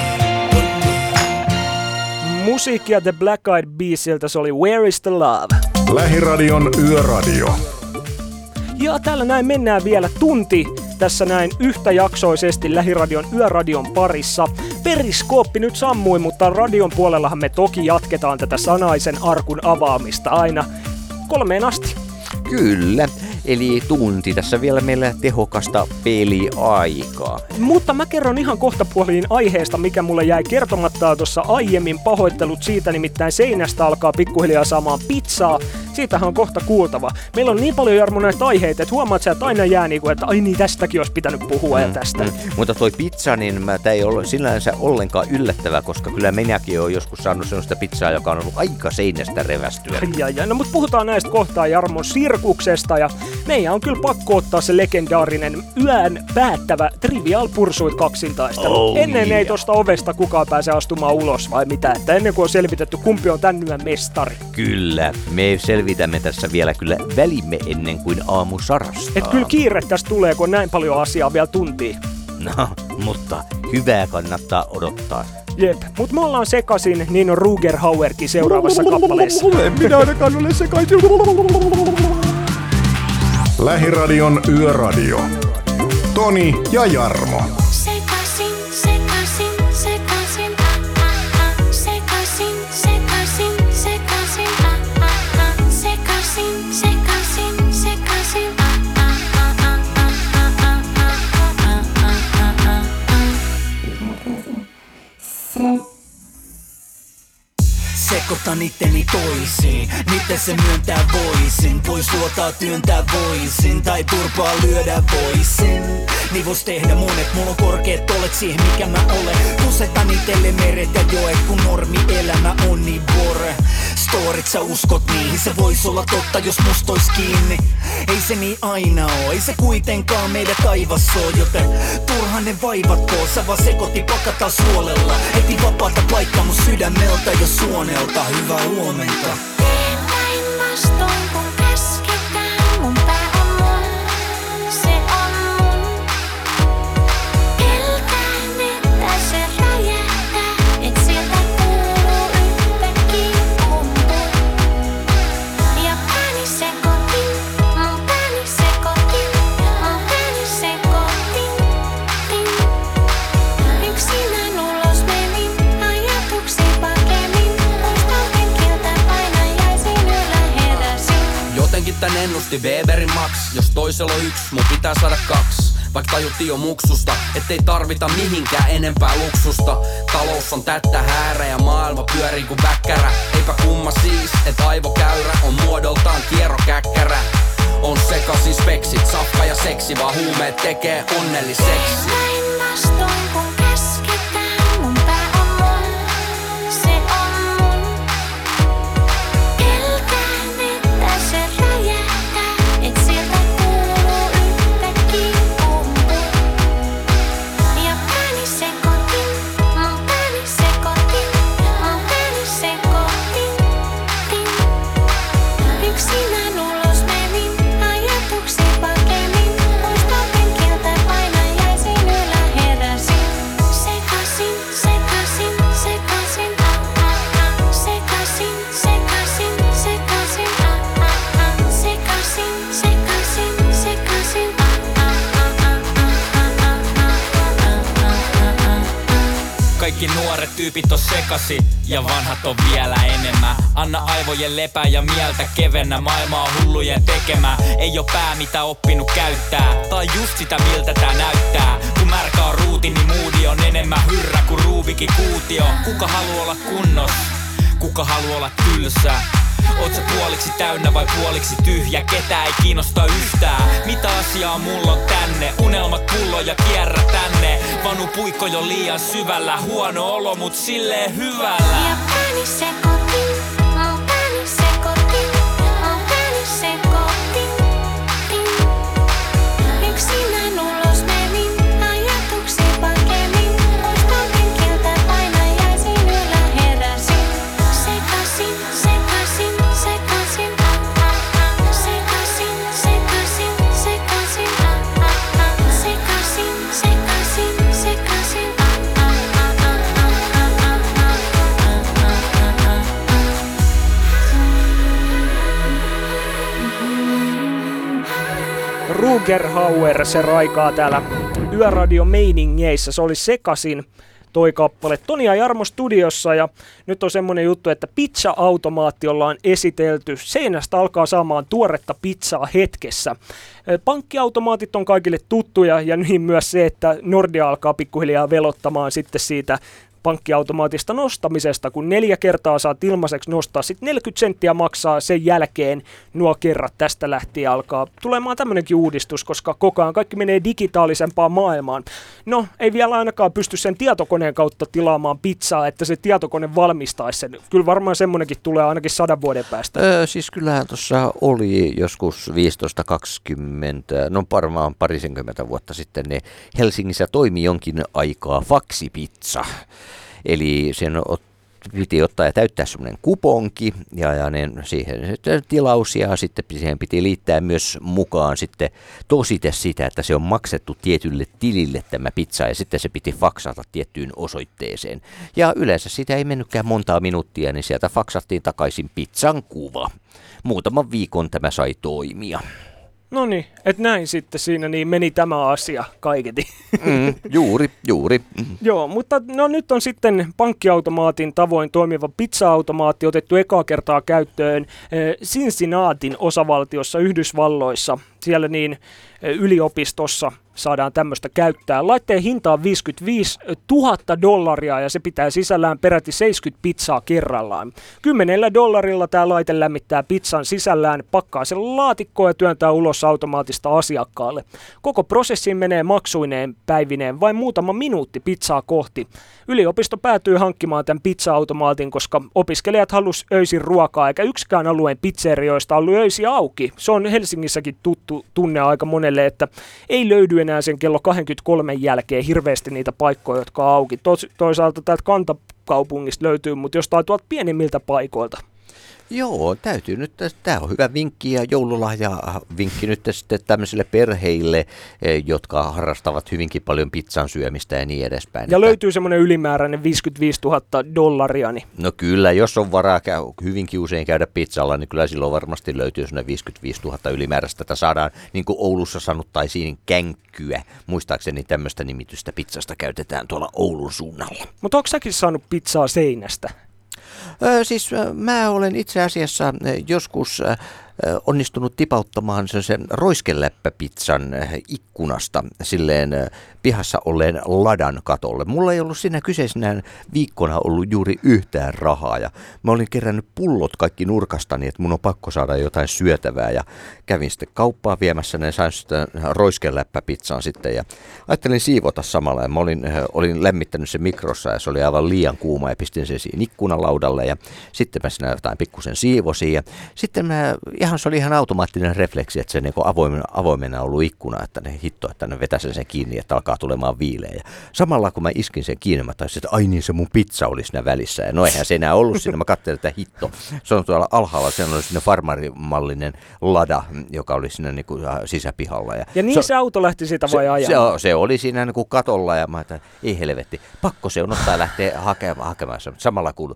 Musiikkia The Black Eyed Peasiltä, se oli Where is the Love? Lähiradion Yöradio. Ja täällä näin mennään vielä tunti tässä näin yhtäjaksoisesti Lähiradion Yöradion parissa. Periskooppi nyt sammui, mutta radion puolellahan me toki jatketaan tätä sanaisen arkun avaamista aina 3 asti. Kyllä, eli tunti tässä vielä meillä tehokasta peliaikaa. Mutta mä kerron ihan kohtapuoliin aiheesta, mikä mulle jäi kertomatta tuossa aiemmin. Pahoittelut siitä, nimittäin seinästä alkaa pikkuhiljaa saamaan pizzaa. siitähän on kohta kuultava. Meillä on niin paljon, Jarmo, näitä aiheita, että huomaat sä, että aina jää niinku, että ai niin, tästäkin olisi pitänyt puhua ja tästä. Mutta toi pizza, niin tää ei ole sinänsä ollenkaan yllättävää, koska kyllä minäkin olen joskus saanut sellaista pizzaa, joka on ollut aika seinästä revästyä. No mutta puhutaan näistä kohtaa Jarmon sirkuksesta ja meidän on kyllä pakko ottaa se legendaarinen yön päättävä Trivial Pursuit -kaksintaistelu. Ennen ei tosta ovesta kukaan pääse astumaan ulos vai mitä, että ennen kuin on selvitetty kumpi on tän yön mestari. Kyllä, me selvitämme tässä vielä kyllä välimme ennen kuin aamu sarastaa. Et kyllä kiire tästä tulee, kun on näin paljon asiaa vielä tuntia. No, mutta hyvää kannattaa odottaa. Jep, mut me ollaan sekasin, niin on Ruger Hauerkin seuraavassa kappaleessa. En minä ainakaan ole sekaisin. Lähiradion Yöradio. Toni ja Jarmo. Sekasin, sekasin, sekasin, sekasin, sekasin, sekasin, sekasin, sekasin, sekasin. Sekoitan itteni toisiin, miten se myöntää voisin. Pois luotaa työntää voisin, tai turpaa lyödä voisin. Niin vois tehdä monet, mulla on korkeet tolet siihen mikä mä olen. Pusetan itelle meret ja joet, kun normi elämä on niin bore. Storit sä uskot niihin, se vois olla totta jos musta ois kiinni. Ei se niin aina oo, ei se kuitenkaan meidän taivas oo. Joten turhaan ne vaivatko, sä vaan sekoitti pakataan suolella. Heti vapaata paikkaa mun sydämeltä ja suonelta. Hyvää huomenta. Päinvastoin kun käsketään, mun pää on mun, se on mun. Pelkään, että se räjähtää, et sieltä kuuluu yhtäkkiä pumpun. Ja pääni sekoitin, mun pääni sekoitin, mun pääni sekoitin. Yksinään ulos menin, ajatuksi pakenin. Jotenkin tän ennusti Weberin Max. Jos toisella on 1, mun pitää saada 2. Vaikka tajuttiin jo muksusta, ettei tarvita mihinkään enempää luksusta. Talous on tättä häärä ja maailma pyörii kuin väkkärä. Eipä kumma siis, et aivokäyrä on muodoltaan kierrokäkkärä. On sekasin speksit, safka ja seksi, vaan huumeet tekee onnelliseksi. Päinvastoin kun käsketään, mun pää on mun, se on mun. Pelkään, että se räjähtää, et sieltä kuuluu yhtäkkiä pumpun. Ja pääni sekoitin, mun pääni sekoitin, mun pääni sekoitin. Yksinään ulos menin, ajatuksi pakenin. Muistan penkiltä painajaisin ylä heräsin. Sekasin, sekasin, sekasin, sekasin, sekasin, sekasin, sekasin, sekasin, sekasin. Kaikki nuoret tyypit on sekasi ja vanhat on vielä enemmän. Anna aivojen lepää ja mieltä kevennä, maailma on hullujen tekemä. Ei oo pää mitä oppinut käyttää, tai just sitä miltä tää näyttää. Kun märkä on ruuti, niin moodi on enemmän hyrrä kuin Rubikin kuutio. Kuka haluaa olla kunnos? Kuka haluaa olla tylsä? Oot sä puoliksi täynnä vai puoliksi tyhjä? Ketä ei kiinnosta yhtään. Mitä asiaa mulla on tänne? Unelmat pullo ja kierrä tänne. Vanu puikko jo liian syvällä. Huono olo mut silleen hyvällä. Ja pääni sekoitin, mun pääni sekoitin, mun pääni sekoitin. Yksinään ulos menin, ajatuksi pakenin. Muistan penkiltä painajaisin ylä heräsin. Sekasin, sekasin, sekasin, sekasin, sekasin, sekasin, sekasin, sekasin, sekasin. Ruger Hauer, se raikaa täällä Yöradio meiningeissä. Se oli sekasin toi kappale. Toni ja Jarmo studiossa ja nyt on semmonen juttu, että pizza-automaatti ollaan esitelty. Seinästä alkaa saamaan tuoretta pizzaa hetkessä. Pankkiautomaatit on kaikille tuttuja ja niin myös se, että Nordea alkaa pikkuhiljaa velottamaan sitten siitä pankkiautomaatista nostamisesta, kun 4 kertaa saat ilmaiseksi nostaa, sitten 40 senttiä maksaa sen jälkeen nuo kerrat tästä lähtien alkaa tulemaan tämmöinenkin uudistus, koska koko ajan kaikki menee digitaalisempaan maailmaan. No, ei vielä ainakaan pysty sen tietokoneen kautta tilaamaan pizzaa, että se tietokone valmistaisi sen. Kyllä varmaan semmoinenkin tulee ainakin 100 vuoden päästä. Siis kyllähän tuossa oli joskus 15-20, no varmaan parisenkymmentä vuotta sitten, ne Helsingissä toimi jonkin aikaa faksipizza. Eli sen piti ottaa ja täyttää semmoinen kuponki ja ne siihen tilaus ja sitten siihen piti liittää myös mukaan sitten tosite sitä, että se on maksettu tietylle tilille tämä pizza ja sitten se piti faksata tiettyyn osoitteeseen. Ja yleensä sitä ei mennytkään montaa minuuttia, niin sieltä faksattiin takaisin pizzan kuva. Muutaman viikon tämä sai toimia. No niin, että näin sitten siinä niin meni tämä asia kaiketi. Juuri. Joo, mutta no nyt on sitten pankkiautomaatin tavoin toimiva pizza-automaatti otettu ekaa kertaa käyttöön Cincinnatin osavaltiossa Yhdysvalloissa. Siellä niin yliopistossa saadaan tämmöistä käyttää. Laitteen hinta on $55,000 ja se pitää sisällään peräti 70 pizzaa kerrallaan. $10 tämä laite lämmittää pizzan sisällään, pakkaa sen laatikkoon ja työntää ulos automaattista asiakkaalle. Koko prosessiin menee maksuineen päivineen vain muutama minuutti pizzaa kohti. Yliopisto päätyy hankkimaan tämän pizza-automaatin, koska opiskelijat halusi öisin ruokaa, eikä yksikään alueen pizzerioista ollut öisin auki. Se on Helsingissäkin tuttu tunne aika monelle, että ei löydy enää sen kello 23 jälkeen hirveästi niitä paikkoja, jotka on auki. Toisaalta täältä kantakaupungista löytyy, mutta jostain tuolta pienimmiltä paikoilta. Joo, täytyy nyt, tämä on hyvä vinkki ja joululahja vinkki nyt sitten tämmöisille perheille, jotka harrastavat hyvinkin paljon pizzan syömistä ja niin edespäin. Ja löytyy semmoinen ylimääräinen $55,000. Niin. No kyllä, jos on varaa hyvinkin usein käydä pizzalla, niin kyllä silloin varmasti löytyy semmoinen 55,000 ylimääräistä, että saadaan, niin kuin Oulussa sanottaisiin, känkkyä. Muistaakseni tämmöistä nimitystä pizzasta käytetään tuolla Oulun suunnalla. Mutta onko säkin saanut pizzaa seinästä? Siis mä olen itse asiassa joskus onnistunut tipauttamaan sen roiskeläppäpizzan ikkunasta silleen pihassa olleen ladan katolle. Mulla ei ollut siinä kyseisenä viikkona ollut juuri yhtään rahaa ja mä olin kerännyt pullot kaikki nurkastani, että mun on pakko saada jotain syötävää ja kävin sitten kauppaan viemässä ja sain sitten roiskeläppäpizzan sitten ja ajattelin siivota samalla ja mä olin lämmittänyt sen mikrossa ja se oli aivan liian kuuma ja pistin sen siihen ikkunalaudalle ja sitten mä siinä jotain pikkusen siivosin ja sitten se oli ihan automaattinen refleksi, että se niin avoimena ollut ikkuna, että ne hitto, että ne vetäisi sen kiinni, että alkaa tulemaan viileä. Ja samalla kun mä iskin sen kiinni, mä taisin, että ai niin se mun pizza oli siinä välissä. Ja no eihän se enää ollut siinä, mä katselin, että hitto. Se on tuolla alhaalla, se oli siinä farmarimallinen lada, joka oli siinä niin kuin sisäpihalla. Ja niin se auto lähti siitä vai ajamaan? Se oli siinä niin kuin katolla ja mä ajattelin, ei helvetti, pakko se on ottaa ja lähteä hakemaan. Samalla kuului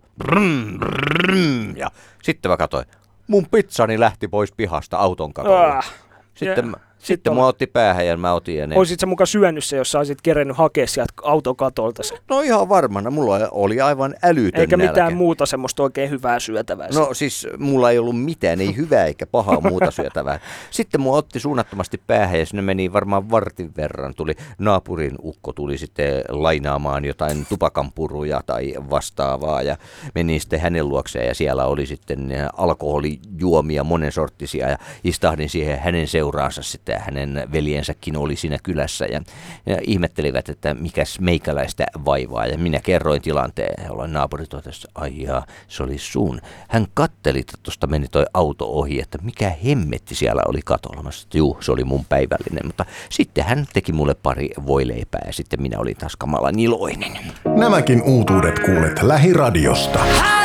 ja sitten mä katsoin. Mun pizzani lähti pois pihasta auton katolla. Sitten mua otti päähän ja mä otin ja ne. Oisit sä muka syönyt se, jos sä olisit kerennyt hakea sieltä auton katolta se? No ihan varmana. Mulla oli aivan älytön eikä nälkä. Mitään muuta semmoista oikein hyvää syötävää. No siis mulla ei ollut mitään, ei hyvää eikä pahaa muuta syötävää. Sitten mua otti suunnattomasti päähän ja sinne meni varmaan vartin verran. Naapurin ukko tuli sitten lainaamaan jotain tupakanpuruja tai vastaavaa ja meni sitten hänen luokseen ja siellä oli sitten alkoholijuomia monensorttisia ja istahdin siihen hänen seuraansa sitten. Hänen veljensäkin oli siinä kylässä ja ihmettelivät, että mikäs meikäläistä vaivaa. Ja minä kerroin tilanteen, jolloin naapuri totesi, ai jaa, se oli sun. Hän katteli, että tuosta meni toi auto ohi, että mikä hemmetti siellä oli katolla. Mä sanoin, että juu, se oli mun päivällinen. Mutta sitten hän teki mulle pari voileipää ja sitten minä olin taas kamalan iloinen. Nämäkin uutuudet kuulet Lähiradiosta.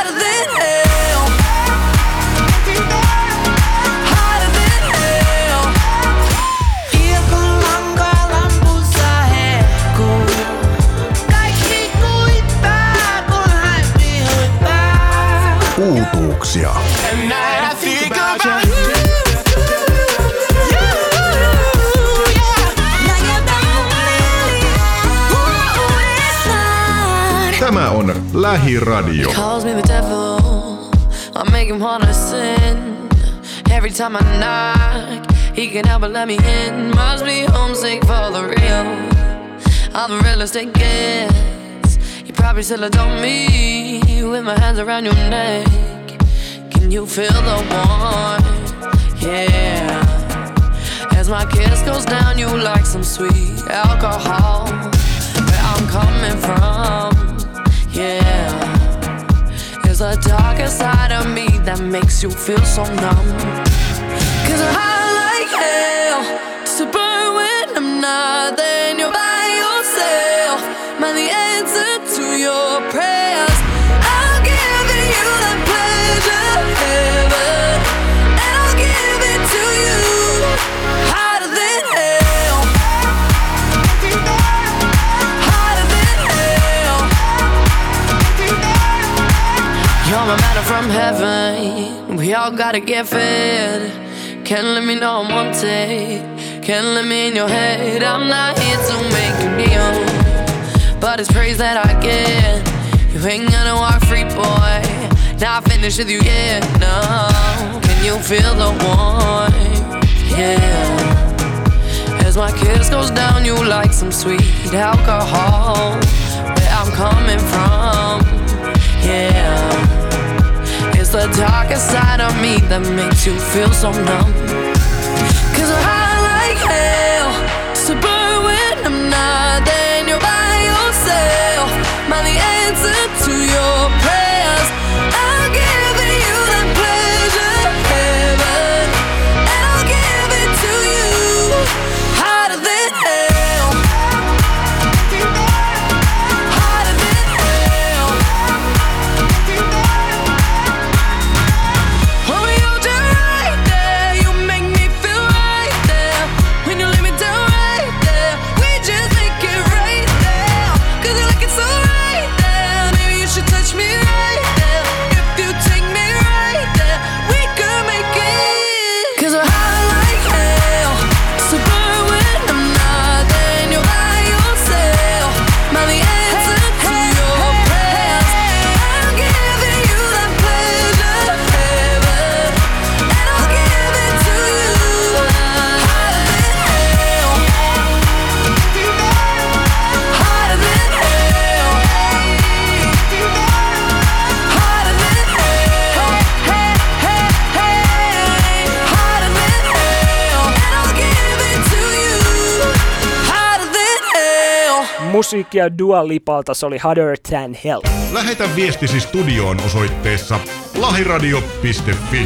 Uutuuksia. Tämä on Lähiradio. Every time I knock, he can help but let me in. Must be homesick for the real. I'm the realest it gets. probably still adore me with my hands around your neck. Can you feel the warmth? Yeah. As my kiss goes down, you like some sweet alcohol. Where I'm coming from, yeah. There's a darker side of me that makes you feel so numb. 'Cause I like hell to burn when I'm not there and you're by yourself. Man, the answer to your prayers, I'll give you that pleasure heaven, and I'll give it to you hotter than hell, hotter than hell. You're my manna from heaven, we all gotta get fed. Can't let me know I'm wanted, can't let me in your head. I'm not here to make you kneel, but it's praise that I get. You ain't gonna walk free, boy, not finished with you yet, no. Can you feel the warmth? Yeah. As my kiss goes down, you like some sweet alcohol. Where I'm coming from, yeah. It's the darkest side of me that makes you feel so numb. 'Cause I like hell to burn when I'm not there and you're by yourself. Man, the answer to your prayers, I'll give you that pleasure heaven, and I'll give it to you hotter than hell, hotter than hell. Oh, you're just right there, you make me feel right there. When you lay me down right there, we just make it right there. 'Cause you like it so right there, maybe you should touch me right there. If you take me right there, we could make it. 'Cause we're high like hell, so burn when I'm not there and you're by yourself. Man, the answer to your prayers, I'm giving you that pleasure heaven, and I'll give it to you hotter than hell, hotter than hell, hotter than hell, hey, hey, hey, hotter than hell, and I'll give it to you hotter than hell. Musiikkia Dua Lipalta, se oli Hotter Than Hell. Lähetä viestisi studioon osoitteessa lahiradio.fi.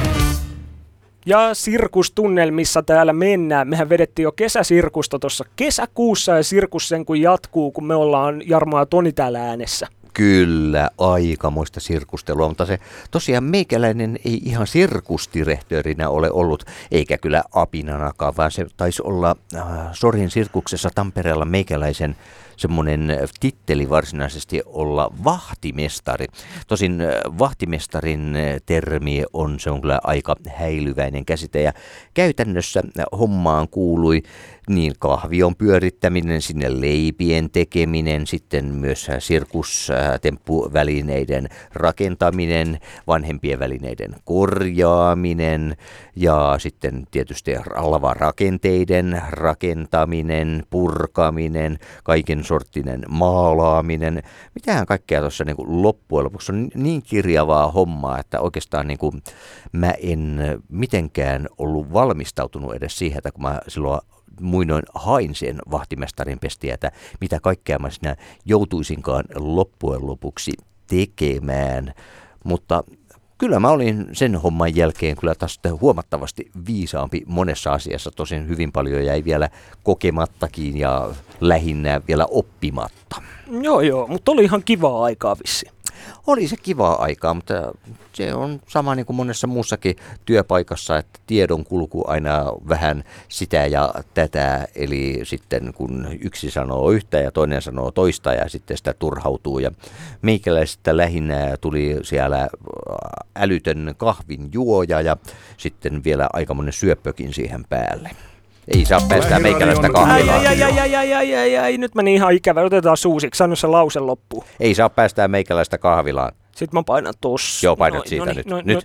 Ja sirkustunnelmissa täällä mennään. Mehän vedettiin jo kesäsirkusta tuossa kesäkuussa ja sirkus sen kun jatkuu, kun me ollaan Jarmo ja Toni täällä äänessä. Kyllä, aikamoista sirkustelua, mutta se tosiaan meikäläinen ei ihan sirkusdirektöörinä ole ollut, eikä kyllä apinanakaan, vaan se taisi olla Sorin sirkuksessa Tampereella meikäläisen semmoinen titteli varsinaisesti olla vahtimestari. Tosin vahtimestarin termi se on kyllä aika häilyväinen käsite ja käytännössä hommaan kuului niin kahvion pyörittäminen, sinne leipien tekeminen, sitten myös sirkustemppuvälineiden rakentaminen, vanhempien välineiden korjaaminen ja sitten tietysti lavarakenteiden rakentaminen, purkaminen, kaiken sorttinen maalaaminen. Mitähän kaikkea tuossa niin kuin loppujen lopuksi on niin kirjavaa hommaa, että oikeastaan niin kuin mä en mitenkään ollut valmistautunut edes siihen, että kun mä silloin muinoin hain sen vahtimestarin pestiä, että mitä kaikkea mä siinä joutuisinkaan loppujen lopuksi tekemään. Mutta kyllä mä olin sen homman jälkeen kyllä taas huomattavasti viisaampi monessa asiassa. Tosin hyvin paljon jäi vielä kokemattakin ja lähinnä vielä oppimatta. Joo, mutta oli ihan kivaa aikaa vissiin. Oli se kivaa aikaa, mutta se on sama niin kuin monessa muussakin työpaikassa, että tiedon kulku aina vähän sitä ja tätä, eli sitten kun yksi sanoo yhtä ja toinen sanoo toista ja sitten sitä turhautuu. Ja meikäläisestä lähinnä tuli siellä älytön kahvin juoja ja sitten vielä aikamoinen syöppökin siihen päälle. Ei saa päästää meikäläistä kahvilaan. Ai, nyt meni ihan ikävä. Otetaan suusiksi. Sano se lause loppuun. Ei saa päästää meikäläistä kahvilaan. Sitten mä painan tossa. Joo, painat siitä nyt.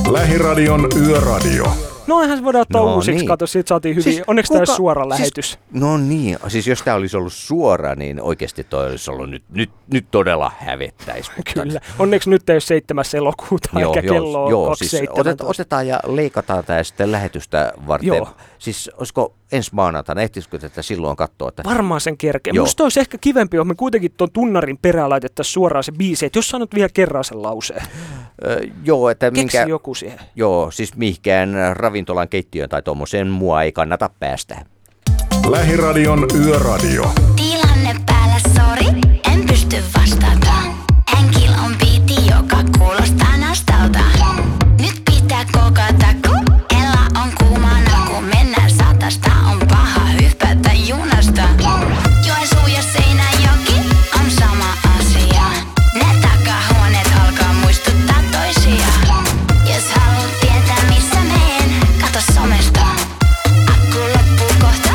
Lähiradion Yöradio. No eihän se voidaan ottaa uusiksi, niin. Kato, siitä saatiin hyvin. Siis onneksi tämä suora lähetys. No niin, siis jos tämä olisi ollut suora, niin oikeasti toi olisi ollut nyt todella hävettäisi. Kyllä, onneksi nyt ei ole 7. elokuuta, eikä kello on 2.17. Siis otetaan ja leikataan tämä sitten lähetystä varten. Joo. Siis olisiko ensi maanantaina, ehtisikö tätä silloin katsoa? Että... Varmaan sen kerkeen. Musta olisi ehkä kivempi, jos me kuitenkin tuon tunnarin perään laitettaisiin suoraan se biisi, että jos sanot vielä kerran sen lauseen. Joo, että keksi joku siihen. Joo, siis mihinkään ravintolan keittiöön tai tuommoiseen mua ei kannata päästä. Lähiradion Yöradio. Tilanne päällä, sori, en pysty vastaamaan. Henkil on biiti, joka kuulostaa nastalta. Nyt pitää kokata, kun ella on kuumana, kun mennään satasta, on paha hypätä junasta. Joensuu ja Seinäjoki on sama asia. Ne takahuoneet alkaa muistuttaa toisiaan. Jos haluat tietää missä meen, kato somesta. Akku loppuu kohta.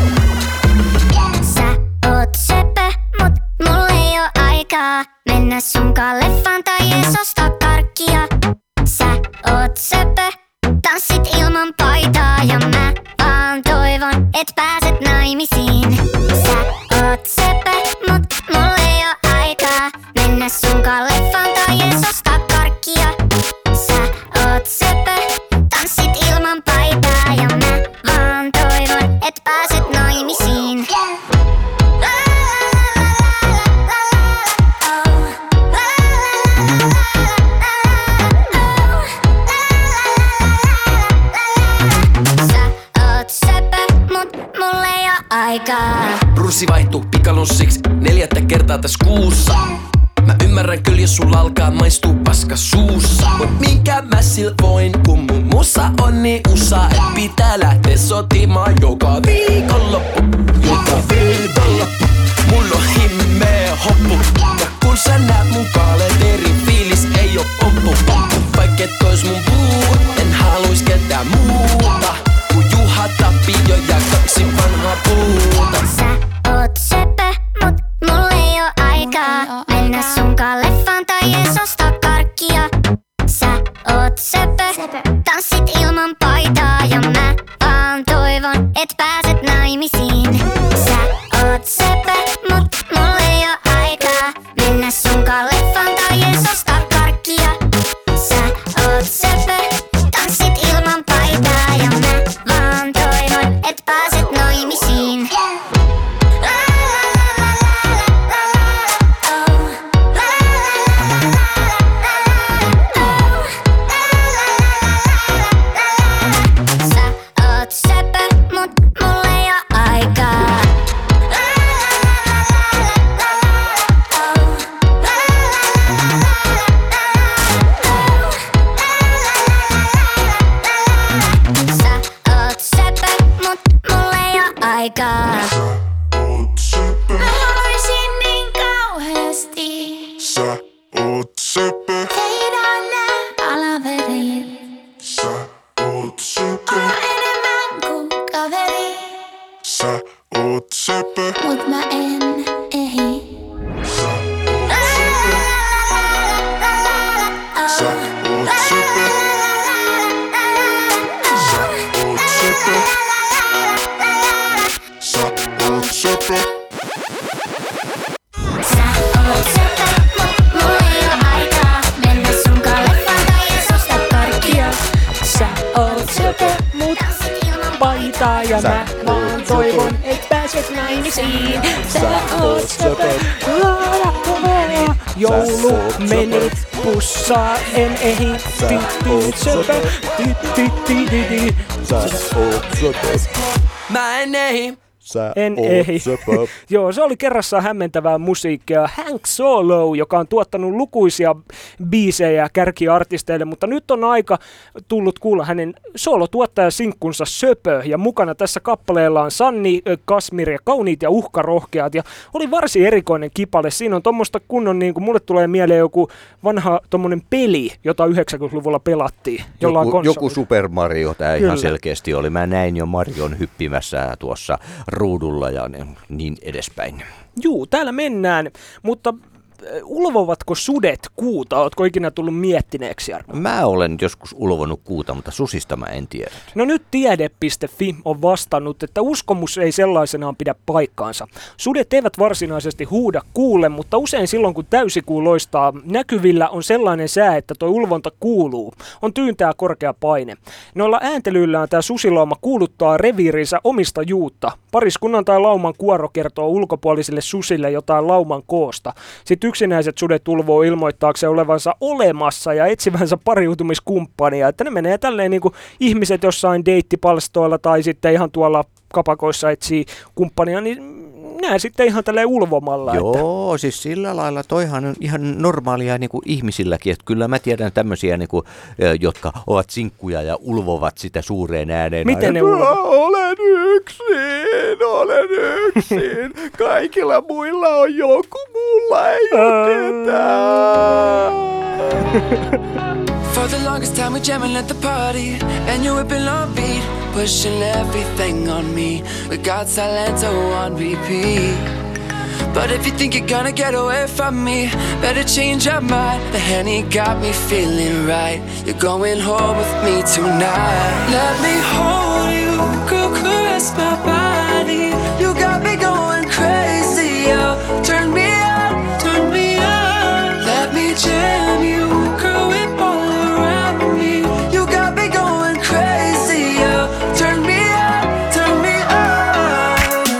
Sä oot söpö, mut mulla ei oo aikaa mennä sunkaan leffaan tai ees ostaa karkkia. Sä oot söpö, tanssit ilman paitaa ja mä vaan toivon, et pääset naimisiin. Sä oot söpö, mut mulla ei oo aikaa mennä sunkaan leffaan tai ees ostaa karkkia. Sä oot söpö, tanssit ilman paitaa ja mä vaan toivon, et pääset naimisiin. Brunssi vaihtuu pikalussiksi 4. kertaa tässä kuussa. Mä ymmärrän kyllä, jos sulla alkaa maistuu paska suussa. Mut minkä mä sil voin, kun mun musa on niin usa, et pitää lähteä sotimaan joka viikonloppu. Joka viikonloppu. Mulla on himmeä hoppu. Ja kun sä näet mun kalenterin, fiilis ei oo pomppu. Vaikka et ois mun buu, en haluis ketään muuta kun Juha Tapio ja 2 vanhaa puuta. Sä oot söpö, mut mulla ei oo aikaa mennä sunkaan leffaan tai ees ostaa karkkia. Sä oot söpö, tanssit ilman paitaa ja mä vaan toivon, et pääset naimisiin. Sä oot söpö, mut mulla ei oo aikaa mennä sunkaan leffaan tai ees ostaa karkkia. Sä oot söpö, tanssit ilman paitaa ja mä vaan toivon, et pääset naimisiin. Sä oot söpö, mut mulla ei oo aikaa. Sä oot söpö, mut mulla ei oo aikaa. Mä haluaisin niin kauheesti. Sä oot söpö. Heidän nää palaverit. Sä oot söpö. Olla enemmän kuin kaveri. Sä oot söpö. Mut mä en ehdi. Sä oot söpö. Sä oot söpö. Sä oot söpö. Sä oot söpö. Sä oot söpö, mut mulla ei oo aikaa mennä sunkaan leffaan tai ees ostaa karkkia. Sä oot söpö, mut paitaa ja mä vaan toivon, et pääset naimisiin. Sä oot söpö, joulu menit pussaa, en ehdi. Söpö, Sä oot söpö. Mä en ehdi. En ehdi. Joo, se oli kerrassaan hämmentävää musiikkia. Hank Solo, joka on tuottanut lukuisia biisejä kärkiartisteille, mutta nyt on aika tullut kuulla hänen solotuottajasinkkunsa Söpö. Ja mukana tässä kappaleella on Sanni, Kasmir ja Kauniit ja uhkarohkeat. Ja oli varsin erikoinen kipale. Siinä on tommoista kunnon, niin kuin mulle tulee mieleen joku vanha tommonen peli, jota 90-luvulla pelattiin. Joku Super Mario, tämä ihan selkeästi oli. Mä näin jo Marion hyppimässä tuossa ruudulla ja niin edespäin. Juu, täällä mennään, mutta ulvovatko sudet kuuta? Ootko ikinä tullut miettineeksi, Jarmo? Mä olen joskus ulvonut kuuta, mutta susista mä en tiedä. No nyt tiede.fi on vastannut, että uskomus ei sellaisenaan pidä paikkaansa. Sudet eivät varsinaisesti huuda kuulle, mutta usein silloin kun täysikuu loistaa näkyvillä on sellainen sää, että toi ulvonta kuuluu. On tyyntää korkea paine. Noilla ääntelyillään tämä susilauma kuuluttaa reviirinsä omista juutta. Pariskunnan tai lauman kuoro kertoo ulkopuolisille susille jotain lauman koosta. Sitten yksinäiset sudet ulvoo ilmoittaakseen olevansa olemassa ja etsivänsä pariutumiskumppania. Että ne menee tälleen niin kuin ihmiset jossain deittipalstoilla tai sitten ihan tuolla kapakoissa etsii kumppania, niin nää sitten ihan tälleen ulvomalla. Joo, siis sillä lailla toihan on ihan normaalia niin kuin ihmisilläkin, että kyllä mä tiedän tämmöisiä, niin kuin, jotka ovat sinkkuja ja ulvovat sitä suureen ääneen. Miten ne ulvovat? Olen yksin, kaikilla muilla on joku, mulla ei ole ketään. For the longest time we're jamming at the party, and you're whipping on beat, pushing everything on me. We got Silento on repeat. But if you think you're gonna get away from me, better change your mind. The Henny got me feeling right. You're going home with me tonight. Let me hold you, go caress my body. You got me going crazy, yo. Turn me on, turn me on. Let me jam you, girl, whip all around me. You got me going crazy, yo. Turn me on, turn me on.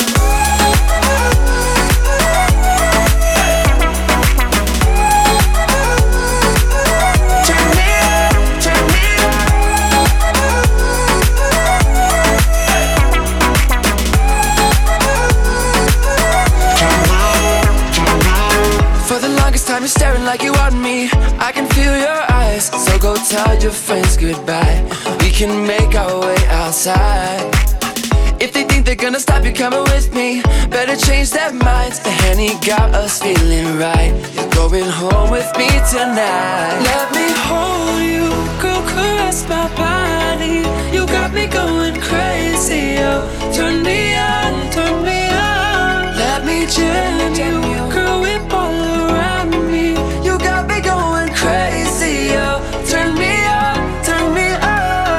Turn me on, turn me on. For the longest time you're staring like you want me. I can feel your eyes, so go tell your friends goodbye. We can make our way outside. If they think they're gonna stop you coming with me, better change their minds. The Henny got us feeling right. You're going home with me tonight. Let me hold you, go caress my body. You got me going crazy, yo. Turn me on, turn me on. Let me jam you, girl, whip all around me. You got me going crazy, yo. Turn me on, turn me on.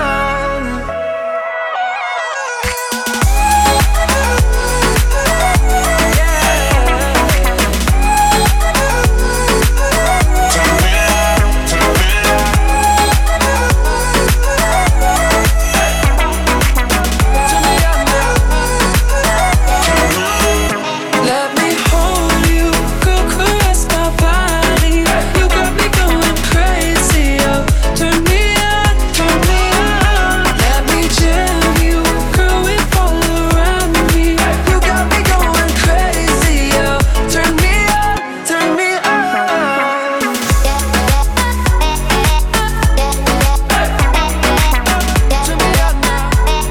Let me hold you, go caress my body. You got me going crazy, yo. Turn me on, turn me on. Let me jam you, girl, whip all around me. You got me going crazy, yo. Turn me on, turn me on. Turn me on now.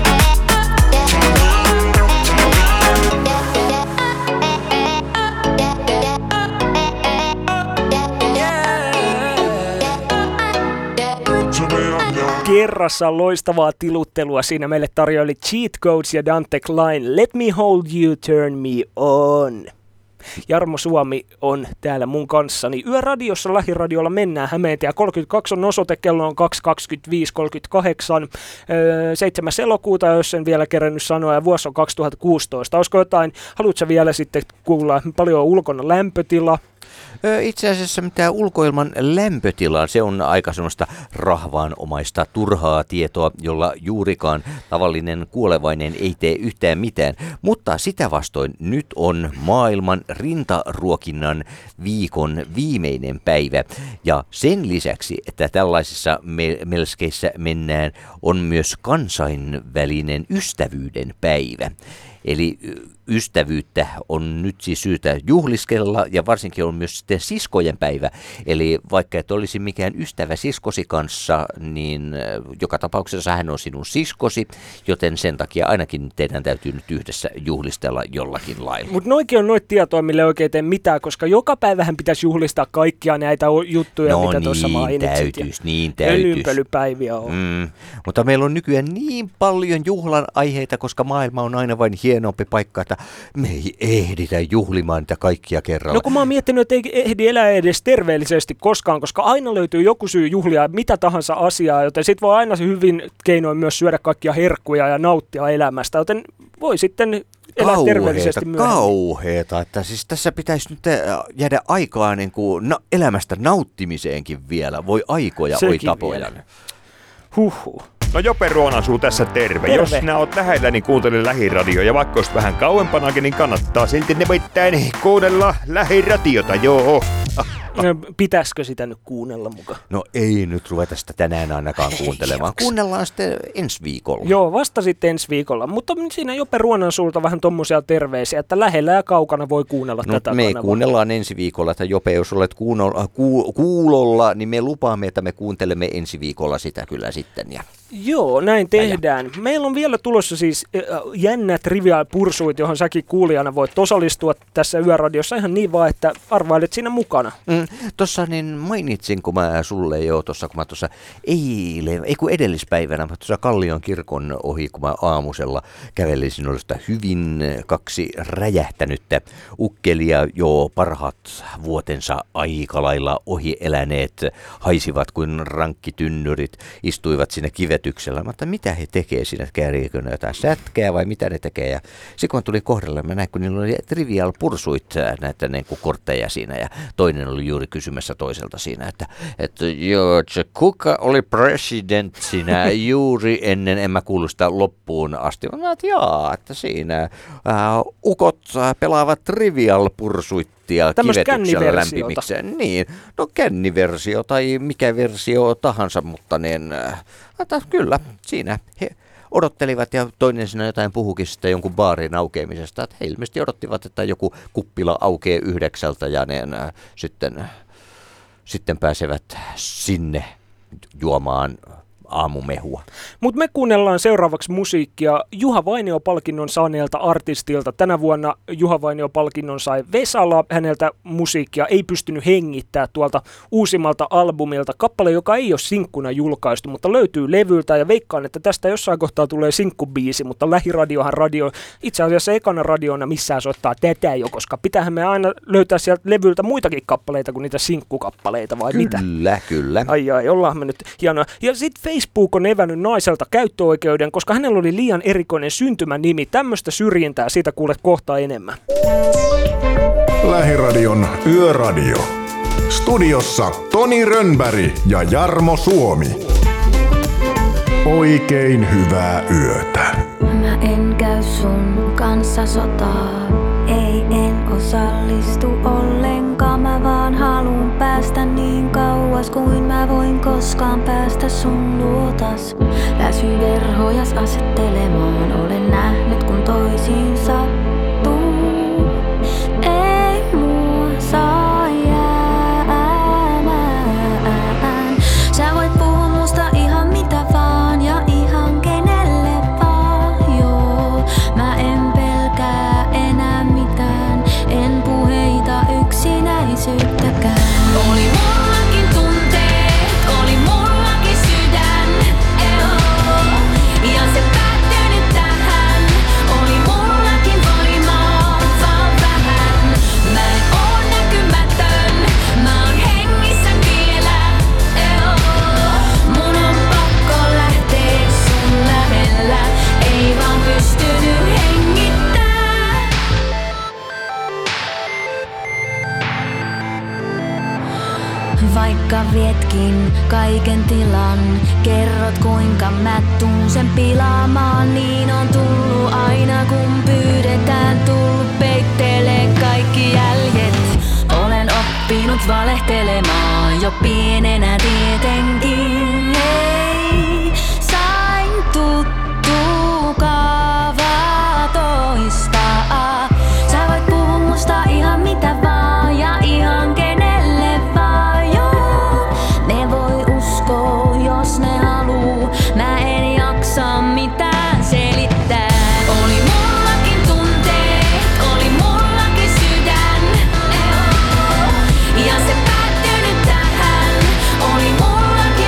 Kerrassa loistavaa tiluttelua. Siinä meille tarjoili Cheat Codes ja Dante Klein. Let me hold you, turn me on. Jarmo Suomi on täällä mun kanssani. Yöradiossa Lähiradiolla mennään. Hämeentie 32 on osoite, kello on 2.25.38. 7. elokuuta, jos en vielä kerennyt sanoa, ja vuosi on 2016. Olisiko jotain, haluatko vielä sitten kuulla, paljon on ulkona lämpötila? Itse asiassa tämä ulkoilman lämpötila, se on aika semmoista rahvaanomaista turhaa tietoa, jolla juurikaan tavallinen kuolevainen ei tee yhtään mitään. Mutta sitä vastoin nyt on maailman rintaruokinnan viikon viimeinen päivä. Ja sen lisäksi, että tällaisissa melskeissä mennään, on myös kansainvälinen ystävyyden päivä. Eli ystävyyttä on nyt siis syytä juhliskella, ja varsinkin on myös sitten siskojen päivä. Eli vaikka et olisi mikään ystävä siskosi kanssa, niin joka tapauksessa hän on sinun siskosi, joten sen takia ainakin teidän täytyy nyt yhdessä juhlistella jollakin lailla. Mutta noikin on noita tietoa, mille oikein tee mitään, koska joka päivähän pitäisi juhlistaa kaikkia näitä juttuja, no mitä tuossa mainitsit. Niin täytyisi. Öljynpölypäiviä on. Mutta meillä on nykyään niin paljon juhlan aiheita, koska maailma on aina vain hienompi paikka, että me ei ehditä juhlimaan niitä kaikkia kerralla. No kun mä oon miettinyt, että ei ehdi elää edes terveellisesti koskaan, koska aina löytyy joku syy juhlia mitä tahansa asiaa, joten sit voi aina hyvin keinoin myös syödä kaikkia herkkuja ja nauttia elämästä, joten voi sitten elää terveellisesti myöhemmin. Kauheeta, että siis tässä pitäisi nyt jäädä aikaa niin kuin elämästä nauttimiseenkin vielä. Voi aikoja, oi tapoja. Huhhuh. No Jope Ruonansuu tässä terve. Jos sinä oot lähellä, niin kuuntele Lähiradio. Ja vaikka olisi vähän kauempanakin, niin kannattaa silti nimittäin kuunnella Lähiradiota, joo. Pitäisikö sitä nyt kuunnella mukaan? No ei nyt ruveta sitä tänään ainakaan kuuntelemaan. Kuunnellaan sitten ensi viikolla. Joo, vasta sitten ensi viikolla. Mutta siinä Jope Ruonansuulta vähän tommosia terveisiä, että lähellä ja kaukana voi kuunnella tätä me kanavaa. Kuunnellaan ensi viikolla, että Jope, jos olet kuulolla, niin me lupaamme, että me kuuntelemme ensi viikolla sitä kyllä sitten. Ja joo, näin tehdään. Meillä on vielä tulossa siis jännät trivial-pursuit, johon säkin kuulijana voit osallistua tässä Yöradiossa ihan niin vaan, että arvailet siinä mukana. Tuossa niin mainitsin, kun mä sulle jo tuossa, kun mä tuossa edellispäivänä, mä tuossa Kallion kirkon ohi, kun mä aamusella kävelin, siinä oli sitä hyvin 2 räjähtänyttä ukkelia jo parhaat vuotensa aika lailla ohi eläneet, haisivat kuin rankkitynnyrit, istuivat siinä kivetyksellä. Mä ajattelin, mitä he tekee siinä, kääriikö ne jotain sätkää vai mitä ne tekee. Ja kun tuli kohdalle, mä näin, kun niillä oli trivial pursuit näitä niin kuin kortteja siinä ja toinen oli juuri kysymässä toiselta siinä, että joo, kuka oli presidenttinä juuri ennen, en mä kuullut sitä loppuun asti. Mä ajattelin, että siinä ukot pelaavat trivial pursuittia kivetyksellä lämpimikseen. Niin, no känniversio tai mikä versio tahansa, mutta niin, kyllä siinä he odottelivat ja toinen siinä jotain puhukin sitten jonkun baarin aukeamisesta, että he ilmeisesti odottivat, että joku kuppila aukeaa 9 ja ne sitten pääsevät sinne juomaan aamumehua. Mutta me kuunnellaan seuraavaksi musiikkia Juha Vainio-palkinnon saaneelta artistilta. Tänä vuonna Juha Vainio-palkinnon sai Vesala. Häneltä musiikkia ei pystynyt hengittää tuolta uusimmalta albumilta. Kappale, joka ei ole sinkkuna julkaistu, mutta löytyy levyltä ja veikkaan, että tästä jossain kohtaa tulee sinkkubiisi, mutta Lähiradiohan itse asiassa ekana radiona missään soittaa tätä jo, koska pitäähän me aina löytää sieltä levyltä muitakin kappaleita kuin niitä sinkkukappaleita vai kyllä, mitä? Kyllä. Ai, ollaan me nyt hienoa. Ja sitten Facebook on evännyt naiselta käyttöoikeuden, koska hänellä oli liian erikoinen syntymänimi. Tämmöistä syrjintää, siitä kuulet kohta enemmän. Lähiradion Yöradio. Studiossa Toni Rönnberg ja Jarmo Suomi. Oikein hyvää yötä. Mä en käy sun kanssa sotaa. Ei, en osallistu ollenkaan. Mä vaan haluun päästä niin kauas kuin mä voin koskaan päästä sun luotas. Väsy verhojas asettelemaan. Olen nähnyt kun toisiin sattuu. Ei mua saa jäämään. Sä voit puhua musta ihan mitä vaan ja ihan kenelle vaan, joo. Mä en pelkää enää mitään, en puheita yksinäisyyttäkään. Oli mullakin tunteet, oli mullakin sydän, ja se päättyi nyt tähän. Oli mullakin voimaa, vaan vähän. Mä en oo näkymätön, mä oon hengissä vielä, mun on pakko lähteä sun lähellä, ei vaan pystynyt hengittää. Vaikka vietkin kaiken tilan, kerrot kuinka mä tuun sen pilaamaan. Niin on tullut aina kun pyydetään, tullut peittelee kaikki jäljet. Olen oppinut valehtelemaan jo pienenä tietenkin. Ei, sain tuttua kaavaa toistaa. Sä voit puhua musta ihan mitä vaan ja ihan kenelle vaan, joo. Ne voi uskoa jos ne haluu, mä en jaksa mitään selittää. Oli mullakin tunteet, oli mullakin sydän, ja se päättyi nyt tähän. Oli mullakin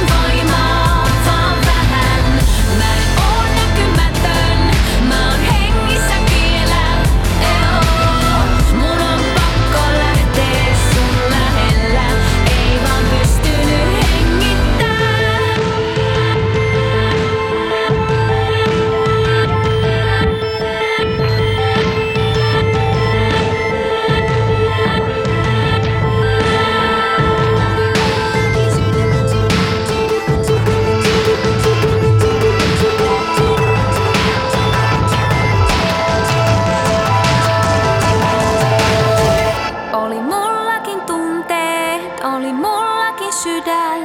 oli mullakin sydän.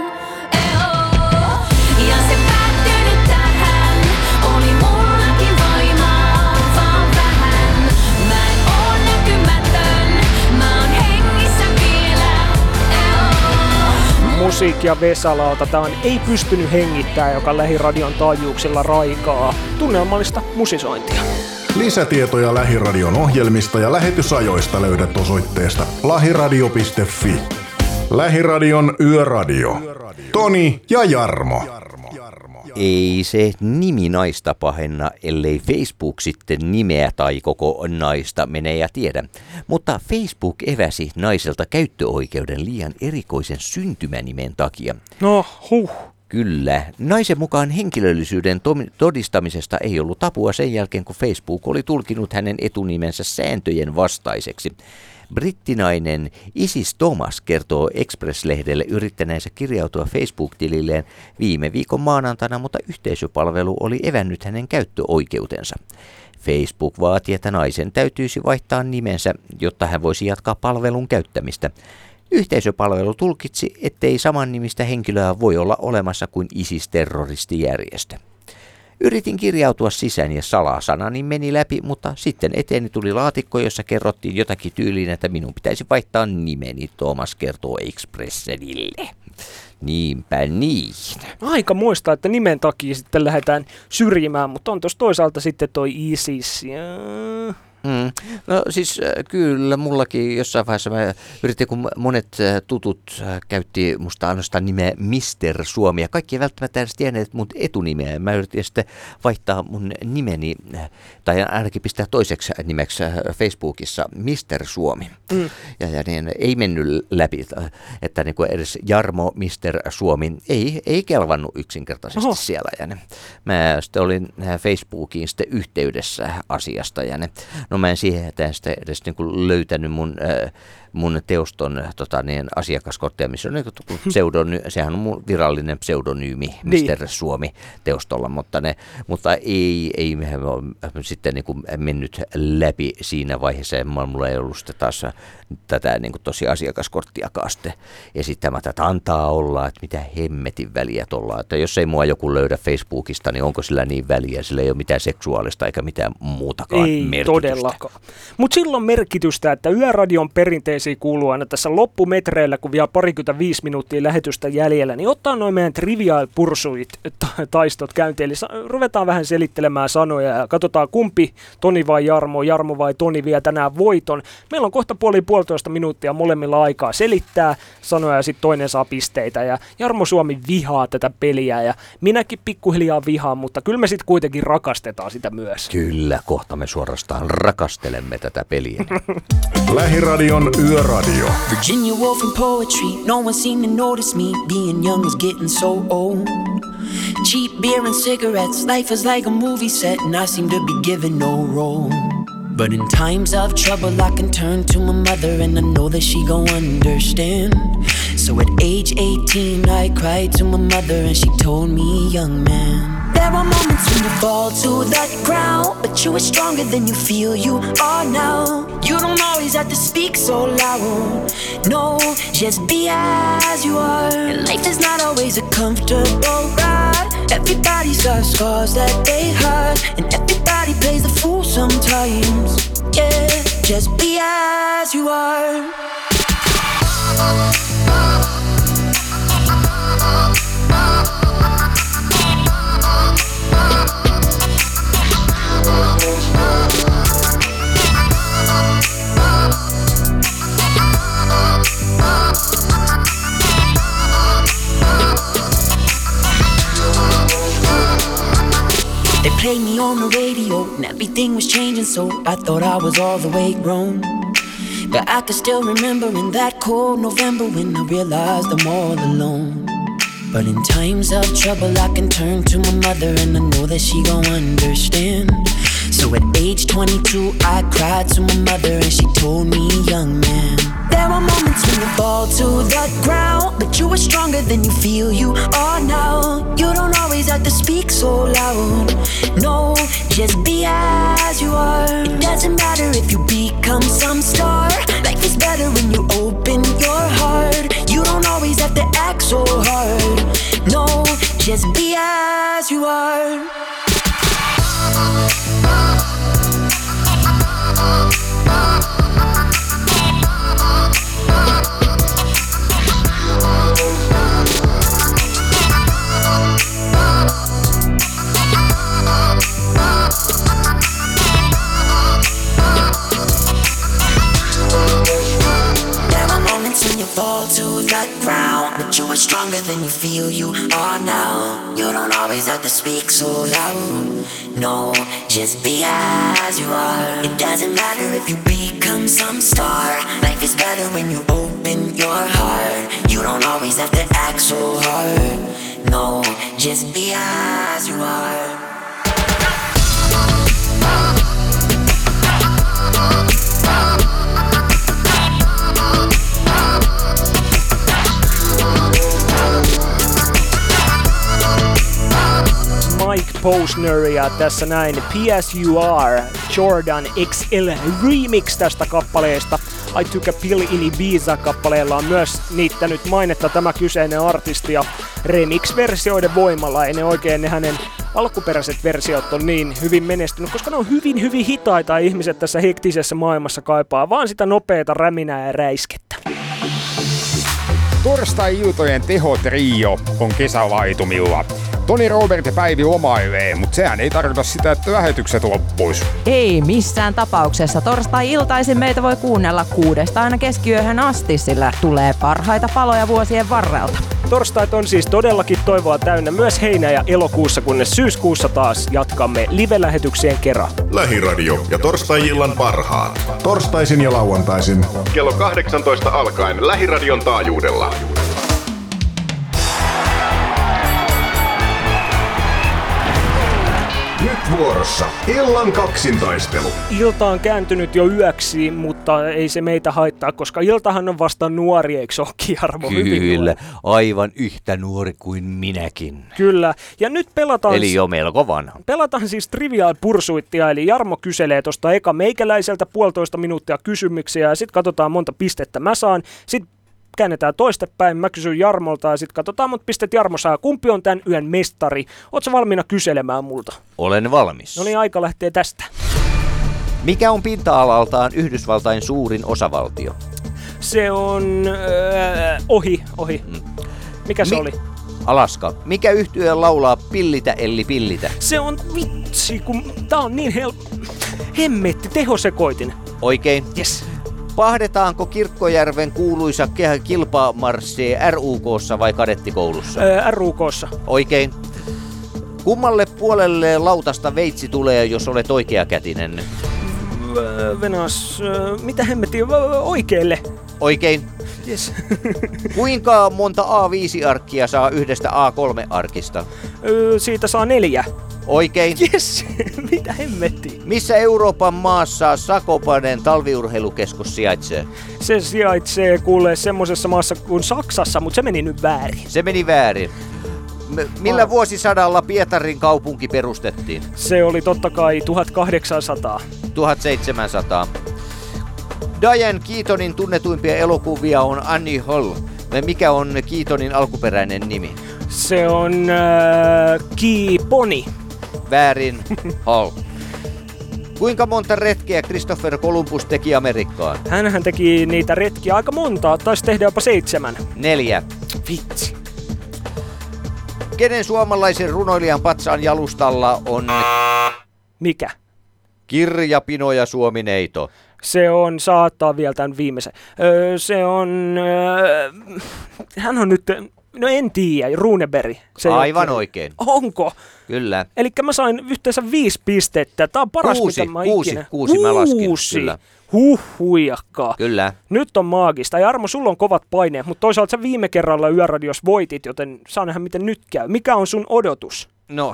Ja se päättyi nyt tähän, oli mullakin voimaa, vaan vähän. Mä en oo näkymätön, mä oon hengissä vielä. Musiikkia Vesalaalta. Tää on Ei pystynyt hengittää, joka Lähiradion taajuuksilla raikaa. Tunnelmallista musisointia. Lisätietoja Lähiradion ohjelmista ja lähetysajoista löydät osoitteesta lahiradio.fi. Lähiradion Yöradio. Toni ja Jarmo. Ei se nimi naista pahenna, ellei Facebook sitten nimeä tai koko naista mene ja tiedä. Mutta Facebook eväsi naiselta käyttöoikeuden liian erikoisen syntymänimen takia. No, Kyllä. Naisen mukaan henkilöllisyyden todistamisesta ei ollut apua sen jälkeen, kun Facebook oli tulkinut hänen etunimensä sääntöjen vastaiseksi. Brittinainen Isis Thomas kertoo Express-lehdelle yrittäneensä kirjautua Facebook-tililleen viime viikon maanantaina, mutta yhteisöpalvelu oli evännyt hänen käyttöoikeutensa. Facebook vaati, että naisen täytyisi vaihtaa nimensä, jotta hän voisi jatkaa palvelun käyttämistä. Yhteisöpalvelu tulkitsi, ettei saman nimistä henkilöä voi olla olemassa kuin ISIS-terroristijärjestö. Yritin kirjautua sisään ja salasanani meni läpi, mutta sitten eteeni tuli laatikko, jossa kerrottiin jotakin tyyliin, että minun pitäisi vaihtaa nimeni, Thomas kertoo Expressenille. Niinpä niin. Aika muistaa, että nimen takia sitten lähdetään syrjimään, mutta on tuossa toisaalta sitten toi ISIS ja... No siis kyllä, mullakin jossain vaiheessa mä yritin, kun monet tutut käytti musta ainoastaan nimeä Mr. Suomi ja kaikki ei välttämättä edes tienneet mun etunimeä. Mä yritin sitten vaihtaa mun nimeni, tai ainakin pistää toiseksi nimeksi Facebookissa Mr. Suomi. Ja niin ei mennyt läpi, että niin kuin edes Jarmo Mr. Suomi ei kelvannut yksinkertaisesti siellä. Ja ne, mä sitten olin Facebookiin sitten yhteydessä asiasta ja ne, no mä en siihen edes niin kuin löytänyt mun teoston asiakaskorttia, missä on sehän on mun virallinen pseudonyymi Mr. Suomi teostolla, mutta ei sitten niin kuin mennyt läpi siinä vaiheessa, ja mulla ei ollut sitten taas tätä niin kuin tosi asiakaskorttiakaan sitten esittämättä, että antaa olla, että mitä hemmetin väliä tuolla, että jos ei mua joku löydä Facebookista, niin onko sillä niin väliä, sillä ei ole mitään seksuaalista eikä mitään muutakaan ei merkitystä. Todellakaan. Mutta silloin merkitystä, että Yöradion perinteisiin kuuluu aina tässä loppumetreillä, kun vielä 25 minuuttia lähetystä jäljellä, niin ottaa noin meidän Trivial Pursuit taistot käyntiin. Eli ruvetaan vähän selittelemään sanoja ja katsotaan kumpi, Toni vai Jarmo, Jarmo vai Toni vie tänään voiton. Meillä on kohta puolitoista minuuttia molemmilla aikaa selittää sanoja ja sitten toinen saa pisteitä. Ja Jarmo Suomi vihaa tätä peliä ja minäkin pikkuhiljaa vihaan, mutta kyllä me sitten kuitenkin rakastetaan sitä myös. Kyllä, kohta me suorastaan rakastelemme tätä peliä. Lähiradion Yöradio. Virginia Woolf in poetry, no one seemed to notice me. Being young is getting so old. Cheap beer and cigarettes, life is like a movie set, and I seem to be given no role. But in times of trouble I can turn to my mother, and I know that she gon' understand. So at age 18 I cried to my mother, and she told me, young man, there are moments when you fall to the ground, but you are stronger than you feel you are now. You don't always have to speak so loud. No, just be as you are. And life is not always a comfortable ride. Everybody's got scars that they hide, and everybody plays the fool sometimes. Yeah, just be as you are. They played me on the radio and everything was changing, so I thought I was all the way grown. But I can still remember in that cold November when I realized I'm all alone. But in times of trouble I can turn to my mother, and I know that she gon' understand. So at age 22 I cried to my mother, and she told me, young man, there are moments when you fall to the ground, but you are stronger than you feel you are now. You don't always have to speak so loud. No, just be as you are. It doesn't matter if you become some star. Life is better when you open your heart. You don't fall to the ground, but you are stronger than you feel you are now. You don't always have to speak so loud. No, just be as you are. It doesn't matter if you become some star. Life is better when you open your heart. You don't always have to act so hard. No, just be as you are. Mike Posneria tässä näin. PSUR Jordan XL Remix tästä kappaleesta. I Took a Pill in Ibiza-kappaleella on myös niittänyt mainetta tämä kyseinen artisti ja remix-versioiden voimalla. Ei ne oikein ne hänen alkuperäiset versiot on niin hyvin menestynyt, koska ne on hyvin hitaita ihmiset tässä hektisessä maailmassa kaipaa vaan sitä nopeata räminää ja räiskettä. Torstai-iltojen tehotrio on kesälaitumilla. Toni, Robert ja Päivi lomailee, mutta sehän ei tarkoita sitä, että lähetykset loppuis. Ei missään tapauksessa. Torstai-iltaisin meitä voi kuunnella 6 aina keskiyöhön asti, sillä tulee parhaita paloja vuosien varrelta. Torstait on siis todellakin toivoa täynnä myös heinä- ja elokuussa, kunnes syyskuussa taas jatkamme live-lähetyksien kerran. Lähiradio ja torstai-illan parhaat. Torstaisin ja lauantaisin kello 18 alkaen Lähiradion taajuudella. Nyt vuorossa illan kaksintaistelu. Ilta on kääntynyt jo yöksi, mutta ei se meitä haittaa, koska iltahan on vasta nuori, eikö olekin, Jarmo? Kyllä, aivan yhtä nuori kuin minäkin. Kyllä, ja nyt pelataan... Eli jo melko vanha. Pelataan siis Trivial Pursuittia, eli Jarmo kyselee tuosta eka meikäläiseltä 1,5 minuuttia kysymyksiä, ja sitten katsotaan monta pistettä mä saan. Sitten käännetään toistepäin, mä kysyn Jarmolta ja sitten katsotaan monta pistet Jarmo saa. Kumpi on tämän yön mestari? Ootko valmiina kyselemään multa? Olen valmis. No niin, aika lähtee tästä. Mikä on pinta-alaltaan Yhdysvaltain suurin osavaltio? Se on... ohi. Mikä se oli? Alaska. Mikä yhtye laulaa Pillitä Elli Pillitä? Se on vitsi, kun tää on niin hemmetti, tehosekoitin. Oikein. Yes. Pahdetaanko Kirkkojärven kuuluisa kilpamarssi RUK:ssa vai kadettikoulussa? RUK:ssa. Oikein. Kummalle puolelle lautasta veitsi tulee, jos olet oikeakätinen? Venas, mitä hemmetti? Oikeelle. Oikein. Yes. Kuinka monta A5-arkkia saa yhdestä A3-arkista? Siitä saa 4. Oikein. Yes. Mitä hemmetti? Missä Euroopan maassa Sakopanen talviurheilukeskus sijaitsee? Se sijaitsee kuulee semmosessa maassa kuin Saksassa, mutta se meni nyt väärin. Se meni väärin. Millä vuosisadalla Pietarin kaupunki perustettiin? Se oli totta kai 1800. 1700. Diane Keatonin tunnetuimpia elokuvia on Annie Hall. Mikä on Keatonin alkuperäinen nimi? Se on Pony. Väärin. Hall. Kuinka monta retkeä Christopher Columbus teki Amerikkaan? Hänhän teki niitä retkiä aika monta, taisi tehdä jopa 7. 4. Vitsi. Kenen suomalaisen runoilijan patsaan jalustalla on... Mikä? Kirjapino ja Suomineito. Se on, saattaa vielä tämän viimeisen. Se on... hän on nyt... No en tiedä, Runeberg. Aivan oikein. Onko? Kyllä. Elikkä mä sain yhteensä 5 pistettä. Tää on paras, mitä mä ikinä... 6 mä laskin. Kyllä. Huijakkaa. Kyllä. Nyt on maagista. Jarmo, sulla on kovat paineet, mutta toisaalta sä viime kerralla Yöradios voitit, joten saa nähdä miten nyt käy. Mikä on sun odotus? No...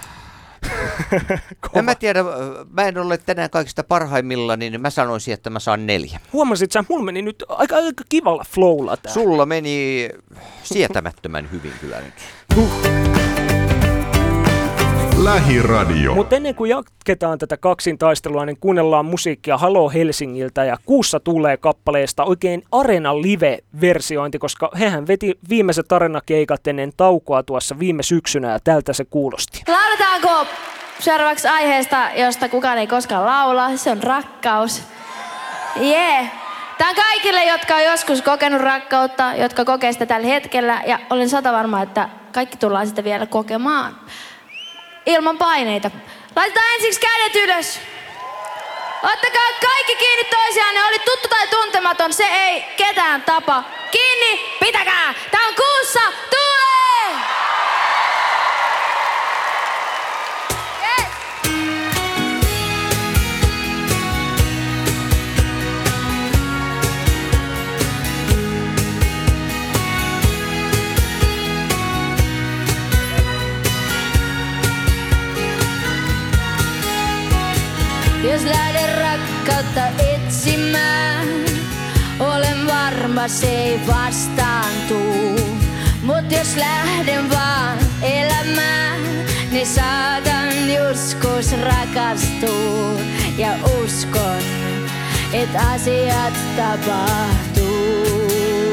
en mä tiedä, mä en ole tänään kaikista parhaimmilla, niin mä sanoisin, että mä saan 4. Huomasit sä, mulla meni nyt aika kivalla flowlla tää. Sulla meni sietämättömän hyvin kyllä nyt. Lähiradio. Mutta ennen kuin jatketaan tätä kaksintaistelua, niin kuunnellaan musiikkia Halo Helsingiltä ja kuussa tulee kappaleesta oikein Arena Live-versiointi, koska hehän veti viimeiset Arena-keikat ennen taukoa tuossa viime syksynä ja tältä se kuulosti. Lauletaanko seuraavaksi aiheesta, josta kukaan ei koskaan laula? Se on rakkaus. Yeah. Tää on kaikille, jotka on joskus kokenut rakkautta, jotka kokee sitä tällä hetkellä ja olen 100% varma, että kaikki tullaan sitä vielä kokemaan. Ilman paineita. Laitetaan ensiksi kädet ylös. Ottakaa kaikki kiinni toisiaan, ne oli tuttu tai tuntematon, se ei ketään tapa. kiinni, pitäkää! Tää on kuussa, tulee! Jos lähden rakkautta etsimään, olen varma se ei vastaan tuu. Mut jos lähden vaan elämään, niin saatan joskus rakastua. Ja uskon, et asiat tapahtuu.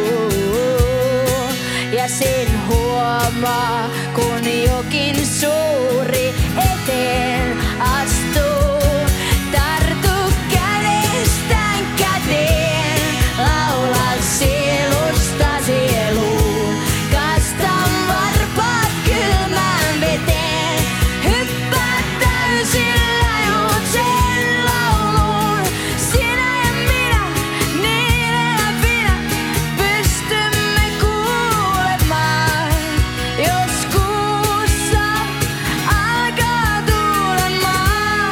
Ja sen huomaa, kun jokin suuri eteen astuu. Tartu kädestään käteen, laula sielusta sieluun. Kastan varpaat kylmään veteen, hyppää täysillä juutseen lauluun. Sinä ja minä, niin elävinä, pystymme kuulemaan. Jos kuussa alkaa tuulemaan.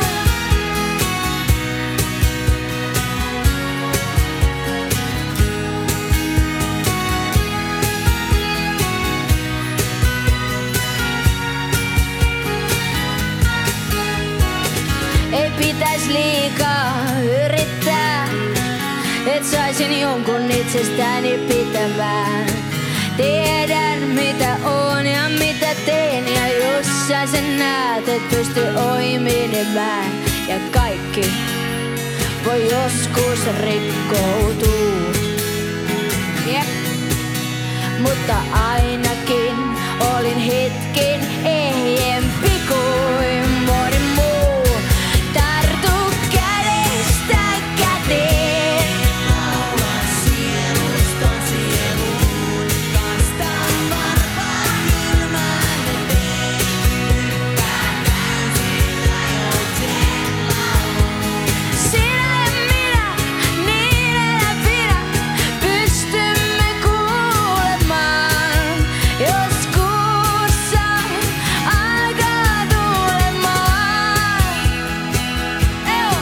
Ei pitäis liikaa yrittää, et saisin jonkun itsestäni pitämään. Tiedän mitä on ja mitä teen, ja jos sä sen näet, et pysty ohi menemään. Ja kaikki voi joskus rikkoutua. Jep. Mutta ainakin olin hetken ehjempi kuin moni muu. Tartu kädestään käteen, laula sielusta sieluun. Kastan varpaan kylmään veteen, hyppää täysillä juokseen lauluun. Sinä ja minä, niin elävinä, pystymme kuulemaan. Jos kuussa alkaa tuulemaan. Eo.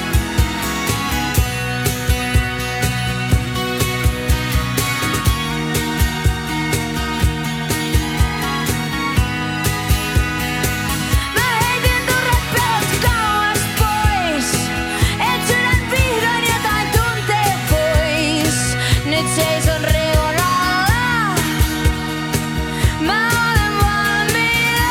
Mä heitin turhat pelot kauas pois, et sydän vihdoin jotain tuntee pois. Nyt seison reunalla, mä olen valmiina.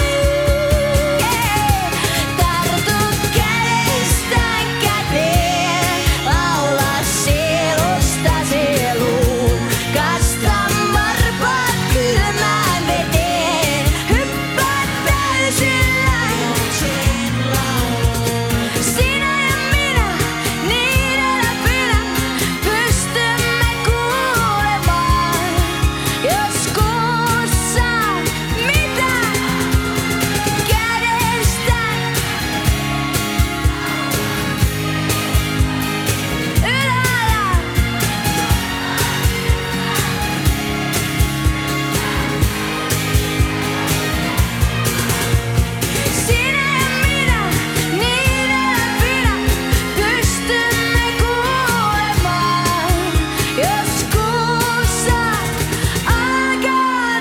Tartu kädestään käteen, laula sielusta sieluun. Kastan varpaat kylmään veteen, hyppää täysillä juokseen lauluun. Sinä ja minä, niin elävinä, pystymme kuulemaan. Jos kuussa mitä kädestään ylhäällä. Sinä ja minä, niin elävinä, pystymme kuulemaan. Jos kuussa alkaa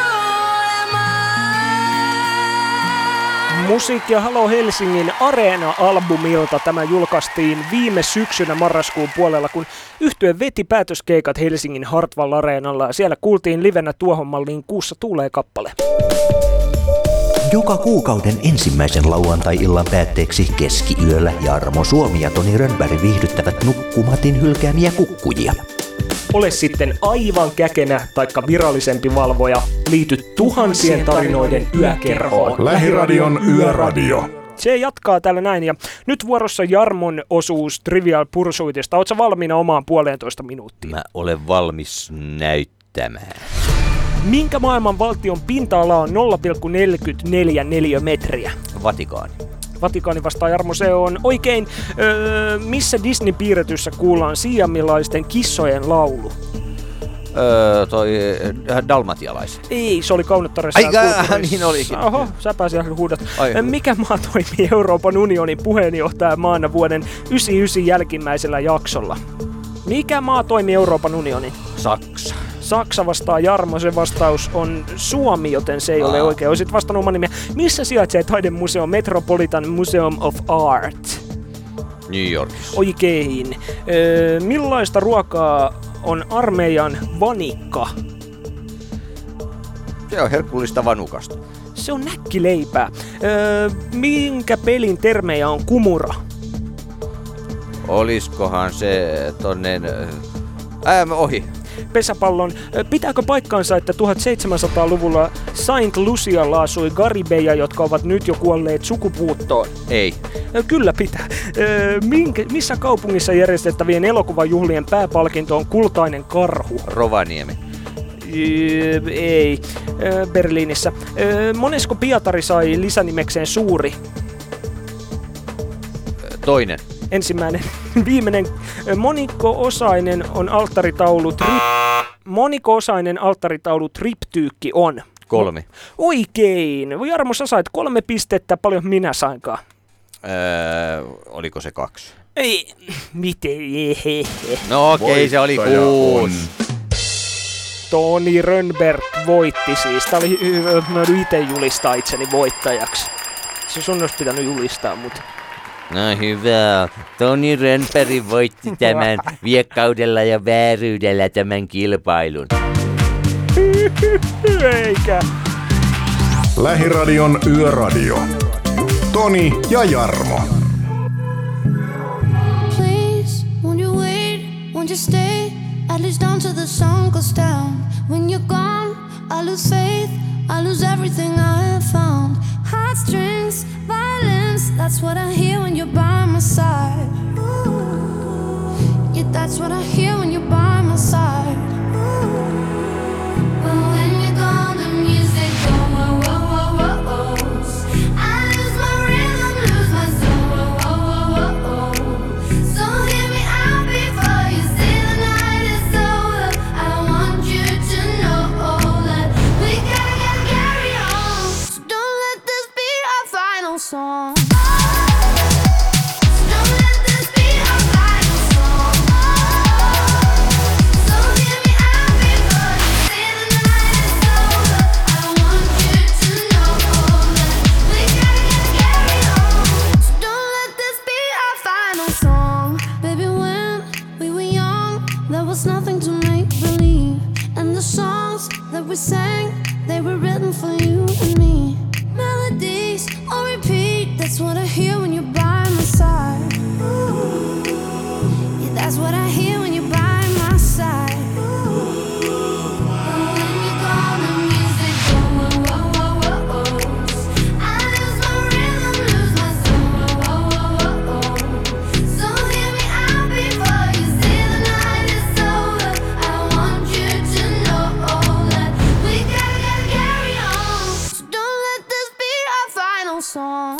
tuulemaan. Musiikki ja Halo Helsingin Areena-albumilta tämä julkaistiin viime syksynä marraskuun puolella, kun yhtye veti päätöskeikat Helsingin Hartwall Areenalla ja siellä kuultiin livenä tuohon malliin Kuussa tuulee kappale. Joka kuukauden ensimmäisen lauantai-illan päätteeksi keskiyöllä Jarmo Suomi ja Toni Rönnberg viihdyttävät nukkumatin hylkäämiä kukkujia. Ole sitten aivan käkenä taikka virallisempi valvoja, liity tuhansien tarinoiden yökerhoon. Lähiradion Yöradio. Se jatkaa täällä näin ja nyt vuorossa Jarmon osuus Trivial Pursuitista. Ootko valmiina omaan 1,5 minuuttiin? Mä olen valmis näyttämään. Minkä maailman valtion pinta-ala on 0,44 neliömetriä? Vatikaani. Vatikaani vastaa Jarmo, se on oikein. Missä Disney-piirretyssä kuullaan siamilaisten kissojen laulu? dalmatialais. Ei, se oli Kaunottaressa. Ai niin olikin. Oho, säpä siellä huudat. Mikä maa toimii Euroopan unionin puheenjohtajamaana vuoden 1999 jälkimmäisellä jaksolla? Mikä maa toimii Euroopan unionin? Saksa. Saksa vastaa Jarmo, se vastaus on Suomi, joten se ei ole oikein. Olisit vastannut oman nimen. Missä sijaitsee taidemuseo Metropolitan Museum of Art? New Yorkissa. Oikein. Millaista ruokaa on armeijan vanikka? Se on herkullista vanukasta. Se on näkkileipää. Minkä pelin termejä on kumura? Oliskohan se tonnen... ohi. Pesäpallon. Pitääkö paikkaansa, että 1700-luvulla Saint Lucialla asui garibeja, jotka ovat nyt jo kuolleet sukupuuttoon? Ei. Kyllä pitää. Missä kaupungissa järjestettävien elokuvajuhlien pääpalkinto on kultainen karhu? Rovaniemi. Ei. Berliinissä. Monesko Pietari sai lisänimekseen suuri? Toinen. Ensimmäinen. Viimeinen. Moniko-osainen alttaritaulut triptyykki on? 3. Oikein. Jarmo, sä sait 3 pistettä. Paljon minä sainkaan? Oliko se 2? Ei. Miten? No okei, se oli 6. Toni Rönnberg voitti siis. Tää oli mä itse julistaa itseni voittajaksi. Se sun olisi pitänyt julistaa, mutta... No hyvä. Toni Rönnberg voitti tämän viekkaudella ja vääryydellä tämän kilpailun. Eikä. Lähiradion Yöradio. Toni ja Jarmo. Please, won't you wait, won't you stay, at least until the sun goes down. When you're gone, I lose faith, I lose everything I have found. Heartstrings, violence, that's what I hear when you're by my side. Yeah, that's what I hear when you're by my side. But when you're gone, the music goes, whoa, whoa, whoa, whoa, whoa. I lose my rhythm, lose my soul, whoa, whoa, whoa, whoa. So hear me out before you say the night is over. I want you to know that we gotta carry on. So don't let this be our final song. Nothing to make believe, and the songs that we sang, they were written for you and me. Melodies on repeat, that's what I hear when you're by my side. Yeah, that's what I hear when you're by my side. Song.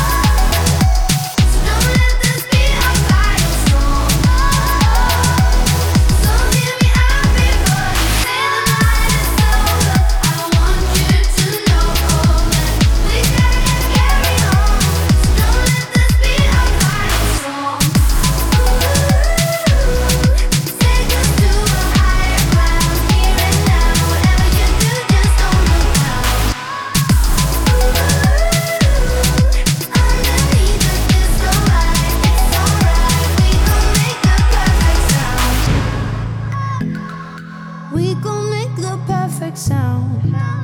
We gon' make the perfect sound.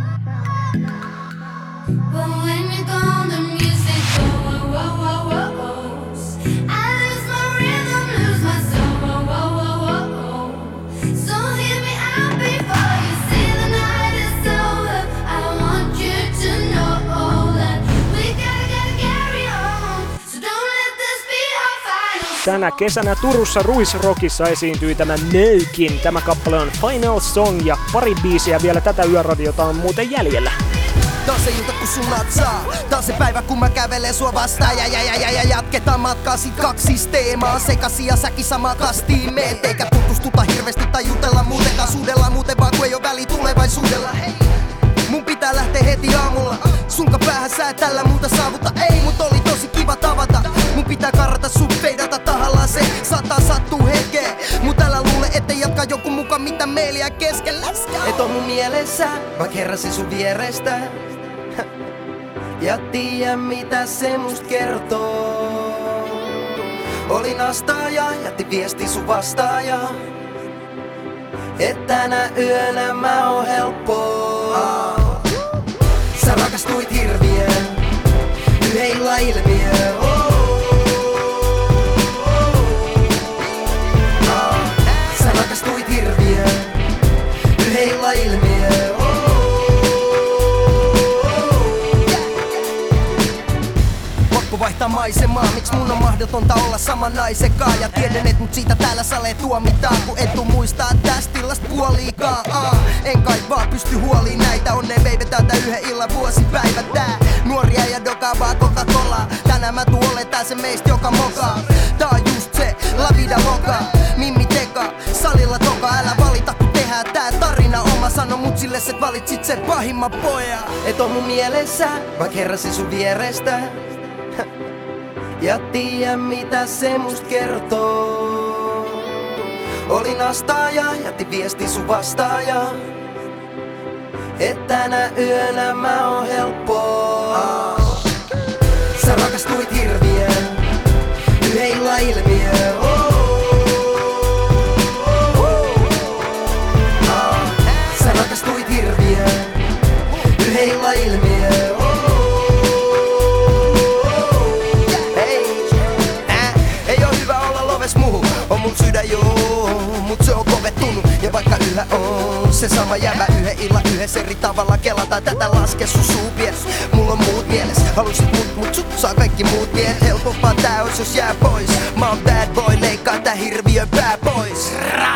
But when you're gone, the music goes, whoa, whoa, whoa, whoa. I lose my rhythm, lose my soul, whoa, whoa, whoa, whoa. So hear me out before you say the night is over. I want you to know that we gotta carry on. So don't let this be our final. Tänä kesänä Turussa Ruisrockissa esiintyi tämä Nöykin. Tämä kappale on Final Song ja pari biisiä vielä tätä yöradiota on muuten jäljellä. Tää on se ilta kun sun natsaa. Tää on se päivä kun mä kävelen sua vastaan. Ja jatketaan matkaa sit kaksis teemaa. Sekasi ja säkin samaa kastiin meet. Eikä tutustuta hirveesti tai jutella muutenkaan. Suudella muuten vaan kun ei oo väli tulevaisuudella. Hei, mun pitää lähteä heti aamulla. Sunka päähän sä et tällä muuta saavuta. Ei, mut oli tosi kiva tavata. Mun pitää karrata sun feidata tahallaan se. Saattaa sattuu hetkeen. Mut älä luule ettei jatka joku muka mitä meiliä keskellä. Et on mun mielessä, mä kerrasin sun vierestä. Ja tiedä mitä se must kertoo. Olin astaaja, jätti viesti sun vastaaja. Et tänä yönä mä oon helppoa. Sä rakastuit hirviön, yhdellä ilmiö. Sä rakastuit hirviön, yhdellä ilmiö. Pakko vaihtaa maisemaa, miksi mun on mahdotonta olla sama naisenkaan. Ja tiedän et mut siitä täällä salee tuomitaan, kun et tuu muistaa tästä illasta puoliikaan. En kai vaan pysty huoliin näitä, onneen veivetään tää yhden illan vuosipäivä tää. Nuoria ja dokaa vaan Coca-Colaa, tänään mä tuun oletaan se meistä joka mokaa. Tää on just se, la vida loca, Mimmi Teka, salilla toka. Älä valita kun tehdään tää tarina oma, sano mut sille et valitsit sen pahimman poja. Et on mun mielessä, mä kerrasin sun vierestä. Ja tiedä mitä se must kertoo. Olin astaaja, jätti viesti sun vastaaja. Et tänä yönä mä oon helppoa. Sä rakastuit hirviön, yhdellä ilmiö. Sä rakastuit hirviön, yhdellä ilmiö. On mun sydän joo, mut se on kovettunut. Ja vaikka yhä on se sama jävä yhden illan yhdessä eri tavalla kelataan tätä laske sun suupies. Mulla on muut mieles, halusit mut sut saa kaikki muut miehet. Helpompaa tää ois jos jää pois. Mä oon bad boy, leikkaa tää hirviön pää pois.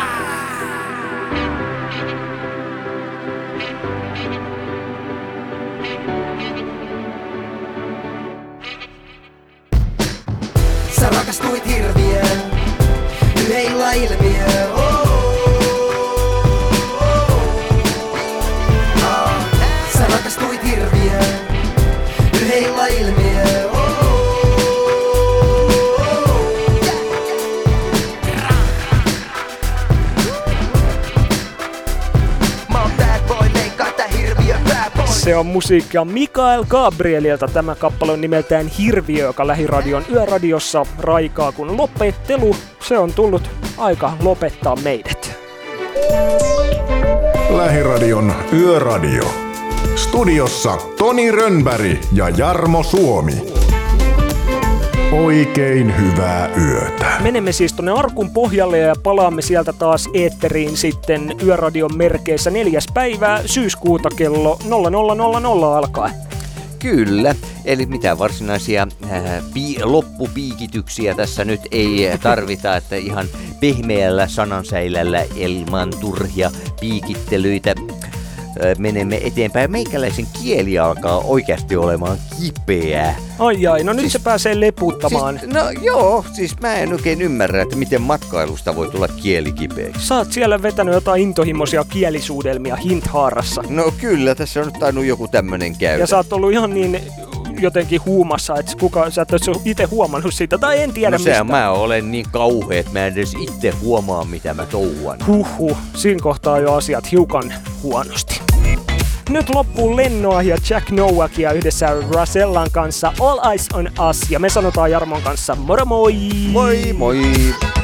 Sä rakastuit hirviön, yhdellä ilmiö. Sä rakastuit hirviön, yhdellä ilmiö. Mä oon bad boy, leikkaa tää hirviön pää pois. Se on musiikkia Mikael Gabrielilta. Tämä kappale on nimeltään Hirviö, joka Lähiradion yöradiossa raikaa kun lopettelu. Se on tullut aika lopettaa meidät. Lähiradion yöradio. Studiossa Toni Rönnberg ja Jarmo Suomi. Oikein hyvää yötä. Menemme siis tonne arkun pohjalle ja palaamme sieltä taas eetteriin sitten yöradion merkeissä 4. päivää syyskuuta kello 00.00 alkaen. Kyllä, eli mitään varsinaisia loppupiikityksiä tässä nyt ei tarvita, että ihan pehmeällä sanansäilällä ilman turhia piikittelyitä menemme eteenpäin. Meikäläisen kieli alkaa oikeasti olemaan kipeää. Ai, no nyt se pääsee leputtamaan. Siis, no joo, siis mä en oikein ymmärrä, että miten matkailusta voi tulla kieli kipeäksi. Sä oot siellä vetänyt jotain intohimoisia kielisuudelmia Hinthaarassa. No kyllä, tässä on nyt tainnut joku tämmönen käydä. Ja sä oot ollut ihan niin jotenkin huumassa, että sä et ole itse huomannut sitä, tai en tiedä mistä. Mä olen niin kauhea, että mä en edes itse huomaa, mitä mä touhuan. Siinä kohtaa jo asiat hiukan huonosti. Nyt loppuu Lennoa ja Jack Noakia yhdessä Rusellan kanssa All Eyes on Us, ja me sanotaan Jarmon kanssa moro moi! Moi moi!